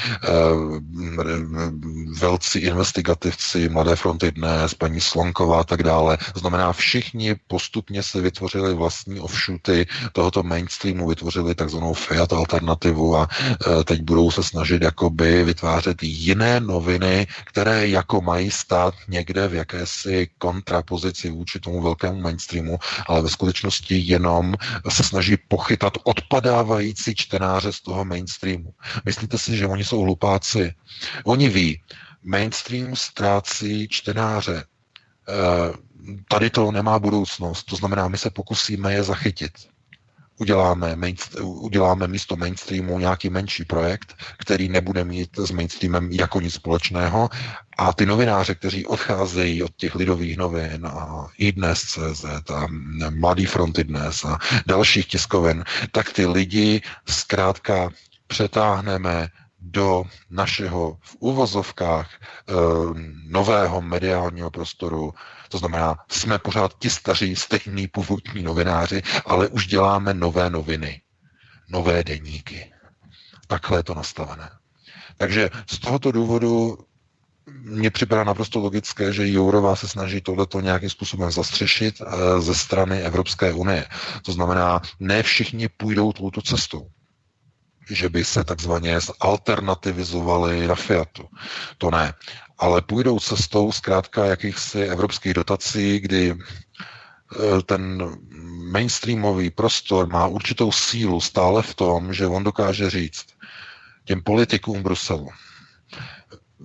velcí investigativci Mladé fronty Dnes, paní Slonková a tak dále. To znamená, všichni postupně se vytvořili vlastní offshooty tohoto mainstreamu, vytvořili takzvanou Fiat alternativu a teď budou se snažit jakoby vytvářet jiné noviny, které jako mají stát někde v jakési kontrapozici vůči tomu velkému mainstreamu, ale ve skutečnosti jenom se snaží pochytat odpadávající čtenáře z toho mainstreamu. Myslíte si, že oni jsou hlupáci? Oni ví, mainstream ztrácí čtenáře. Tady to nemá budoucnost, to znamená, my se pokusíme je zachytit. Uděláme místo mainstreamu nějaký menší projekt, který nebude mít s mainstreamem jako nic společného a ty novináře, kteří odcházejí od těch Lidových novin a iDnes.cz a Mladý fronty Dnes a dalších tiskovin, tak ty lidi zkrátka přetáhneme do našeho v uvozovkách nového mediálního prostoru. To znamená, jsme pořád ti staří, stejný původní novináři, ale už děláme nové noviny, nové deníky. Takhle je to nastavené. Takže z tohoto důvodu mně připadá naprosto logické, že Jourová se snaží tohleto nějakým způsobem zastřešit ze strany Evropské unie. To znamená, ne všichni půjdou touto cestou, že by se takzvaně alternativizovali na Fiatu. To ne. Ale půjdou cestou zkrátka jakýchsi evropských dotací, kdy ten mainstreamový prostor má určitou sílu stále v tom, že on dokáže říct těm politikům Bruselu,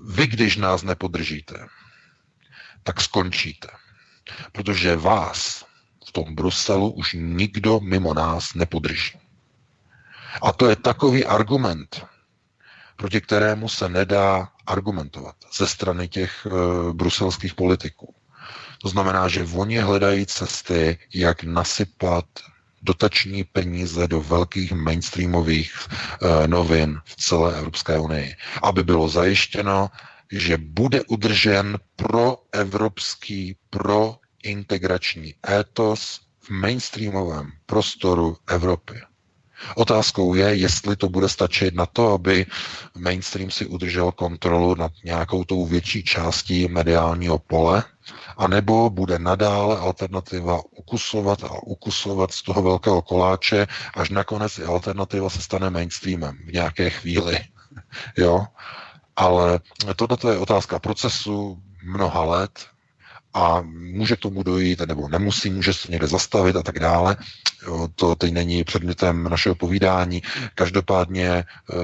vy, když nás nepodržíte, tak skončíte. Protože vás v tom Bruselu už nikdo mimo nás nepodrží. A to je takový argument, proti kterému se nedá argumentovat ze strany těch bruselských politiků. To znamená, že oni hledají cesty, jak nasypat dotační peníze do velkých mainstreamových novin v celé Evropské unii, aby bylo zajištěno, že bude udržen proevropský, prointegrační étos v mainstreamovém prostoru Evropy. Otázkou je, jestli to bude stačit na to, aby mainstream si udržel kontrolu nad nějakou tou větší částí mediálního pole, anebo bude nadále alternativa ukusovat z toho velkého koláče, až nakonec i alternativa se stane mainstreamem v nějaké chvíli. Jo? Ale tohle je otázka procesu mnoha let a může k tomu dojít, nebo nemusí, může se někde zastavit a tak dále. Jo, to teď není předmětem našeho povídání. Každopádně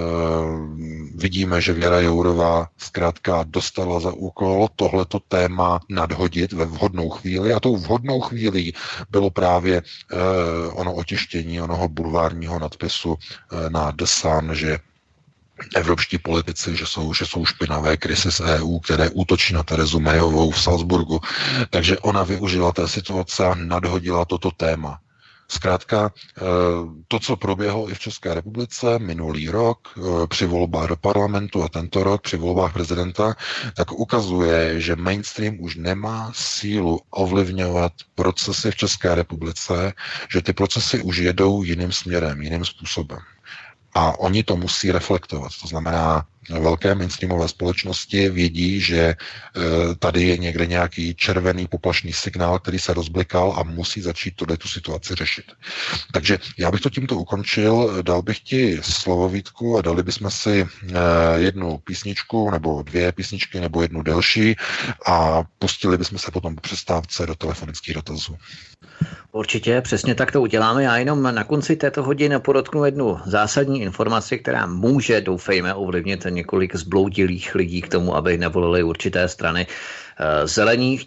vidíme, že Věra Jourová zkrátka dostala za úkol tohleto téma nadhodit ve vhodnou chvíli a tou vhodnou chvílí bylo právě ono otištění onoho bulvárního nadpisu na The Sun, že evropští politici, že jsou špinavé krysy z EU, které útočí na Terezu Mayovou v Salzburgu. Takže ona využila té situace a nadhodila toto téma. Zkrátka, to, co proběhlo i v České republice minulý rok při volbách do parlamentu a tento rok při volbách prezidenta, tak ukazuje, že mainstream už nemá sílu ovlivňovat procesy v České republice, že ty procesy už jedou jiným směrem, jiným způsobem. A oni to musí reflektovat. To znamená, velké mainstreamové společnosti vědí, že tady je někde nějaký červený poplašný signál, který se rozblikal a musí začít tu situaci řešit. Takže já bych to tímto ukončil, dal bych ti slovo, Vítku, a dali bychom si jednu písničku, nebo dvě písničky, nebo jednu delší a pustili bychom se potom po přestávce do telefonických dotazů. Určitě, přesně tak to uděláme. Já jenom na konci této hodiny podotknu jednu zásadní informaci, která může, doufejme, ovlivnit několik zbloudilých lidí k tomu, aby nevolili určité strany. Zelení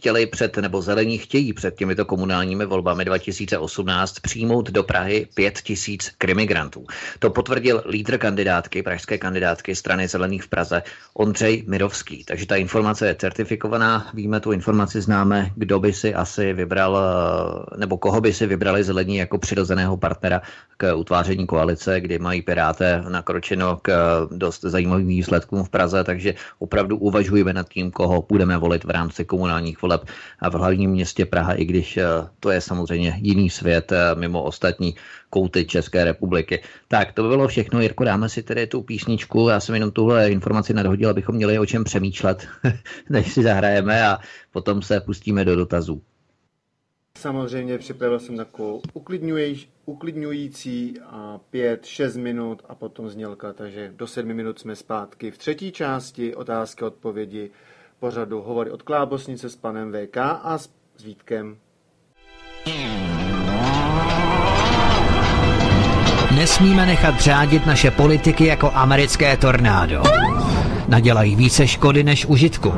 chtějí před těmito komunálními volbami 2018 přijmout do Prahy 5 000 krimigrantů. To potvrdil lídr pražské kandidátky strany Zelených v Praze Ondřej Mirovský. Takže ta informace je certifikovaná, víme tu informaci, známe, kdo by si asi vybral, nebo koho by si vybrali Zelení jako přirozeného partnera k utváření koalice, kdy mají Piráté nakročeno k dost zajímavým výsledkům v Praze, takže opravdu uvažujeme nad tím, koho budeme volit v rámci komunálních voleb v hlavním městě Praha, i když to je samozřejmě jiný svět mimo ostatní kouty České republiky. Tak, to by bylo všechno. Jirko, dáme si tedy tu písničku. Já jsem jenom tuhle informaci nadhodil, abychom měli o čem přemýšlet, než si zahrajeme a potom se pustíme do dotazů. Samozřejmě připravil jsem takovou uklidňující 5-6 minut a potom znělka, takže do 7 minut jsme zpátky v třetí části otázky a odpovědi pořadu Hovory od Klábosnice s panem VK a s Vítkem. Nesmíme nechat řádit naše politiky jako americké tornádo. Nadělají více škody než užitku.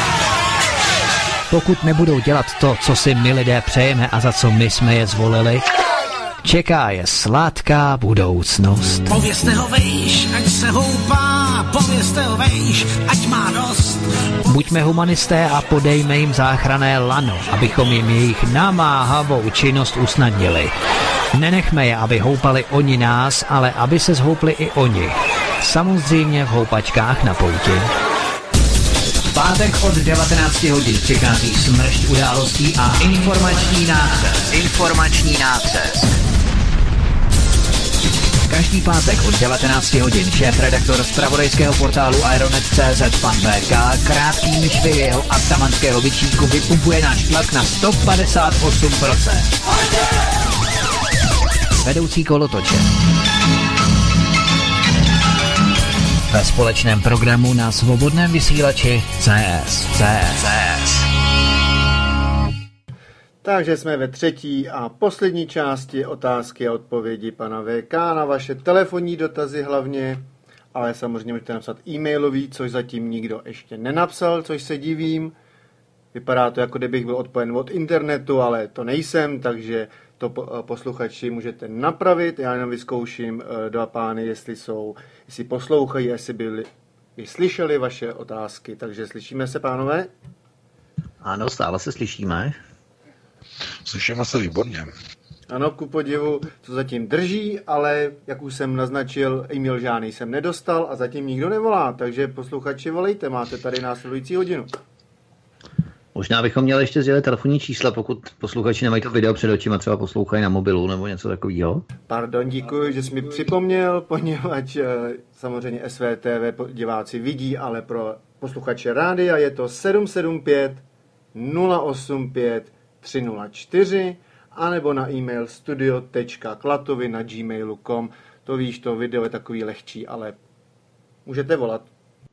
Pokud nebudou dělat to, co si my lidé přejeme a za co my jsme je zvolili, čeká je sladká budoucnost. Povězte ho vejš, ať se houpá, povězte ho vejš, ať má dost. Buďme humanisté a podejme jim záchranné lano, abychom jim jejich namáhavou činnost usnadnili. Nenechme je, aby houpali oni nás, ale aby se zhoupli i oni. Samozřejmě v houpačkách na pouti. V pátek od 19 hodin přichází smršť událostí a informační nácest. Každý pátek od 19 hodin šéfredaktor zpravodajského portálu Ironet.cz pan VK krátkými švy jeho atamanského bičíku vypumpuje náš tlak na 158%. Vedoucí kolotoče. Ve společném programu na svobodném vysílači CS. Takže jsme ve třetí a poslední části otázky a odpovědi pana VK na vaše telefonní dotazy hlavně. ale samozřejmě můžete napsat e-mailový, což zatím nikdo ještě nenapsal, což se divím. Vypadá to, jako kdybych byl odpojen od internetu, ale to nejsem, takže to posluchači můžete napravit. Já jenom vyzkouším dva pány, jestli poslouchají, jestli by slyšeli vaše otázky. Takže slyšíme se, pánové? Ano, stále se slyšíme. Slyšíme se výborně. Ano, ku podivu, co zatím drží, ale jak už jsem naznačil, e-mail žádný jsem nedostal a zatím nikdo nevolá, takže posluchači volejte, máte tady následující hodinu. Možná bychom měli ještě sdělit telefonní čísla, pokud posluchači nemají to video před očima, třeba poslouchají na mobilu nebo něco takového. Pardon, děkuji, že jsi mi připomněl, poněvadž samozřejmě SVTV diváci vidí, ale pro posluchače rádia je to 775 085 304 anebo na e-mail studio.klatovy@gmailu.com. To víš, to video je takový lehčí, ale můžete volat.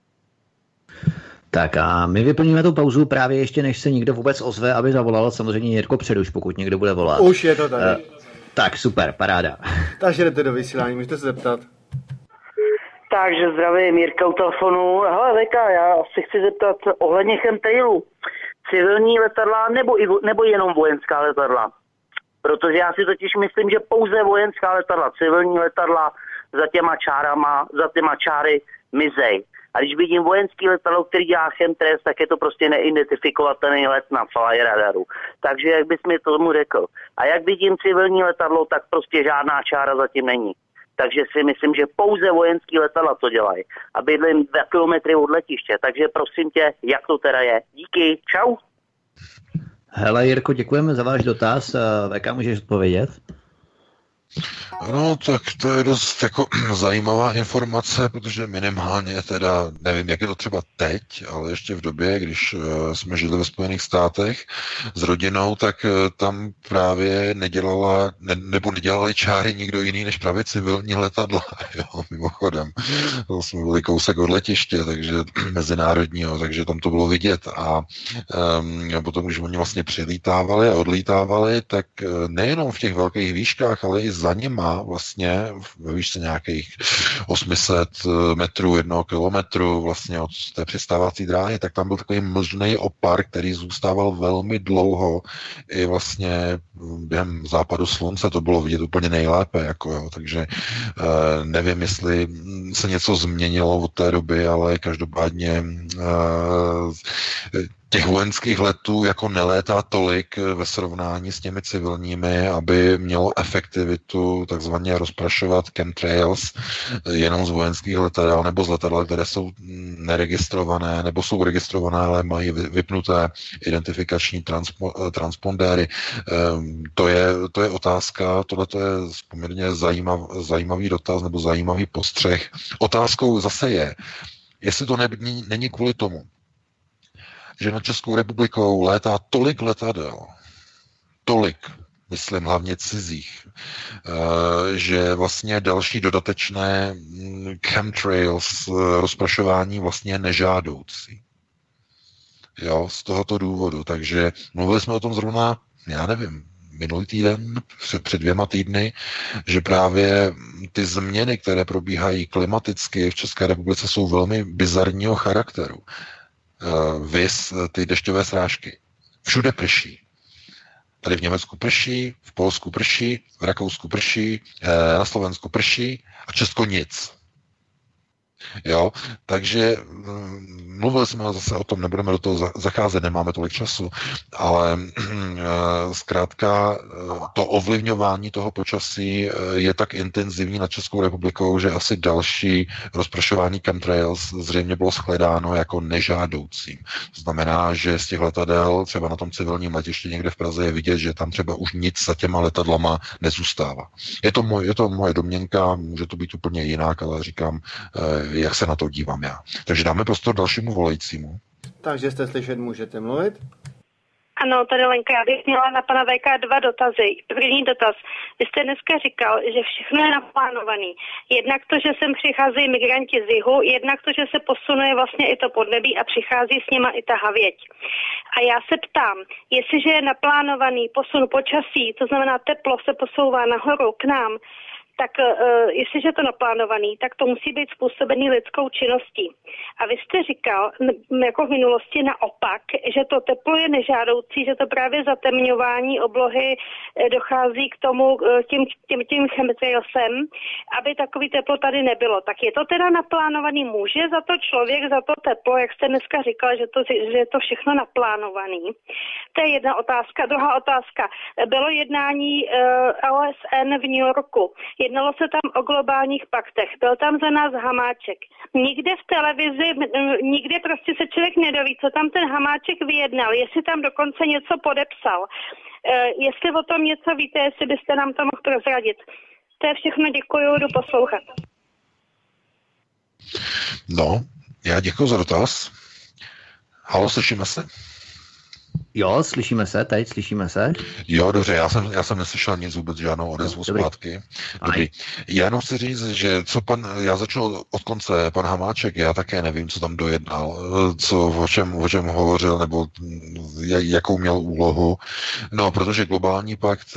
Tak a my vyplníme tu pauzu právě ještě, než se někdo vůbec ozve, aby zavolal. Samozřejmě Jirko předuš, pokud někdo bude volat. Už je to tady. Tak, super, paráda. Takže jdete do vysílání, můžete se zeptat. Takže zdravím, Jirka u telefonu. Hele, Veka, já si chci zeptat ohledně chemtrailu. Civilní letadla nebo jenom vojenská letadla? Protože já si totiž myslím, že pouze vojenská letadla, civilní letadla za těma čáry mizej. A když vidím vojenský letadlo, který dělá chemtrails, tak je to prostě neidentifikovatelný let na fly radaru. Takže jak bys mi tomu řekl? A jak vidím civilní letadlo, tak prostě žádná čára zatím není. Takže si myslím, že pouze vojenský letadla to dělají. A bydlím 2 kilometry od letiště. Takže prosím tě, jak to teda je? Díky, čau. Hele Jirko, děkujeme za váš dotaz. VK, můžeš odpovědět? No, tak to je dost jako zajímavá informace, protože minimálně teda, nevím, jak je to třeba teď, ale ještě v době, když jsme žili ve Spojených státech s rodinou, tak tam právě nedělali čáry nikdo jiný než právě civilní letadla, jo, mimochodem. To jsme byli kousek od letiště, takže mezinárodního, takže tam to bylo vidět a potom, když oni vlastně přilítávali a odlítávali, tak nejenom v těch velkých výškách, ale i za nima vlastně ve výšce nějakých 800 metrů, 1 kilometru vlastně od té přistávací dráhy, tak tam byl takový mlžný opar, který zůstával velmi dlouho i vlastně během západu slunce, to bylo vidět úplně nejlépe, jako jo, takže nevím, jestli se něco změnilo od té doby, ale každopádně těch vojenských letů jako nelétá tolik ve srovnání s těmi civilními, aby mělo efektivitu takzvaně rozprašovat chemtrails jenom z vojenských letadel nebo z letadel, které jsou neregistrované nebo jsou registrované, ale mají vypnuté identifikační transpondéry. To je otázka, tohle je poměrně zajímavý dotaz nebo zajímavý postřeh. Otázkou zase je, jestli to není kvůli tomu, že nad Českou republikou létá tolik letadel, myslím hlavně cizích, že vlastně další dodatečné chemtrails rozprašování vlastně je nežádoucí. Jo, z tohoto důvodu. Takže mluvili jsme o tom zrovna, já nevím, minulý týden, před 2 týdny, že právě ty změny, které probíhají klimaticky v České republice, jsou velmi bizarního charakteru. Viz ty dešťové srážky. Všude prší. Tady v Německu prší, v Polsku prší, v Rakousku prší, na Slovensku prší a Česko nic. Jo, takže mluvili jsme zase o tom, nebudeme do toho zacházet, nemáme tolik času, ale zkrátka to ovlivňování toho počasí je tak intenzivní nad Českou republikou, že asi další rozprašování chemtrails zřejmě bylo shledáno jako nežádoucím. To znamená, že z těch letadel, třeba na tom civilním letišti někde v Praze je vidět, že tam třeba už nic za těma letadlama nezůstává. Je to moje domněnka, může to být úplně jinak, ale říkám, jak se na to dívám já. Takže dáme prostor dalšímu volajícímu. Takže jste slyšet, můžete mluvit? Ano, tady Lenka, já bych měla na pana VK 2 dotazy. První dotaz. Vy jste dneska říkal, že všechno je naplánovaný. Jednak to, že sem přicházejí migranti z jihu, jednak to, že se posunuje vlastně i to podnebí a přichází s nima i ta havěť. A já se ptám, jestliže je naplánovaný posun počasí, to znamená teplo se posouvá nahoru k nám, tak jestliže je to naplánovaný, tak to musí být způsobený lidskou činností. A vy jste říkal, jako v minulosti naopak, že to teplo je nežádoucí, že to právě zatemňování oblohy dochází k tomu, tím chemtrailsem, aby takový teplo tady nebylo. Tak je to teda naplánovaný? Může za to člověk, za to teplo, jak jste dneska říkal, že je to všechno naplánovaný? To je jedna otázka. Druhá otázka. Bylo jednání OSN v New Yorku. Jednalo se tam o globálních paktech. Byl tam za nás Hamáček. Nikde v televizi, nikde prostě se člověk nedoví, co tam ten Hamáček vyjednal, jestli tam dokonce něco podepsal. Jestli o tom něco víte, jestli byste nám to mohl prozradit. To je všechno, děkuju, jdu poslouchat. No, já děkuji za dotaz. Halo, slyšíme se? Jo, slyšíme se. Jo, dobře, já jsem neslyšel nic vůbec, žádnou odezvu zpátky. Dobrý. Já jenom chci říct, že já začnu od konce, pan Hamáček, já také nevím, co tam dojednal, o čem hovořil, nebo jakou měl úlohu. No, protože globální pakt,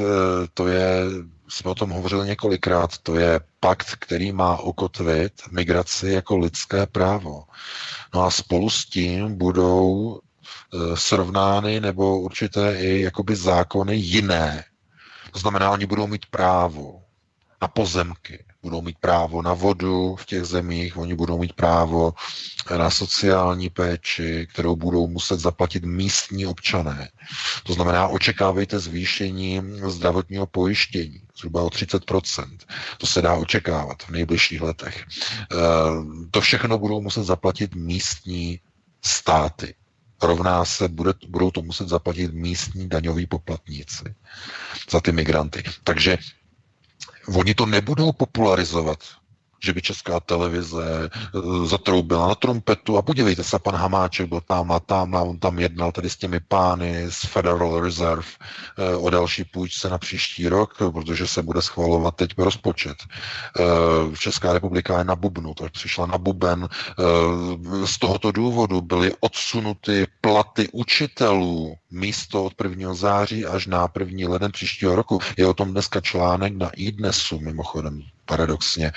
jsme o tom hovořili několikrát, to je pakt, který má ukotvit migraci jako lidské právo. No a spolu s tím budou srovnány nebo určité i jakoby zákony jiné. To znamená, oni budou mít právo na pozemky, budou mít právo na vodu v těch zemích, oni budou mít právo na sociální péči, kterou budou muset zaplatit místní občané. To znamená, očekávejte zvýšení zdravotního pojištění, zhruba o 30%. To se dá očekávat v nejbližších letech. To všechno budou muset zaplatit místní státy. Rovná se, budou to muset zaplatit místní daňoví poplatníci za ty migranty. Takže oni to nebudou popularizovat, že by Česká televize zatroubila na trumpetu a podívejte se, pan Hamáček byl tam a on tam jednal tady s těmi pány z Federal Reserve o další půjčce na příští rok, protože se bude schvalovat teď rozpočet. Česká republika je na bubnu, to přišla na buben. Z tohoto důvodu byly odsunuty platy učitelů místo od 1. září až na 1. leden příštího roku. Je o tom dneska článek na iDnesu, mimochodem, paradoxně.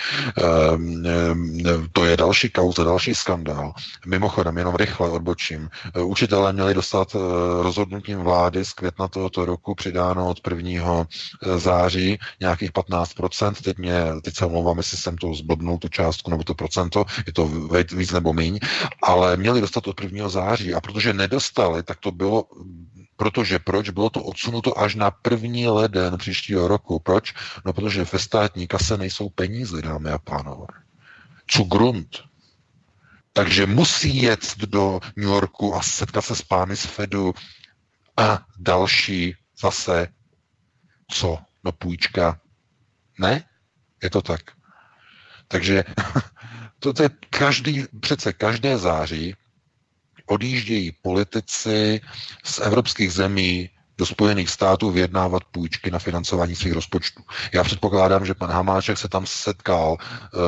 To je další kauza, další skandál. Mimochodem, jenom rychle odbočím. Učitelé měli dostat rozhodnutím vlády z května tohoto roku přidáno od 1. září nějakých 15%. Teď se omlouvám, jestli jsem to zblbnul, tu částku nebo to procento, je to víc nebo míň, ale měli dostat od 1. září a protože nedostali, tak to bylo proč? Bylo to odsunuto až na 1. leden příštího roku. Proč? No, protože ve státní kase nejsou peníze, dámy a pánové. Co grunt? Takže musí jet do New Yorku a setkat se s pány z Fedu a další zase co? No půjčka. Ne? Je to tak. Takže to je každé září odjíždějí politici z evropských zemí do Spojených států vyjednávat půjčky na financování svých rozpočtů. Já předpokládám, že pan Hamáček se tam setkal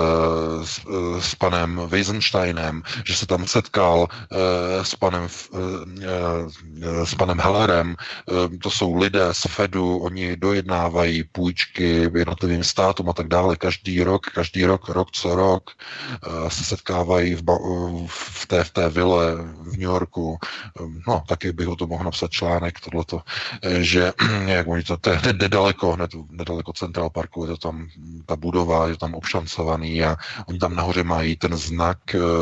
s panem Weisensteinem, že se tam setkal s panem Hellerem. To jsou lidé z Fedu, oni dojednávají půjčky jednotlivým státům a tak dále. Každý rok co rok se setkávají v té vile v New Yorku. No, taky bych o tom mohl napsat článek, tohleto. Že jak oni to je nedaleko Central Parku, je to tam ta budova, je tam obšancovaný a oni tam nahoře mají ten znak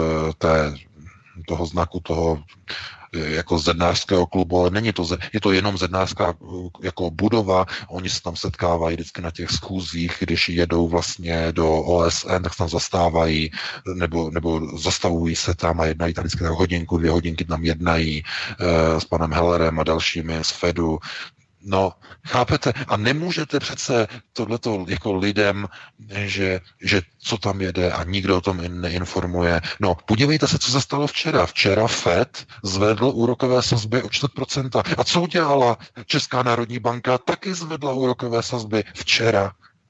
toho znaku jako zednářského klubu, ale není to, je to jenom zednářská jako budova, oni se tam setkávají vždycky na těch schůzích, když jedou vlastně do OSN, tak se tam zastávají, nebo zastavují se tam a jednají tam vždycky tak hodinku, 2 hodinky tam jednají s panem Hellerem a dalšími z Fedu. No, chápete? A nemůžete přece tohleto jako lidem, že co tam jede a nikdo o tom neinformuje. No, podívejte se, co se stalo včera. Včera Fed zvedl úrokové sazby o 4%. A co udělala Česká národní banka? Taky zvedla úrokové sazby včera.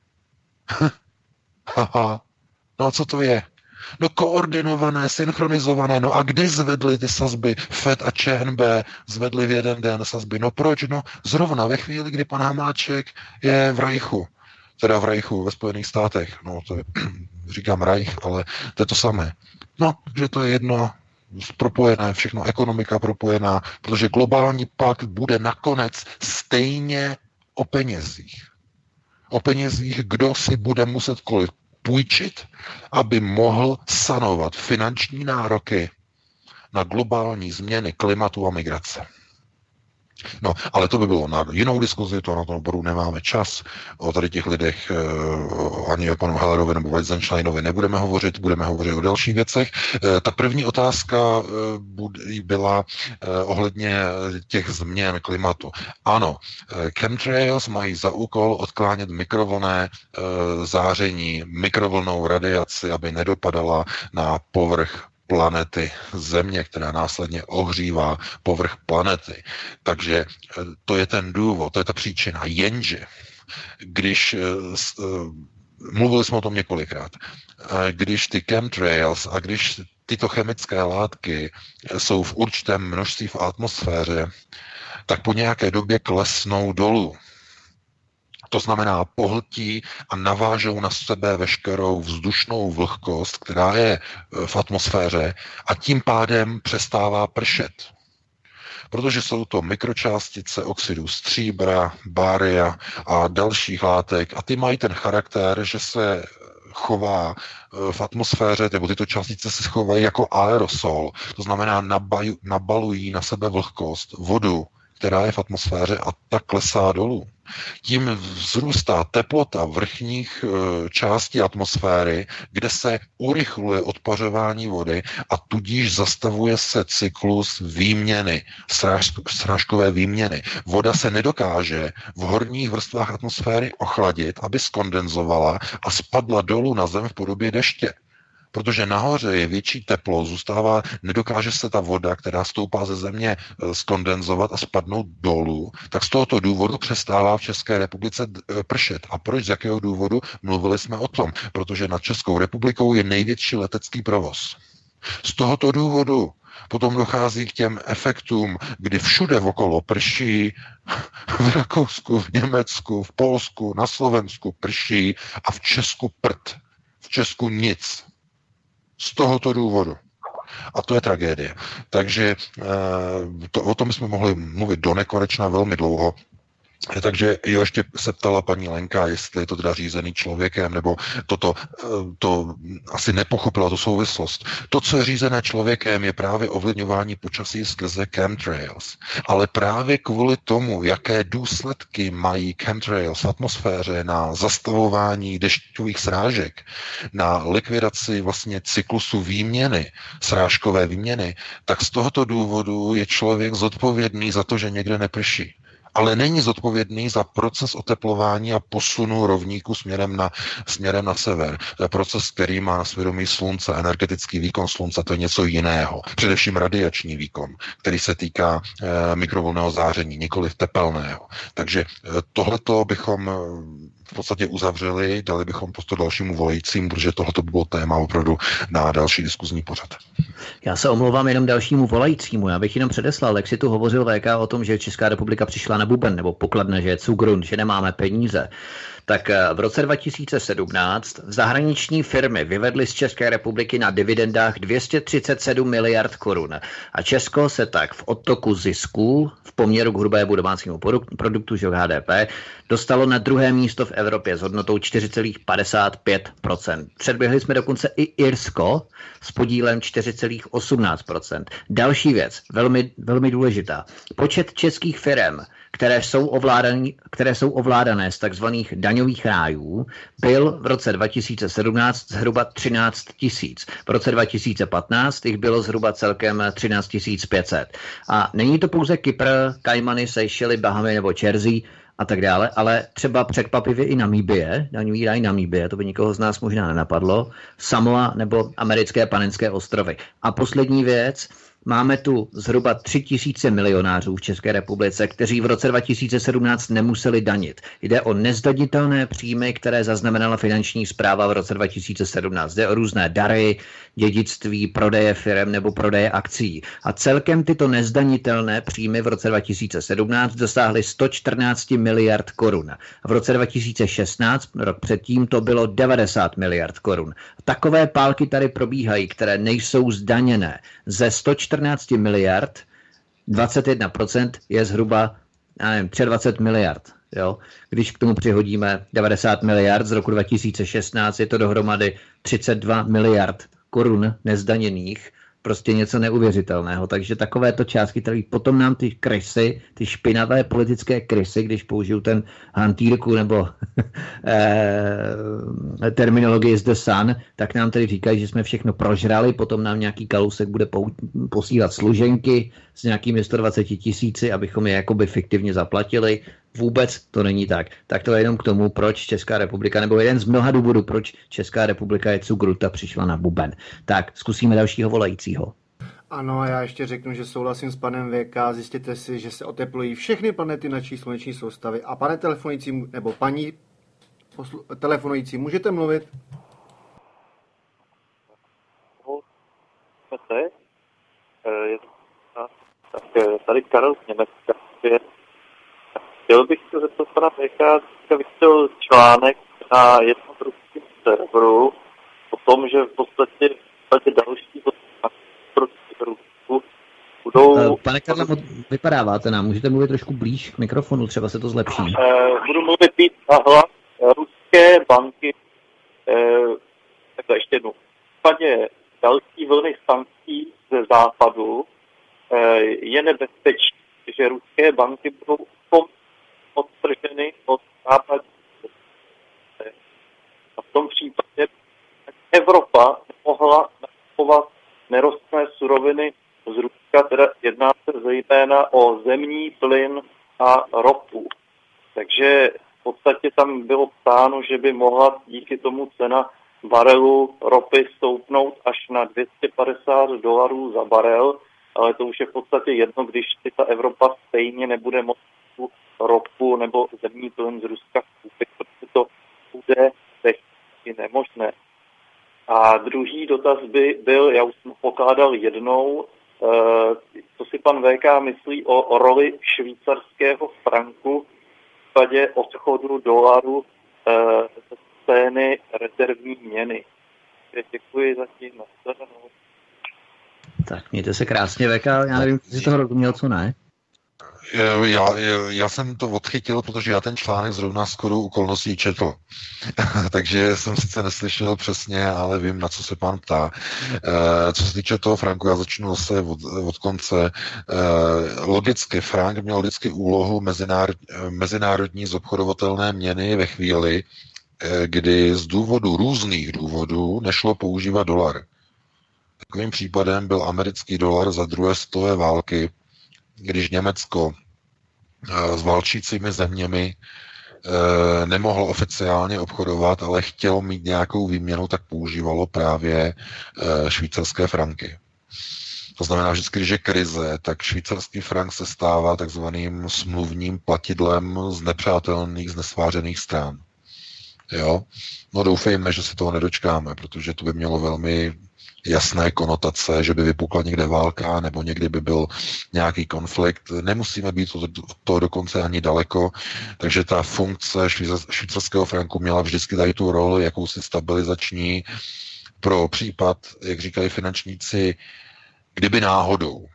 Haha. No a co to je? No koordinované, synchronizované. No a kdy zvedly ty sazby? Fed a ČNB zvedly v jeden den sazby. No proč? No zrovna ve chvíli, kdy pan Hamáček je v Rajchu. teda v Reichu ve Spojených státech. No, to je, říkám Reich, ale to je to samé. No, že to je jedno propojené, všechno ekonomika propojená, protože globální pakt bude nakonec stejně o penězích. O penězích, kdo si bude muset kolik půjčit, aby mohl sanovat finanční nároky na globální změny klimatu a migrace. No, ale to by bylo na jinou diskuzi, to na tom bodu nemáme čas. O tady těch lidech ani o panu Hellerovi nebo Weizensteinovi nebudeme hovořit o dalších věcech. Ta první otázka byla ohledně těch změn klimatu. Ano, chemtrails mají za úkol odklánět mikrovlnné záření, mikrovlnnou radiaci, aby nedopadala na povrch planety Země, která následně ohřívá povrch planety. Takže to je ten důvod, to je ta příčina. Jenže, když mluvili jsme o tom několikrát, když ty chemtrails a když tyto chemické látky jsou v určitém množství v atmosféře, tak po nějaké době klesnou dolů. To znamená, pohltí a navážou na sebe veškerou vzdušnou vlhkost, která je v atmosféře, a tím pádem přestává pršet. Protože jsou to mikročástice oxidu stříbra, bária a dalších látek a ty mají ten charakter, že se chová v atmosféře, nebo tyto částice se chovají jako aerosol. To znamená, nabalují na sebe vlhkost, vodu, která je v atmosféře, a ta klesá dolů. Tím vzrůstá teplota vrchních částí atmosféry, kde se urychluje odpařování vody a tudíž zastavuje se cyklus výměny, srážkové výměny. Voda se nedokáže v horních vrstvách atmosféry ochladit, aby skondenzovala a spadla dolů na zem v podobě deště. Protože nahoře je větší teplo, nedokáže se ta voda, která stoupá ze země, skondenzovat a spadnout dolů, tak z tohoto důvodu přestává v České republice pršet. A proč, z jakého důvodu? Mluvili jsme o tom, protože nad Českou republikou je největší letecký provoz. Z tohoto důvodu potom dochází k těm efektům, kdy všude okolo prší, v Rakousku, v Německu, v Polsku, na Slovensku prší a v Česku prd. V Česku nic. Z tohoto důvodu. A to je tragédie. Takže o tom jsme mohli mluvit do nekonečna velmi dlouho. Takže jo, ještě se ptala paní Lenka, jestli je to teda řízený člověkem, nebo to asi nepochopila tu souvislost. To, co je řízené člověkem, je právě ovlivňování počasí skrze chemtrails. Ale právě kvůli tomu, jaké důsledky mají chemtrails v atmosféře na zastavování dešťových srážek, na likvidaci vlastně cyklusu výměny, srážkové výměny, tak z tohoto důvodu je člověk zodpovědný za to, že někde neprší. Ale není zodpovědný za proces oteplování a posunu rovníku směrem na sever. To je proces, který má na svědomí slunce, energetický výkon slunce, to je něco jiného. Především radiační výkon, který se týká mikrovlnného záření, nikoliv tepelného. Takže tohleto bychom v podstatě uzavřeli, dali bychom prostor dalšímu volajícímu, protože tohleto by bylo téma opravdu na další diskuzní pořad. Já se omlouvám jenom dalšímu volajícímu. Já bych jenom předeslal, jak si tu hovořil VK o tom, že Česká republika přišla na buben, nebo pokladne, že je cugrun, že nemáme peníze. Tak v roce 2017 zahraniční firmy vyvedly z České republiky na dividendách 237 miliard korun. A Česko se tak v odtoku zisků v poměru k hrubému domácímu produktu, že HDP, dostalo na druhé místo v Evropě s hodnotou 4,55%. Předběhli jsme dokonce i Irsko s podílem 4,18%. Další věc, velmi, velmi důležitá. Počet českých firem, které jsou ovládané z takzvaných daňových rájů, byl v roce 2017 zhruba 13 000. V roce 2015 jich bylo zhruba celkem 13 500. A není to pouze Kypr, Kajmany, Seychely, Bahamy nebo Jersey a tak dále, ale třeba překvapivě i Namíbie, daňový ráj Namíbie, to by nikoho z nás možná nenapadlo, Samoa nebo americké Panenské ostrovy. A poslední věc, máme tu zhruba 3 000 milionářů v České republice, kteří v roce 2017 nemuseli danit. Jde o nezdanitelné příjmy, které zaznamenala finanční správa v roce 2017. Jde o různé dary, dědictví, prodeje firem nebo prodeje akcií. A celkem tyto nezdanitelné příjmy v roce 2017 dosáhly 114 miliard korun. V roce 2016, rok předtím, to bylo 90 miliard korun. Takové pálky tady probíhají, které nejsou zdaněné. Ze 114 miliard 21% je zhruba, já nevím, 23 miliard. Jo? Když k tomu přihodíme 90 miliard z roku 2016, je to dohromady 32 miliard korun nezdaněných, prostě něco neuvěřitelného. Takže takovéto částky, které potom nám ty krysy, ty špinavé politické krysy, když použiju ten hantýrku nebo terminologii z The Sun, tak nám tady říkají, že jsme všechno prožrali, potom nám nějaký Kalousek bude posílat služenky s nějakými 120 000, abychom je jakoby fiktivně zaplatili. Vůbec to není tak. Tak to je jenom k tomu, proč Česká republika, nebo jeden z mnoha důvodů, proč Česká republika je cugruta přišla na buben. Tak, zkusíme dalšího volajícího. Ano, a já ještě řeknu, že souhlasím s panem VK. Zjistěte si, že se oteplují všechny planety naší sluneční soustavy. A pane telefonující, nebo paní telefonující, můžete mluvit? Tady Karel z Německa. Chtěl bych se zeptat pana VK, vyšel článek na jednom ruském serveru o tom, že v podstatě další proti Rusku budou... Pane Karle, vypadáváte nám, můžete mluvit trošku blíž k mikrofonu, třeba se to zlepší. Budu mluvit víc na hlas. Ruské banky, takhle ještě jednou, v případě další vlny sankcí ze západu je nebezpečí, že ruské banky budou odtrženy od západní. A v tom případě Evropa mohla nakupovat nerostné suroviny z Ruska, teda jedná se zejména o zemní plyn a ropu. Takže v podstatě tam bylo psáno, že by mohla díky tomu cena barelu ropy stoupnout až na $250 za barel, ale to už je v podstatě jedno, když si ta Evropa stejně nebude moct ropu nebo zemní plyn z Ruska koupit, protože to bude technicky nemožné. A druhý dotaz by byl, já už jsem pokládal jednou, co si pan VK myslí o roli švýcarského franku v případě odchodu dolaru ze scény rezervní měny. Děkuji zatím. Tak mějte se krásně, VK, já nevím, jestli toho rozuměl, co ne. Já jsem to odchytil, protože já ten článek zrovna skoro okolností četl. Takže jsem sice neslyšel přesně, ale vím, na co se pán ptá. Co se týče toho franku, já začnu zase od konce. Logicky, frank měl vždycky úlohu mezinárodní zobchodovatelné měny ve chvíli, kdy z různých důvodů nešlo používat dolar. Takovým případem byl americký dolar za druhé světové války, když Německo s válčícími zeměmi nemohlo oficiálně obchodovat, ale chtělo mít nějakou výměnu, tak používalo právě švýcarské franky. To znamená, vždycky, když je krize, tak švýcarský frank se stává takzvaným smluvním platidlem z nepřátelných, znesvářených stran. Jo? No doufejme, že se toho nedočkáme, protože to by mělo velmi jasné konotace, že by vypukla někde válka nebo někdy by byl nějaký konflikt. Nemusíme být to dokonce ani daleko, takže ta funkce švýcarského franku měla vždycky tady tu roli jakousi stabilizační pro případ, jak říkají finančníci, kdyby náhodou,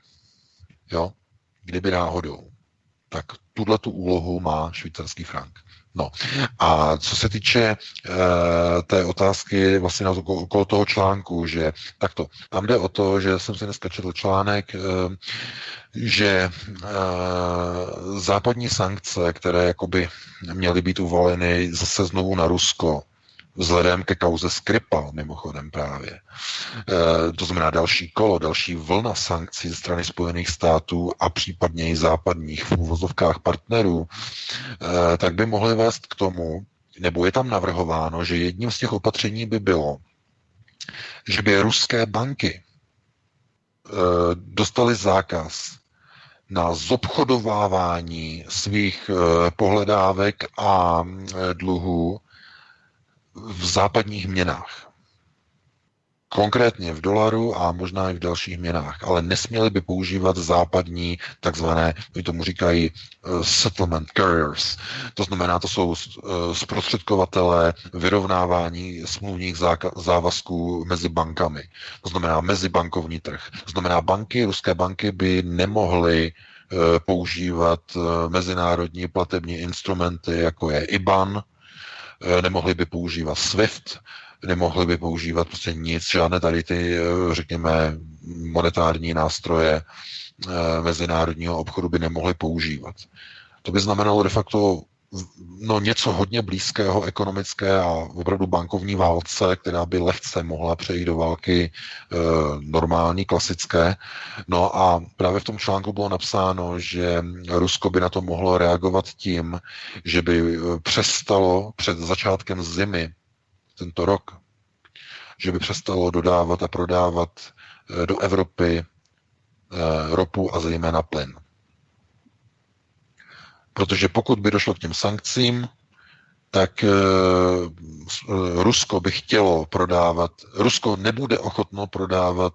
tak tuhletu úlohu má švýcarský frank. No a co se týče té otázky vlastně okolo toho článku, že takto, tam jde o to, že jsem si dneska četl článek, že západní sankce, které jakoby měly být uvaleny zase znovu na Rusko, vzhledem ke kauze Skripal, mimochodem právě. To znamená další kolo, další vlna sankcí ze strany Spojených států a případně i západních v uvozovkách partnerů, tak by mohly vést k tomu, nebo je tam navrhováno, že jedním z těch opatření by bylo, že by ruské banky dostali zákaz na zobchodovávání svých pohledávek a dluhů v západních měnách. Konkrétně v dolaru a možná i v dalších měnách, ale nesměli by používat západní takzvané, oni tomu říkají settlement carriers. To znamená, to jsou zprostředkovatelé vyrovnávání smluvních závazků mezi bankami. To znamená mezibankovní trh. To znamená, ruské banky by nemohly používat mezinárodní platební instrumenty, jako je IBAN, nemohli by používat SWIFT, nemohli by používat prostě nic, žádné tady ty, řekněme, monetární nástroje mezinárodního obchodu by nemohli používat. To by znamenalo de facto něco hodně blízkého ekonomické a opravdu bankovní válce, která by lehce mohla přejít do války normální, klasické. No a právě v tom článku bylo napsáno, že Rusko by na to mohlo reagovat tím, že by přestalo před začátkem zimy tento rok, že by přestalo dodávat a prodávat do Evropy ropu a zejména plyn. Protože pokud by došlo k těm sankcím, tak Rusko by chtělo prodávat, Rusko nebude ochotno prodávat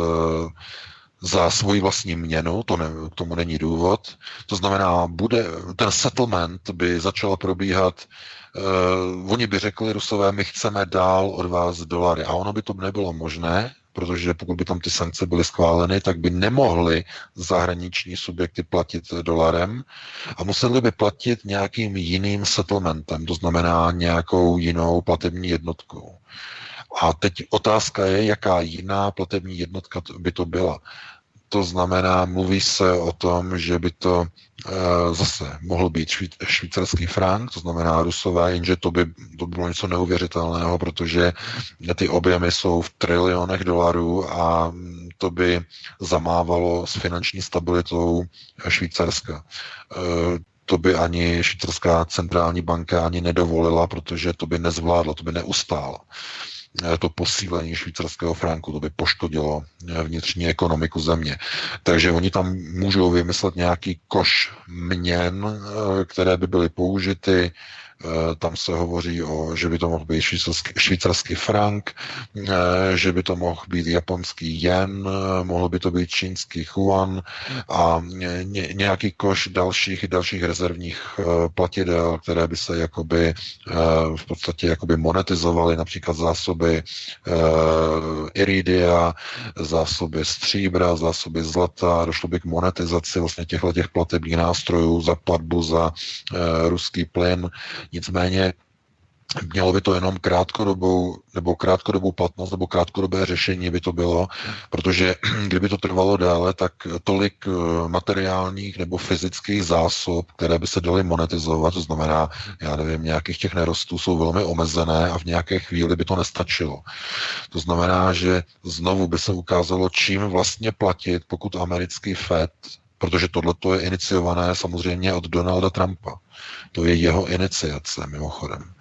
za svoji vlastní měnu, k tomu není důvod. To znamená, ten settlement by začal probíhat, oni by řekli Rusové, my chceme dál od vás dolary. A ono by to nebylo možné, protože pokud by tam ty sankce byly schváleny, tak by nemohly zahraniční subjekty platit dolarem a museli by platit nějakým jiným settlementem, to znamená nějakou jinou platební jednotkou. A teď otázka je, jaká jiná platební jednotka by to byla. To znamená, mluví se o tom, že by to zase mohl být švýcarský frank, to znamená Rusové, jenže to by bylo něco neuvěřitelného, protože ty objemy jsou v trilionech dolarů a to by zamávalo s finanční stabilitou Švýcarska. To by ani švýcarská centrální banka ani nedovolila, protože to by nezvládlo, to by neustálo. To posílení švýcarského franku, to by poškodilo vnitřní ekonomiku země. Takže oni tam můžou vymyslet nějaký koš měn, které by byly použity. Tam se hovoří že by to mohl být švýcarský frank, že by to mohl být japonský yen, mohl by to být čínský yuan a nějaký koš dalších rezervních platidel, které by se jakoby v podstatě jakoby monetizovaly, například zásoby iridia, zásoby stříbra, zásoby zlata, došlo by k monetizaci vlastně těchto platebních nástrojů za platbu za ruský plyn. Nicméně mělo by to jenom krátkodobou platnost nebo krátkodobé řešení by to bylo, protože kdyby to trvalo déle, tak tolik materiálních nebo fyzických zásob, které by se daly monetizovat, to znamená, já nevím, nějakých těch nerostů jsou velmi omezené a v nějaké chvíli by to nestačilo. To znamená, že znovu by se ukázalo, čím vlastně platit, pokud americký Fed, protože tohleto je iniciované samozřejmě od Donalda Trumpa. To je jeho iniciace, mimochodem.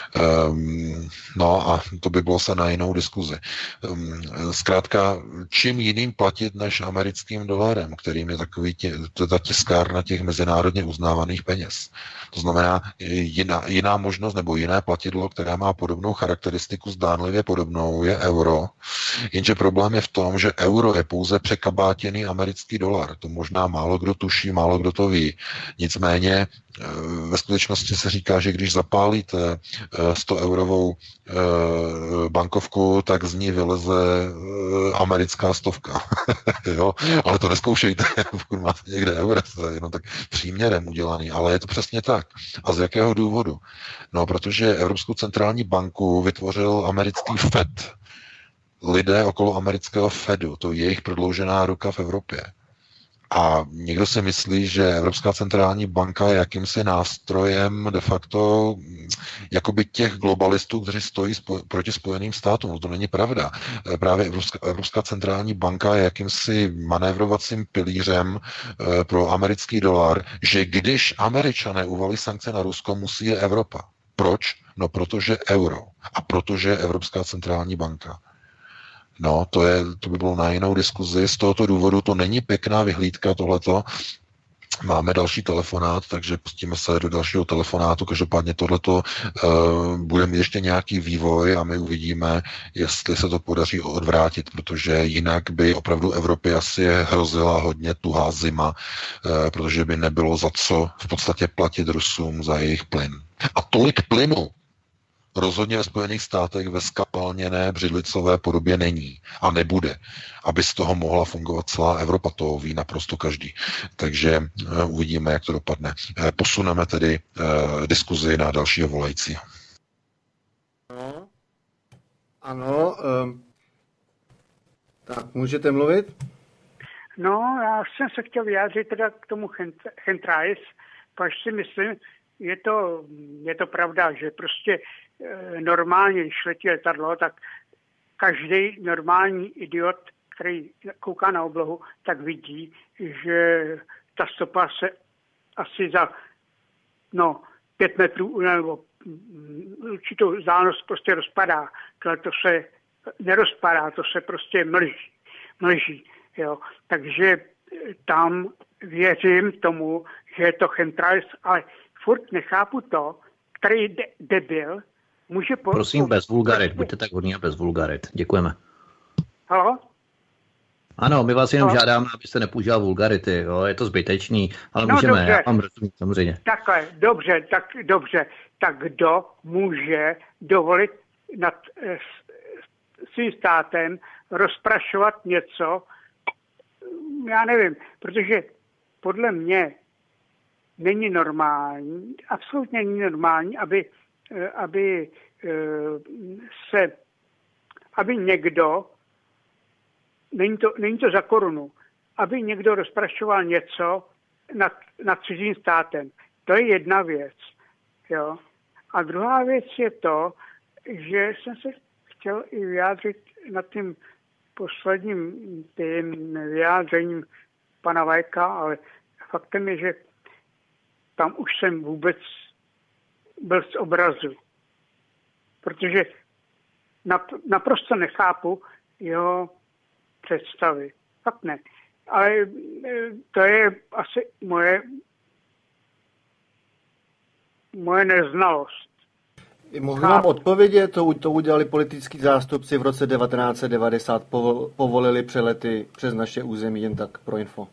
No a to by bylo se na jinou diskuzi. Zkrátka, čím jiným platit než americkým dolarem, kterým je ta tiskárna těch mezinárodně uznávaných peněz. To znamená, jiná možnost nebo jiné platidlo, které má podobnou charakteristiku, zdánlivě podobnou, je euro. Jenže problém je v tom, že euro je pouze překabátěný americký dolar. To možná málo kdo tuší, málo kdo to ví. Nicméně ve skutečnosti se říká, že když zapálíte 100eurovou bankovku, tak z ní vyleze americká stovka. Jo? Ale to nezkoušejte, pokud máte někde euro, to je jenom tak příměrem udělaný, ale je to přesně tak. A z jakého důvodu? No, protože Evropskou centrální banku vytvořil americký Fed. Lidé okolo amerického Fedu, to je jejich prodloužená ruka v Evropě. A někdo si myslí, že Evropská centrální banka je jakýmsi nástrojem de facto jakoby těch globalistů, kteří stojí proti Spojeným státům. No to není pravda. Právě Evropská centrální banka je jakýmsi manévrovacím pilířem pro americký dolar, že když Američané uvalí sankce na Rusko, musí je Evropa. Proč? No protože euro. A protože Evropská centrální banka. No, to by bylo na jinou diskuzi. Z tohoto důvodu to není pěkná vyhlídka tohleto. Máme další telefonát, takže pustíme se do dalšího telefonátu. Každopádně tohleto bude mít ještě nějaký vývoj a my uvidíme, jestli se to podaří odvrátit, protože jinak by opravdu Evropě asi hrozila hodně tuhá zima, protože by nebylo za co v podstatě platit Rusům za jejich plyn. A tolik plynu rozhodně ve Spojených státech ve skapalněné břidlicové podobě není a nebude, aby z toho mohla fungovat celá Evropa, to ví naprosto každý. Takže uvidíme, jak to dopadne. Posuneme tedy diskuzi na dalšího volajícího. Ano, tak můžete mluvit? No, já jsem se chtěl vyjádřit teda k tomu chemtrails, pač si myslím, je to pravda, že prostě normálně, když letí letadlo, tak každý normální idiot, který kouká na oblohu, tak vidí, že ta stopa se asi za 5 metrů nebo určitou vzdálenost prostě rozpadá. Tohle to se nerozpadá, to se prostě mlží. Jo. Takže tam věřím tomu, že je to chemtrails, ale furt nechápu to, který debil může... Prosím, bez vulgarit, buďte tak hodní a bez vulgarit. Děkujeme. Halo? Ano, my vás jenom žádáme, abyste nepoužíval vulgarity, jo? Je to zbytečný, ale můžeme, dobře. Já vám rozumím, samozřejmě. Takhle, dobře. Tak kdo může dovolit nad svým státem rozprašovat něco, já nevím, protože podle mě není normální, absolutně není normální, aby někdo, není to za korunu, aby někdo rozprašoval něco nad cizím státem. To je jedna věc. Jo. A druhá věc je to, že jsem se chtěl i vyjádřit nad tím posledním vyjádřením pana Vajka, ale faktem je, že tam už jsem vůbec byl z obrazu. Protože naprosto nechápu jeho představy. Fakt ne. Ale to je asi moje neznalost. Mohu vám odpovědět, to udělali politický zástupci v roce 1990, povolili přelety přes naše území, jen tak pro info.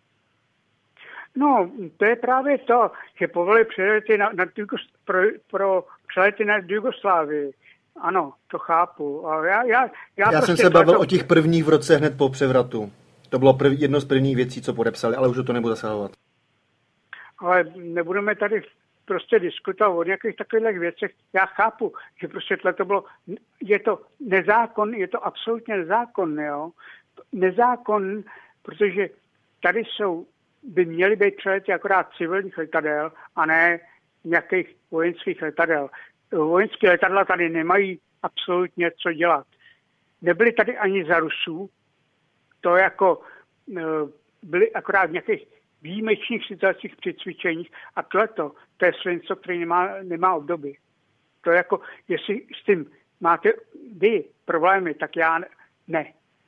No, to je právě to, že povolili přelety pro přelety na Jugoslávii. Ano, to chápu. Ale já prostě jsem se bavil o těch prvních v roce hned po převratu. To bylo jedno z prvních věcí, co podepsali, ale už to nebudu zasahovat. Ale nebudeme tady prostě diskutovat o nějakých takových věcech. Já chápu, že prostě to bylo, je to nezákon, je to absolutně nezákon, jo. Nezákon, protože tady by měly být přelety akorát civilních letadel a ne nějakých vojenských letadel. Vojenské letadla tady nemají absolutně co dělat. Nebyly tady ani za Rusů, to jako byly akorát v nějakých výjimečných situacích při cvičeních a to je svinstvo, který nemá obdoby. To jako, jestli s tím máte vy problémy, tak já ne.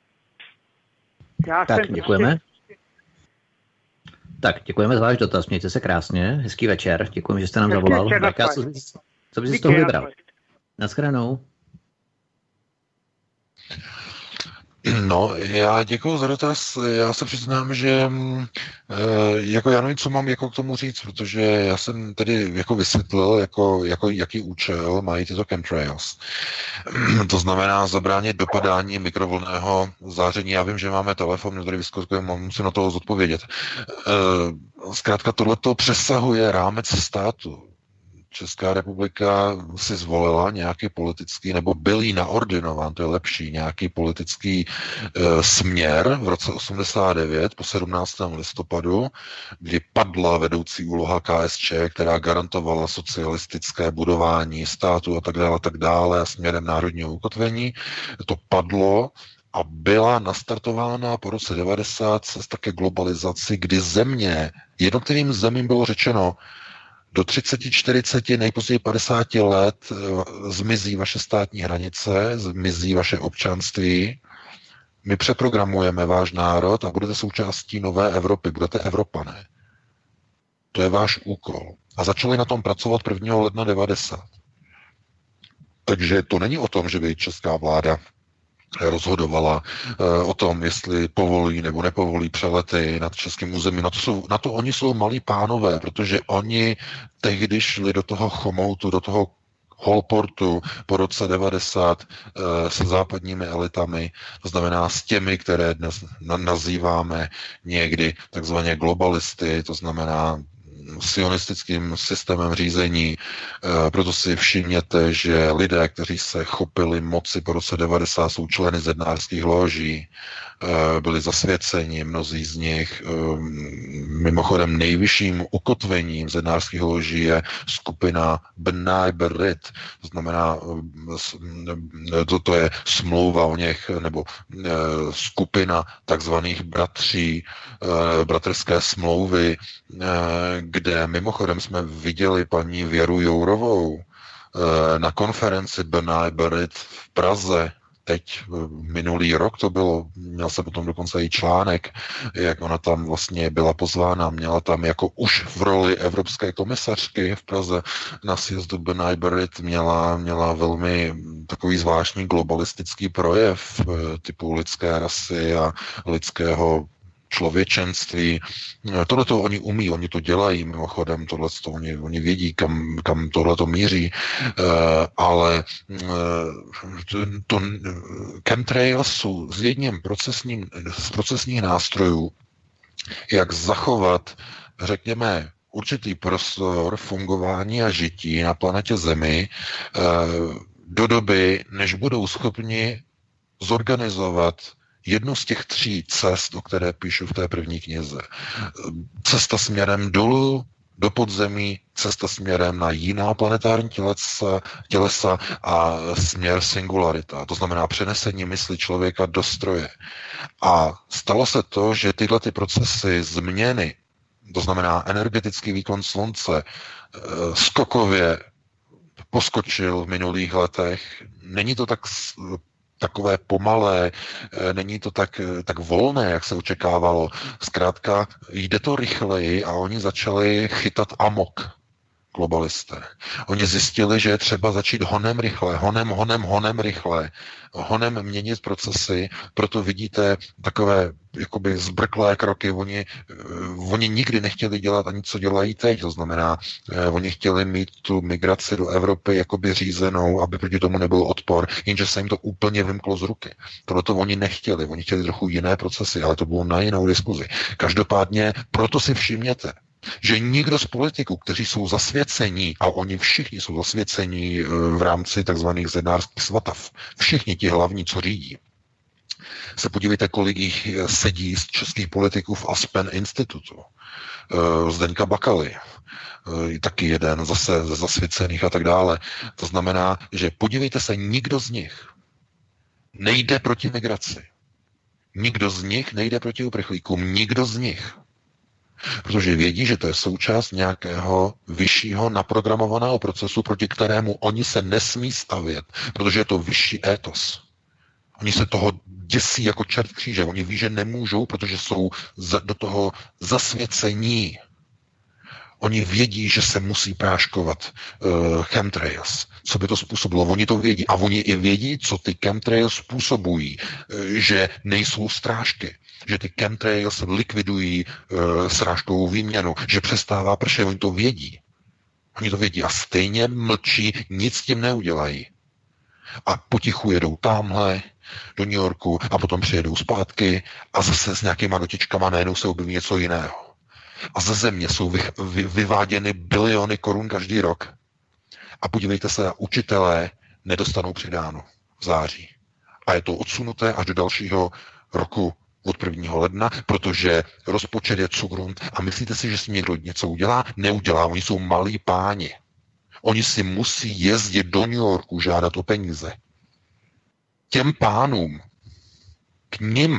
Tak, děkujeme. Tak, děkujeme za váš dotaz. Mějte se krásně. Hezký večer. Děkujeme, že jste nám zavolal. Co bys z toho vybral? Naschledanou. No, já děkuji za dotaz. Já se přiznám, že jako já nevím, co mám jako k tomu říct, protože já jsem tedy jako vysvětlil, jaký účel mají tyto chemtrails. To znamená zabránit dopadání mikrovlnného záření. Já vím, že máme telefon, tady vyskakujeme, musím na to zodpovědět. Zkrátka tohleto přesahuje rámec státu. Česká republika si zvolila nějaký politický, nebo byl jí naordinován, to je lepší, nějaký politický směr v roce 89 po 17. listopadu, kdy padla vedoucí úloha KSČ, která garantovala socialistické budování státu a tak dále a směrem národního ukotvení. To padlo a byla nastartována po roce 90 cesta ke globalizaci, kdy jednotlivým zemím bylo řečeno, do 30, 40, nejpozději 50 let zmizí vaše státní hranice, zmizí vaše občanství My přeprogramujeme váš národ a budete součástí nové Evropy, budete Evropané. To je váš úkol. A začali na tom pracovat 1. ledna 90. Takže to není o tom, že by česká vláda rozhodovala o tom, jestli povolí nebo nepovolí přelety nad českým územím. Na to oni jsou malí pánové, protože oni tehdy šli do toho chomoutu, do toho holportu po roce 90 se západními elitami, to znamená s těmi, které dnes nazýváme někdy takzvaně globalisty, to znamená sionistickým systémem řízení. Proto si všimněte, že lidé, kteří se chopili moci po roce 90, jsou členy zednářských loží, byli zasvěceni, mnozí z nich. Mimochodem nejvyšším ukotvením zednářských loží je skupina Bnai B'rith, to znamená, to je smlouva o něch, nebo skupina takzvaných bratří, bratrské smlouvy, kde mimochodem jsme viděli paní Věru Jourovou na konferenci Bnai B'rith v Praze, teď minulý rok to bylo, měl jsem potom dokonce i článek, jak ona tam vlastně byla pozvána, měla tam jako už v roli evropské komisařky v Praze na sjezdu Bnai B'rith, měla velmi takový zvláštní globalistický projev typu lidské rasy a lidského člověčenství. Tohleto oni umí, oni to dělají, mimochodem, tohleto oni vědí, kam tohleto míří, ale chemtrails jsou s jedním z procesních nástrojů, jak zachovat, řekněme, určitý prostor fungování a žití na planetě Zemi do doby, než budou schopni zorganizovat jednu z těch 3 cest, o které píšu v té první knize. Cesta směrem dolů, do podzemí, cesta směrem na jiná planetární tělesa a směr singularita. To znamená přenesení mysli člověka do stroje. A stalo se to, že tyhle ty procesy změny, to znamená energetický výkon slunce, skokově poskočil v minulých letech. Není to takové pomalé, není to tak volné, jak se očekávalo. Zkrátka, jde to rychleji a oni začali chytat amok, globalisté. Oni zjistili, že je třeba začít honem rychle, honem rychle, honem měnit procesy, proto vidíte takové jakoby zbrklé kroky. Oni nikdy nechtěli dělat ani co dělají teď, to znamená, oni chtěli mít tu migraci do Evropy jakoby řízenou, aby proti tomu nebyl odpor, jenže se jim to úplně vymklo z ruky. Tohleto oni nechtěli, oni chtěli trochu jiné procesy, ale to bylo na jinou diskuzi. Každopádně proto si všimněte, že nikdo z politiků, kteří jsou zasvěcení, a oni všichni jsou zasvěcení v rámci takzvaných zednářských svatav, všichni ti hlavní, co řídí, se podívejte, kolik jich sedí z českých politiků v Aspen institutu, Zdeňka Bakaly, taky jeden zase ze zasvěcených a tak dále. To znamená, že podívejte se, nikdo z nich nejde proti migraci. Nikdo z nich nejde proti uprchlíkům. Nikdo z nich. Protože vědí, že to je součást nějakého vyššího naprogramovaného procesu, proti kterému oni se nesmí stavět, protože je to vyšší étos. Oni se toho děsí jako čert kříže. Oni ví, že nemůžou, protože jsou do toho zasvěcení. Oni vědí, že se musí práškovat chemtrails. Co by to způsobilo? Oni to vědí. A oni i vědí, co ty chemtrails způsobují. Že nejsou strážky. Že ty chemtrails likvidují srážkovou výměnu. Že přestává pršet. Oni to vědí. Oni to vědí a stejně mlčí, nic s tím neudělají. A potichu jedou tamhle do New Yorku a potom přijedou zpátky a zase s nějakýma dotičkama najednou se objeví něco jiného. A ze země jsou vyváděny biliony korun každý rok. A podívejte se, učitelé nedostanou přidáno v září. A je to odsunuté až do dalšího roku od 1. ledna, protože rozpočet je cugrund. A myslíte si, že si někdo něco udělá? Neudělá, oni jsou malí páni. Oni si musí jezdit do New Yorku žádat o peníze. Těm pánům, k nim.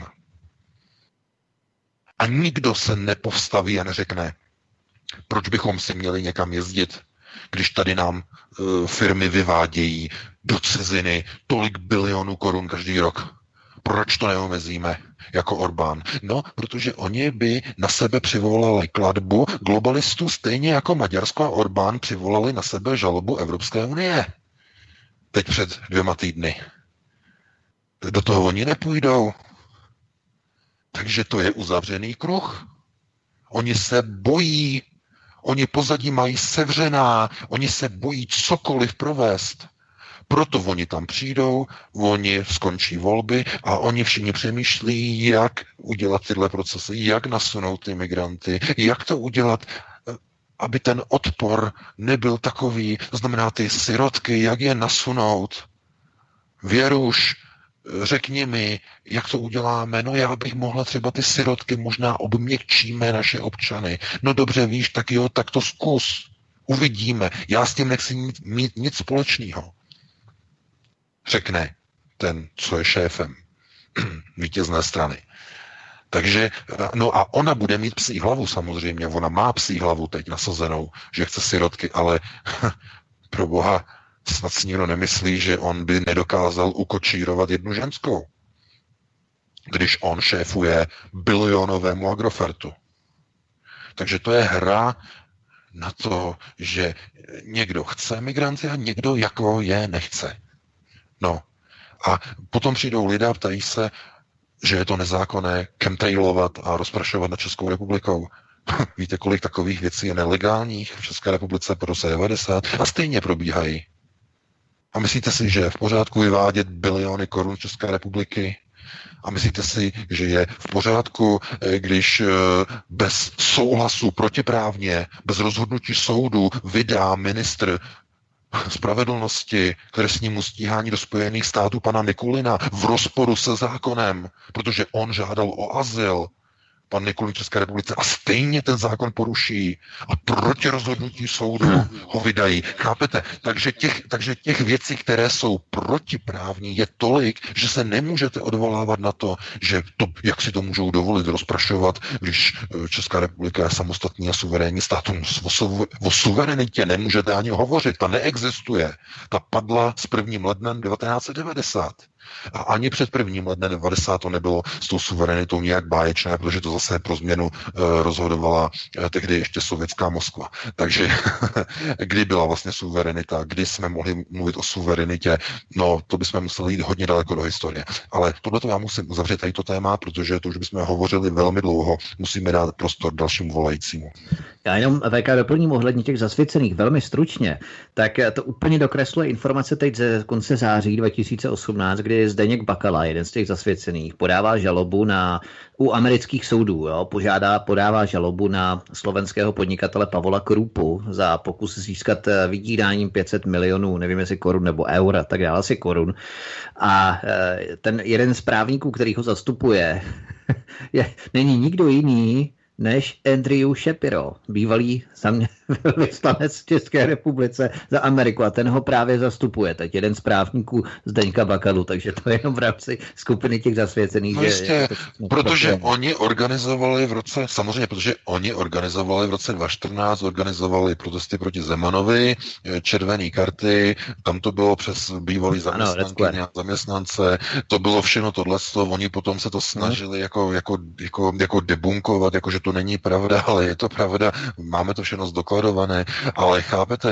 A nikdo se nepovstaví a neřekne, proč bychom si měli někam jezdit, když tady nám firmy vyvádějí do ciziny tolik bilionů korun každý rok. Proč to neomezíme jako Orbán? No, protože oni by na sebe přivolali klatbu globalistů stejně jako Maďarsko a Orbán přivolali na sebe žalobu Evropské unie. Teď před 2 týdny. Do toho oni nepůjdou. Takže to je uzavřený kruh. Oni se bojí, oni pozadí mají sevřená, oni se bojí cokoliv provést. Proto oni tam přijdou, oni skončí volby a oni všichni přemýšlí, jak udělat tyhle procesy, jak nasunout ty migranty, jak to udělat, aby ten odpor nebyl takový, to znamená ty sirotky, jak je nasunout. Věruš, řekni mi, jak to uděláme. No já bych mohla třeba ty sirotky, možná obměkčíme naše občany. No dobře, víš, tak jo, tak to zkus. Uvidíme. Já s tím nechci mít nic společného. Řekne ten, co je šéfem vítězné strany. Takže, no a ona bude mít psí hlavu samozřejmě. Ona má psí hlavu teď nasazenou, že chce sirotky, ale pro boha, snad si nikdo nemyslí, že on by nedokázal ukočírovat jednu ženskou, když on šéfuje bilionovému Agrofertu. Takže to je hra na to, že někdo chce migranty a někdo jako je nechce. No a potom přijdou lidé a ptají se, že je to nezákonné chemtrailovat a rozprašovat na Českou republikou. Víte, kolik takových věcí je nelegálních v České republice po roce 90 a stejně probíhají. A myslíte si, že je v pořádku vyvádět biliony korun z České republiky? A myslíte si, že je v pořádku, když bez souhlasu protiprávně, bez rozhodnutí soudu vydá ministr spravedlnosti k trestnímu stíhání do Spojených států pana Nikulina v rozporu se zákonem, protože on žádal o azyl, pan Nikulin v České republice, a stejně ten zákon poruší a proti rozhodnutí soudu ho vydají. Chápete? Takže těch věcí, které jsou protiprávní, je tolik, že se nemůžete odvolávat na to, že to, jak si to můžou dovolit rozprašovat, když Česká republika je samostatný a suverénní stát. O suverenitě nemůžete ani hovořit, ta neexistuje. Ta padla s 1. lednem 1990. A ani před 1. lednem 90 to nebylo s tou suverenitou nějak báječné, protože to zase pro změnu rozhodovala tehdy ještě sovětská Moskva. Takže kdy byla vlastně suverenita, kdy jsme mohli mluvit o suverenitě, no to bychom museli jít hodně daleko do historie. Ale tohleto já musím uzavřít tady to téma, protože to už bychom hovořili velmi dlouho, musíme dát prostor dalšímu volajícímu. Já jenom VK doplním ohledně těch zasvěcených velmi stručně, tak to úplně dokresluje informace teď ze konce září 2018, kdy Zdeněk Bakala, jeden z těch zasvěcených, podává žalobu u amerických soudů. Jo? Podává žalobu na slovenského podnikatele Pavola Krúpu za pokus získat vydíráním 500 milionů, nevím jestli korun nebo eur, tak dále asi korun. A ten jeden z právníků, který ho zastupuje, není nikdo jiný než Andrew Shapiro, bývalý vyslanec v České republice za Ameriku, a ten ho právě zastupuje. Tak jeden z právníků Zdeňka Bakalu, takže to je jenom v rámci skupiny těch zasvěcených. No jistě, protože oni organizovali v roce 2014, organizovali protesty proti Zemanovi, červené karty, tam to bylo přes bývalý zaměstnankyně a zaměstnance, to bylo všechno tohleto, oni potom se to snažili jako debunkovat, jako že to není pravda, ale je to pravda, máme to všechno zdokladované, ale chápete,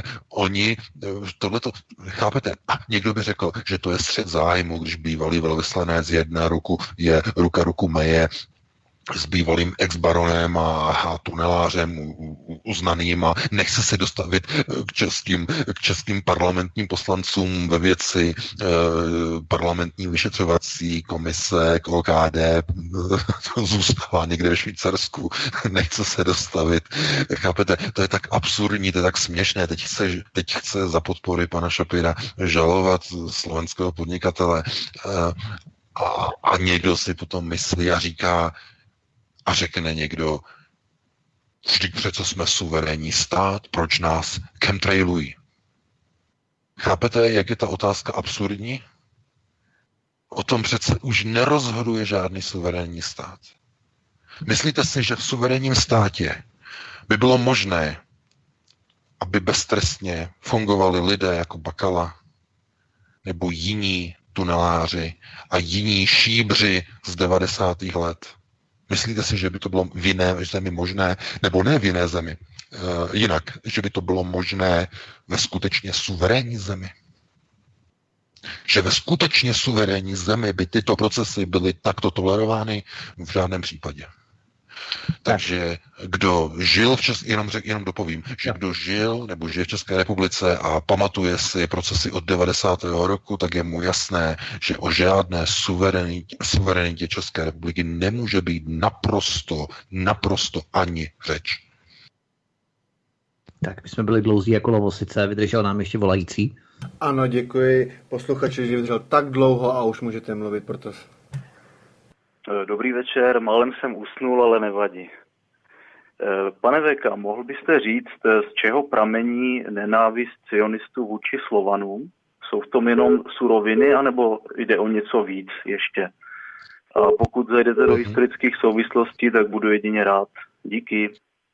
chápete, a někdo by řekl, že to je střet zájmu, když bývalý velvyslanec jedna ruku meje s bývalým ex-baronem a tunelářem uznaným a nechce se dostavit k českým parlamentním poslancům ve věci parlamentní vyšetřovací komise k OKD, zůstává někde ve Švýcarsku, nechce se dostavit. Chápete, to je tak absurdní, to je tak směšné. Teď chce za podpory pana Shapira žalovat slovenského podnikatele a někdo si potom myslí a říká, a řekne někdo, vždyť přece jsme suverénní stát, proč nás chemtrailují? Chápete, jak je ta otázka absurdní? O tom přece už nerozhoduje žádný suverénní stát. Myslíte si, že v suverénním státě by bylo možné, aby beztrestně fungovali lidé jako Bakala nebo jiní tuneláři a jiní šíbři z 90. let. Myslíte si, že by to bylo v jiné zemi možné, nebo ne v jiné zemi, jinak, že by to bylo možné ve skutečně suverénní zemi? Že ve skutečně suverénní zemi by tyto procesy byly takto tolerovány? V žádném případě. Takže kdo žil jenom dopovím, že kdo žil nebo žije v České republice a pamatuje si procesy od 90. roku, tak je mu jasné, že o žádné suverenitě České republiky nemůže být naprosto ani řeč. Tak my jsme byli dlouzí jako lovosice, vydržel nám ještě volající. Ano, děkuji posluchači, že vydržel tak dlouho a už můžete mluvit, proto... Dobrý večer, málem jsem usnul, ale nevadí. Pane Veka, mohl byste říct, z čeho pramení nenávist sionistů vůči Slovanům? Jsou v tom jenom suroviny, anebo jde o něco víc ještě? A pokud zajdete do historických souvislostí, tak budu jedině rád. Díky.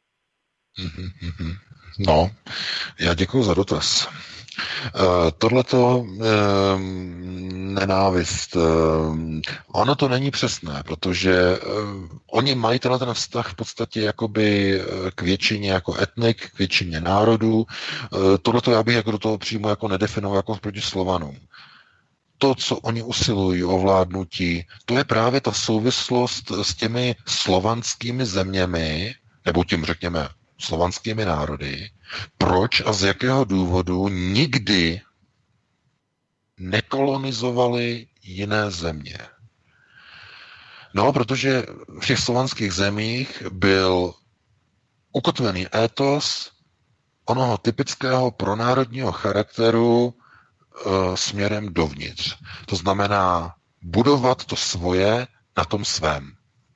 No, já děkuji za dotaz. Tohleto nenávist, ono to není přesné, protože oni mají ten vztah v podstatě jakoby k většině jako etnik, k většině národů. Tohleto já bych jako do toho přímo jako nedefinoval jako proti Slovanům. To, co oni usilují o vládnutí, to je právě ta souvislost s těmi slovanskými zeměmi, nebo tím řekněme slovanskými národy, proč a z jakého důvodu nikdy nekolonizovali jiné země. No, protože v těch slovanských zemích byl ukotvený étos onoho typického pronárodního charakteru směrem dovnitř. To znamená budovat to svoje na tom svém.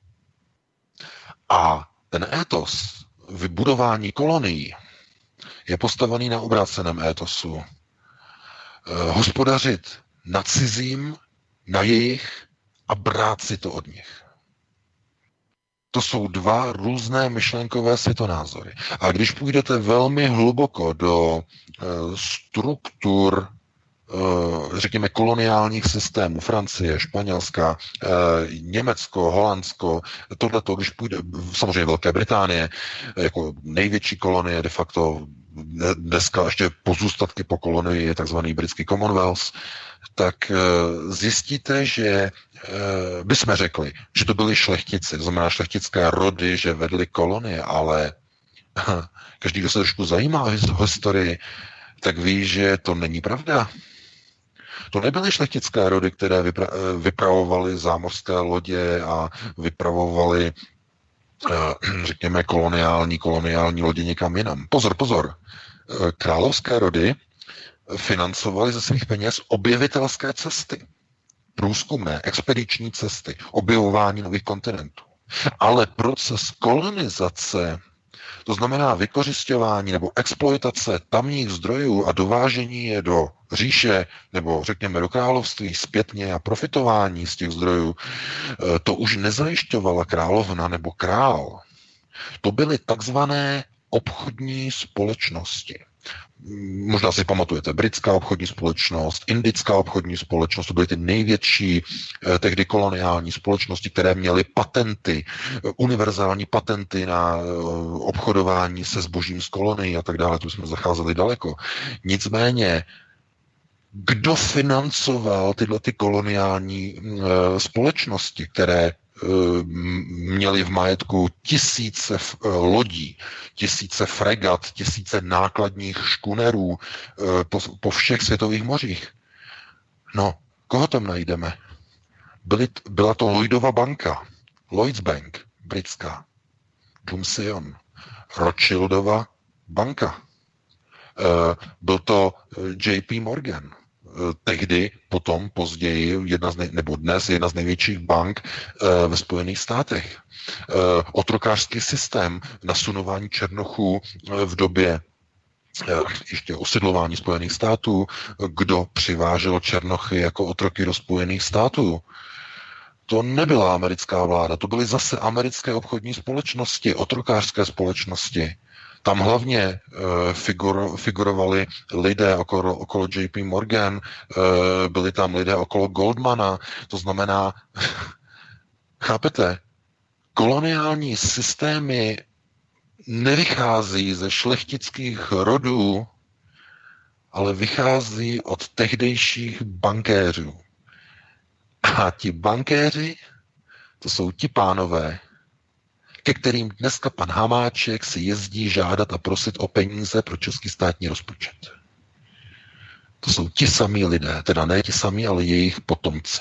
A ten étos vybudování kolonií je postavený na obráceném étosu. Hospodařit na cizím, na jejich a brát si to od nich. To jsou dva různé myšlenkové světonázory. A když půjdete velmi hluboko do struktur, řekněme, koloniálních systémů, Francie, Španělska, Německo, Holandsko, tohleto, když půjde, samozřejmě Velké Británie, jako největší kolonie, de facto dneska ještě pozůstatky po kolonii je takzvaný britský Commonwealth, tak zjistíte, že bychom řekli, že to byli šlechtici, to znamená šlechtické rody, že vedli kolonie, ale každý, kdo se trošku zajímá o historii, tak ví, že to není pravda. To nebyly šlechtické rody, které vypravovaly zámořské lodě a vypravovaly, řekněme, koloniální lodě někam jinam. Pozor. Královské rody financovaly ze svých peněz objevitelské cesty. Průzkumné, expediční cesty, objevování nových kontinentů. Ale proces kolonizace, to znamená vykořisťování nebo exploitace tamních zdrojů a dovážení je do říše nebo řekněme do království zpětně a profitování z těch zdrojů, to už nezajišťovala královna nebo král. To byly takzvané obchodní společnosti. Možná si pamatujete, britská obchodní společnost, indická obchodní společnost, to byly ty největší tehdy koloniální společnosti, které měly patenty, univerzální patenty na obchodování se zbožím z kolonií a tak dále, tu jsme zacházeli daleko. Nicméně, kdo financoval tyhle ty koloniální společnosti, které měli v majetku tisíce lodí, tisíce fregat, tisíce nákladních škunerů po všech světových mořích? No, koho tam najdeme? Byla to Lloydova banka, Lloyds Bank, britská, Jumsion, Rothschildova banka. Byl to JP Morgan, tehdy, potom, později, dnes jedna z největších bank ve Spojených státech. Otrokářský systém nasunování černochů v době ještě osidlování Spojených států, kdo přivážel černochy jako otroky do Spojených států. To nebyla americká vláda, to byly zase americké obchodní společnosti, otrokářské společnosti. Tam hlavně figurovali lidé okolo JP Morgan, byli tam lidé okolo Goldmana, to znamená, chápete, koloniální systémy nevychází ze šlechtických rodů, ale vychází od tehdejších bankéřů. A ti bankéři, to jsou ti pánové, ke kterým dneska pan Hamáček si jezdí žádat a prosit o peníze pro český státní rozpočet. To jsou ti samí lidé, teda ne ti samí, ale jejich potomci.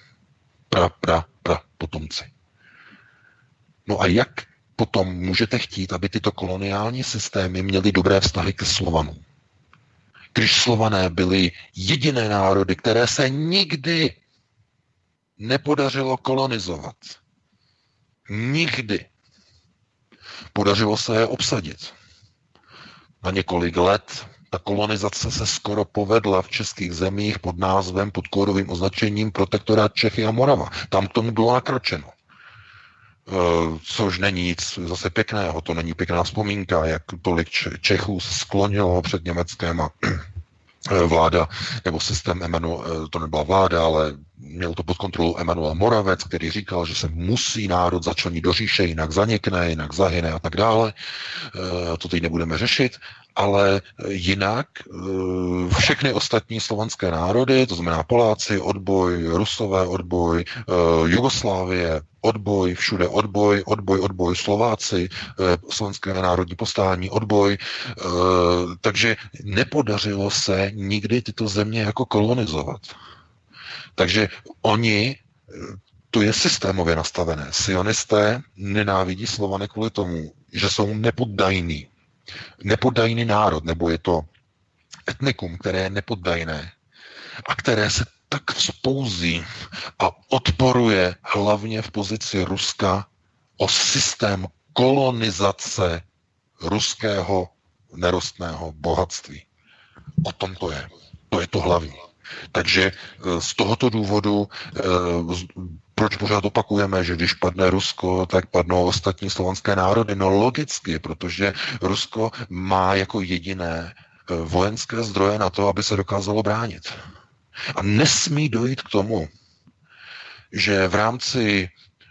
Potomci. No a jak potom můžete chtít, aby tyto koloniální systémy měly dobré vztahy ke Slovanům? Když Slované byli jediné národy, které se nikdy nepodařilo kolonizovat. Nikdy. Podařilo se je obsadit. Na několik let ta kolonizace se skoro povedla v českých zemích pod názvem, pod kódovým označením Protektorát Čechy a Morava. Tam k tomu bylo nakročeno. Což není nic zase pěkného, to není pěkná vzpomínka, jak tolik Čechů se sklonilo před Německem a vláda, nebo systém to nebyla vláda, ale měl to pod kontrolou Emanuel Moravec, který říkal, že se musí národ začlenit do říše, jinak zanikne, jinak zahyne a tak dále. To teď nebudeme řešit, ale jinak všechny ostatní slovanské národy, to znamená Poláci, odboj, Rusové, odboj, Jugoslávie, odboj, všude odboj, Slováci, slovenské národní povstání, odboj. Takže nepodařilo se nikdy tyto země jako kolonizovat. Takže oni, to je systémově nastavené. Sionisté nenávidí Slovany kvůli tomu, že jsou nepoddajný. Nepoddajný národ, nebo je to etnikum, které je nepoddajné a které se tak vzpouzí a odporuje hlavně v pozici Ruska o systém kolonizace ruského nerostného bohatství. O tom to je. To je to hlavní. Takže z tohoto důvodu, proč pořád opakujeme, že když padne Rusko, tak padnou ostatní slovanské národy? No logicky, protože Rusko má jako jediné vojenské zdroje na to, aby se dokázalo bránit. A nesmí dojít k tomu, že v rámci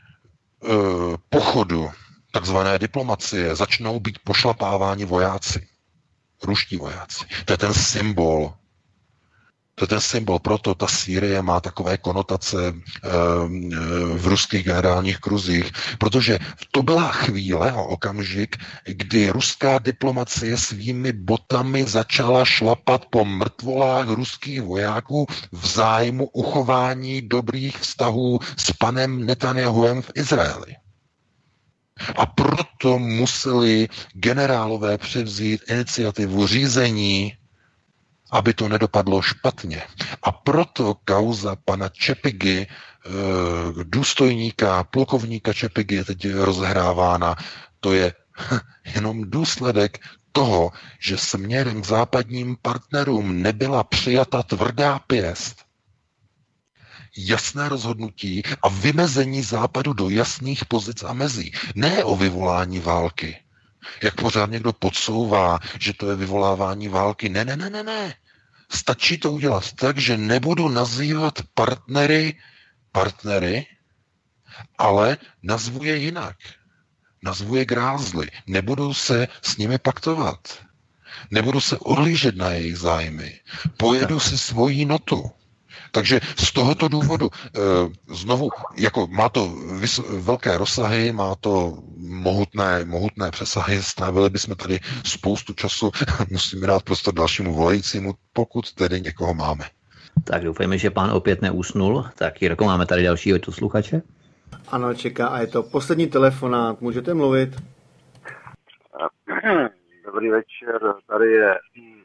pochodu takzvané diplomacie začnou být pošlapáváni vojáci. Ruští vojáci. To je ten symbol. To je ten symbol, proto ta Sýrie má takové konotace v ruských generálních kruzích, protože to byla chvíle a okamžik, kdy ruská diplomacie svými botami začala šlapat po mrtvolách ruských vojáků v zájmu uchování dobrých vztahů s panem Netanjahuem v Izraeli. A proto museli generálové převzít iniciativu řízení, aby to nedopadlo špatně. A proto kauza pana Čepigy, důstojníka, plukovníka Čepigy je teď rozehrávána. To je jenom důsledek toho, že směrem k západním partnerům nebyla přijata tvrdá pěst. Jasné rozhodnutí a vymezení západu do jasných pozic a mezí. Ne o vyvolání války. Jak pořád někdo podsouvá, že to je vyvolávání války. Ne. Stačí to udělat tak, že nebudu nazývat partnery, ale nazvu je jinak. Nazvu je grázly. Nebudu se s nimi paktovat. Nebudu se odlížet na jejich zájmy. Pojedu si svoji notu. Takže z tohoto důvodu znovu, jako má to velké rozsahy, má to mohutné přesahy, strávili bychom tady spoustu času, musíme dát prostor dalšímu volajícímu, pokud tedy někoho máme. Tak doufejme, že pán opět neusnul. Tak Jirko, máme tady dalšího posluchače. Ano, čeká a je to poslední telefonát, můžete mluvit. Dobrý večer, tady je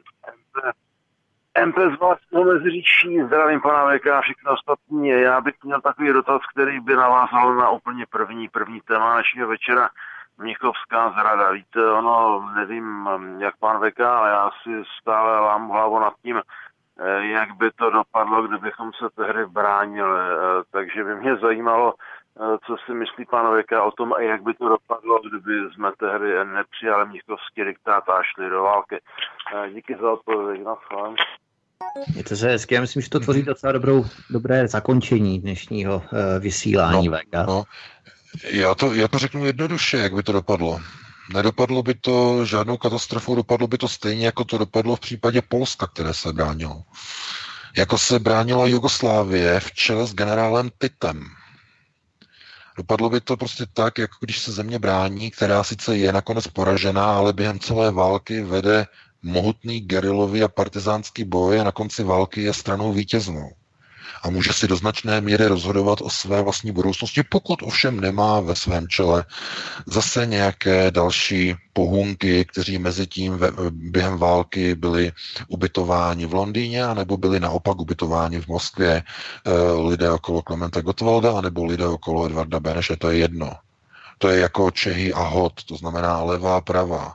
MP z vlastního Meziříčí, zdravím pana VK a všechno ostatní. Já bych měl takový dotaz, který by navázal na úplně první téma dnešního večera. Mnichovská zrada. Víte, nevím, jak pan VK, ale já si stále lámu hlavu nad tím, jak by to dopadlo, kdybychom se tehdy bránili. Takže by mě zajímalo, co si myslí pan Veka o tom, jak by to dopadlo, kdyby jsme tehdy nepřijali mnichovský diktát a šli do války. Díky za odpověď. Mějte se hezky, já myslím, že to tvoří docela dobré zakončení dnešního vysílání Veka. No. Já to řeknu jednoduše, jak by to dopadlo. Nedopadlo by to žádnou katastrofou, dopadlo by to stejně, jako to dopadlo v případě Polska, které se bránilo. Jako se bránila Jugoslávie v čele s generálem Titem. Dopadlo by to prostě tak, jako když se země brání, která sice je nakonec poražená, ale během celé války vede mohutný gerilový a partizánský boj a na konci války je stranou vítěznou. A může si do značné míry rozhodovat o své vlastní budoucnosti, pokud ovšem nemá ve svém čele zase nějaké další pohůnky, kteří mezi tím během války byli ubytováni v Londýně, anebo byli naopak ubytováni v Moskvě lidé okolo Klementa Gottwalda, anebo lidé okolo Edvarda Beneše, to je jedno. To je jako Čehy a hod, to znamená levá, pravá.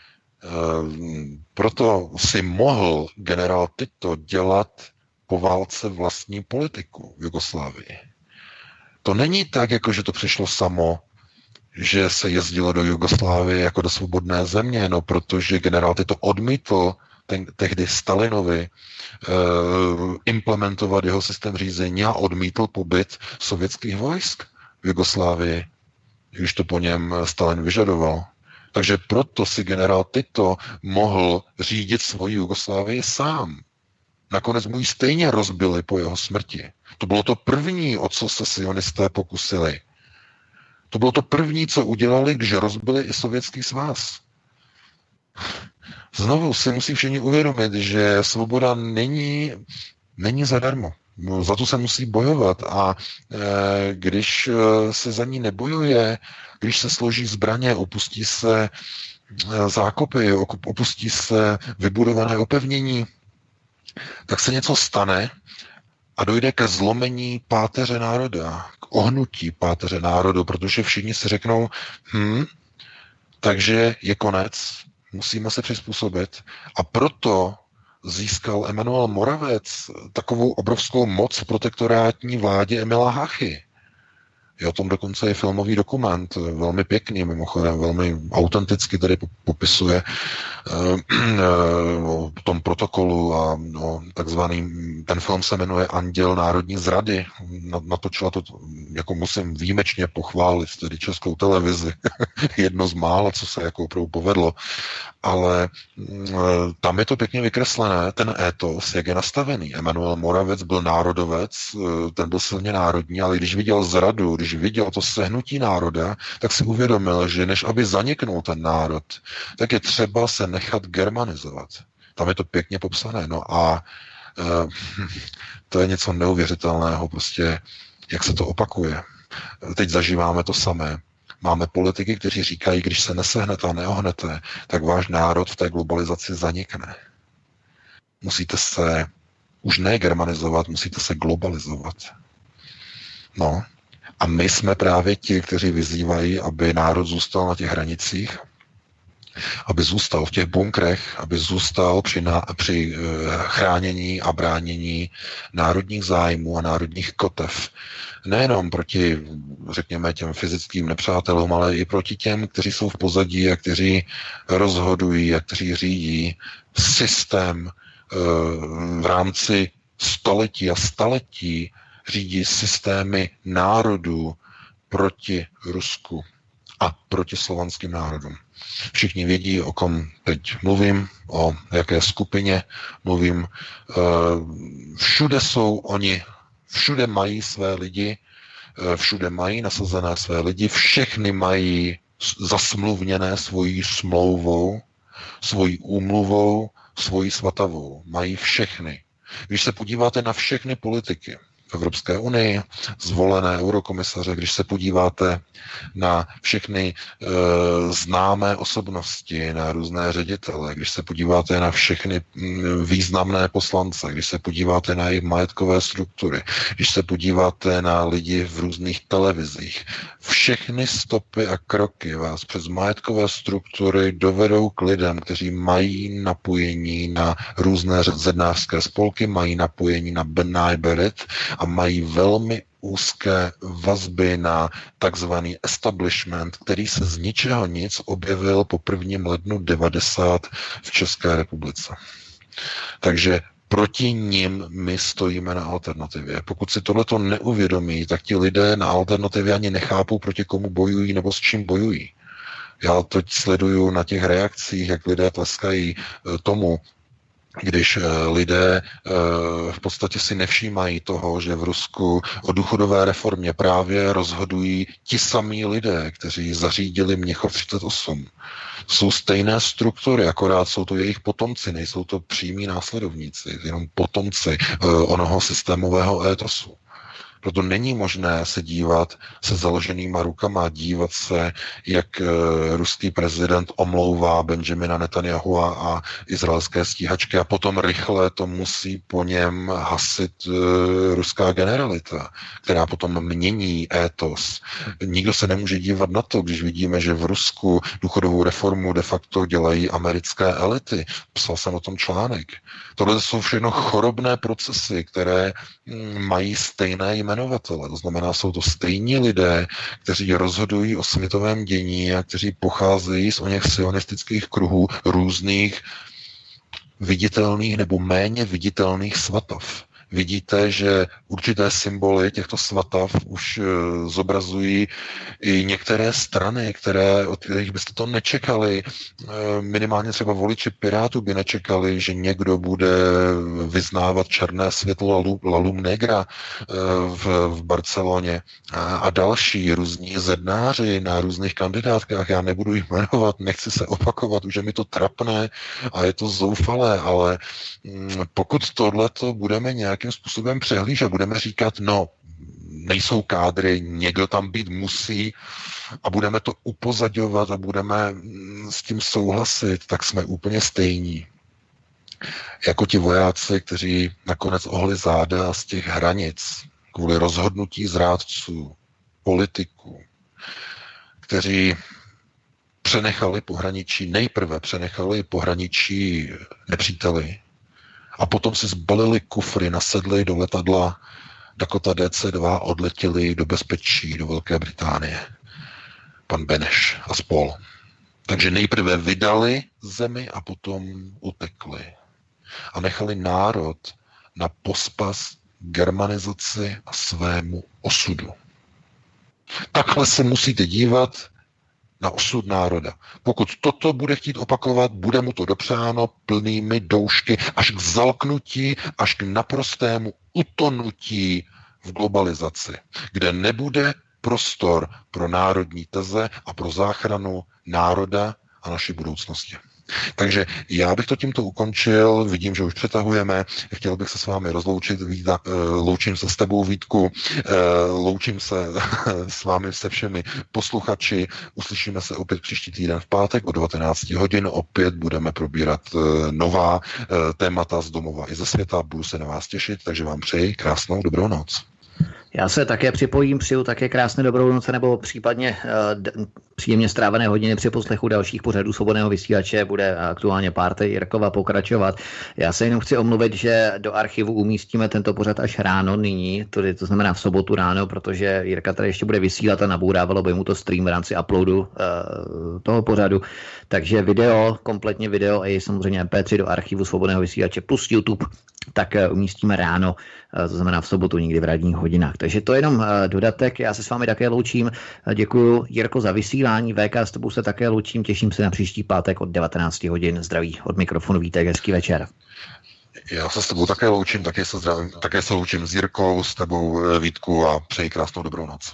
Proto si mohl generál Tito dělat po válce vlastní politiku v Jugoslávii. To není tak, jako že to přišlo samo, že se jezdilo do Jugoslávie jako do svobodné země, no protože generál Tito odmítl tehdy Stalinovi implementovat jeho systém řízení a odmítl pobyt sovětských vojsk v Jugoslávii, když to po něm Stalin vyžadoval. Takže proto si generál Tito mohl řídit svoji Jugoslávii sám. Nakonec mu ji stejně rozbili po jeho smrti. To bylo to první, o co se sionisté pokusili. To bylo to první, co udělali, když rozbili i Sovětský svaz. Znovu si musí všichni uvědomit, že svoboda není zadarmo. Za to se musí bojovat a když se za ní nebojuje, když se složí zbraně, opustí se zákopy, opustí se vybudované opevnění, tak se něco stane a dojde ke zlomení páteře národa, k ohnutí páteře národu, protože všichni si řeknou, takže je konec, musíme se přizpůsobit. A proto získal Emanuel Moravec takovou obrovskou moc v protektorátní vládě Emila Hachy. Je o tom dokonce i filmový dokument, velmi pěkný, mimochodem, velmi autenticky tady popisuje o tom protokolu a takzvaný, ten film se jmenuje Anděl národní zrady. Natočila to, jako musím výjimečně pochválit, tedy Českou televizi. Jedno z mála, co se jako opravdu povedlo. Ale tam je to pěkně vykreslené, ten étos, jak je nastavený. Emanuel Moravec byl národovec, ten byl silně národní, ale když viděl zradu, když viděl to sehnutí národa, tak si uvědomil, že než aby zaniknul ten národ, tak je třeba se nechat germanizovat. Tam je to pěkně popsané. No a to je něco neuvěřitelného, prostě, jak se to opakuje. Teď zažíváme to samé. Máme politiky, kteří říkají, když se nesehnete a neohnete, tak váš národ v té globalizaci zanikne. Musíte se už ne germanizovat, musíte se globalizovat. No, a my jsme právě ti, kteří vyzývají, aby národ zůstal na těch hranicích, aby zůstal v těch bunkrech, aby zůstal při chránění a bránění národních zájmů a národních kotev. Nejenom proti, řekněme, těm fyzickým nepřátelům, ale i proti těm, kteří jsou v pozadí a kteří rozhodují a kteří řídí systém v rámci století a staletí, řídí systémy národů proti Rusku a proti slovanským národům. Všichni vědí, o kom teď mluvím, o jaké skupině mluvím. Všude jsou oni, všude mají své lidi, všude mají nasazené své lidi, všechny mají zasmluvněné svojí smlouvou, svojí úmluvou, svojí svatavou. Mají všechny. Když se podíváte na všechny politiky v Evropské unii, zvolené eurokomisaře, když se podíváte na všechny známé osobnosti, na různé ředitele, když se podíváte na všechny významné poslance, když se podíváte na jejich majetkové struktury, když se podíváte na lidi v různých televizích, všechny stopy a kroky vás přes majetkové struktury dovedou k lidem, kteří mají napojení na různé zednářské spolky, mají napojení na Ben Berit a mají velmi úzké vazby na takzvaný establishment, který se z ničeho nic objevil po 1. lednu 90 v České republice. Takže proti nim my stojíme na alternativě. Pokud si tohleto neuvědomí, tak ti lidé na alternativě ani nechápou, proti komu bojují nebo s čím bojují. Já to sleduju na těch reakcích, jak lidé tleskají tomu, když lidé v podstatě si nevšímají toho, že v Rusku o důchodové reformě právě rozhodují ti samí lidé, kteří zařídili Mnichov 38. Jsou stejné struktury, akorát jsou to jejich potomci, nejsou to přímí následovníci, jenom potomci onoho systémového étosu. Proto není možné se dívat se založenýma rukama, dívat se, jak ruský prezident omlouvá Benjamina Netanyahu a izraelské stíhačky a potom rychle to musí po něm hasit ruská generalita, která potom mění étos. Nikdo se nemůže dívat na to, když vidíme, že v Rusku důchodovou reformu de facto dělají americké elity. Psal jsem o tom článek. Tohle jsou všechno chorobné procesy, které mají stejné jmenovatele. To znamená, jsou to stejní lidé, kteří rozhodují o světovém dění a kteří pocházejí z oněch sionistických kruhů různých viditelných nebo méně viditelných svatov. Vidíte, že určité symboly těchto svatav už zobrazují i některé strany, od kterých byste to nečekali. Minimálně třeba voliči Pirátů by nečekali, že někdo bude vyznávat černé světlo La Lum Negra v Barceloně a další různí zednáři na různých kandidátkách. Já nebudu jich jmenovat, nechci se opakovat, už je mi to trapné a je to zoufalé, ale pokud tohleto budeme nějakým způsobem přehlížet, budeme říkat, no, nejsou kádry, někdo tam být musí a budeme to upozadňovat a budeme s tím souhlasit, tak jsme úplně stejní. Jako ti vojáci, kteří nakonec ohli záda z těch hranic kvůli rozhodnutí zrádců, politiků, kteří nejprve přenechali pohraničí nepříteli a potom si zbalili kufry, nasedli do letadla Dakota DC-2 a odletěli do bezpečí, do Velké Británie. Pan Beneš a spol. Takže nejprve vydali zemi a potom utekli. A nechali národ na pospas germanizaci a svému osudu. Takhle se musíte dívat na osud národa. Pokud toto bude chtít opakovat, bude mu to dopřáno plnými doušky až k zalknutí, až k naprostému utonutí v globalizaci, kde nebude prostor pro národní teze a pro záchranu národa a naší budoucnosti. Takže já bych to tímto ukončil, vidím, že už přetahujeme, chtěl bych se s vámi rozloučit, loučím se s tebou, Vítku, loučím se s vámi se všemi posluchači, uslyšíme se opět příští týden v pátek o 19 hodin, opět budeme probírat nová témata z domova i ze světa, budu se na vás těšit, takže vám přeji krásnou dobrou noc. Já se také připojím, přeju také krásné dobrou noc, nebo případně příjemně strávené hodiny při poslechu dalších pořadů Svobodného vysílače. Bude aktuálně Párty Jirkova pokračovat. Já se jenom chci omluvit, že do archivu umístíme tento pořad až ráno nyní, to znamená v sobotu ráno, protože Jirka tady ještě bude vysílat a nabourávalo by mu to stream v rámci uploadu toho pořadu. Takže kompletně video a i samozřejmě MP3 do archivu Svobodného vysílače plus YouTube, tak umístíme ráno, to znamená v sobotu někdy v ranních hodinách. Takže to je jenom dodatek, já se s vámi také loučím. Děkuji, Jirko, za vysílání, VK, s tebou se také loučím, těším se na příští pátek od 19 hodin. Zdraví od mikrofonu, Vítek, hezký večer. Já se s tebou také loučím, také se loučím s Jirkou, s tebou, Vítku, a přeji krásnou dobrou noc.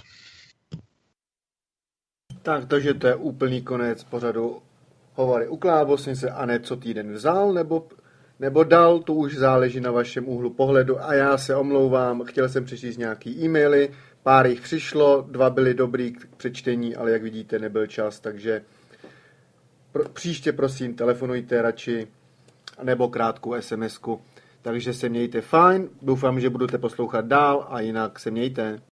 Tak, takže to je úplný konec pořadu Hovory u klávesnice a ne co týden vzal, nebo dal, to už záleží na vašem úhlu pohledu a já se omlouvám, chtěl jsem přečíst nějaký e-maily, pár jich přišlo, 2 byly dobrý k přečtení, ale jak vidíte, nebyl čas, takže příště prosím telefonujte radši nebo krátkou SMS-ku. Takže se mějte fajn, doufám, že budete poslouchat dál a jinak se mějte.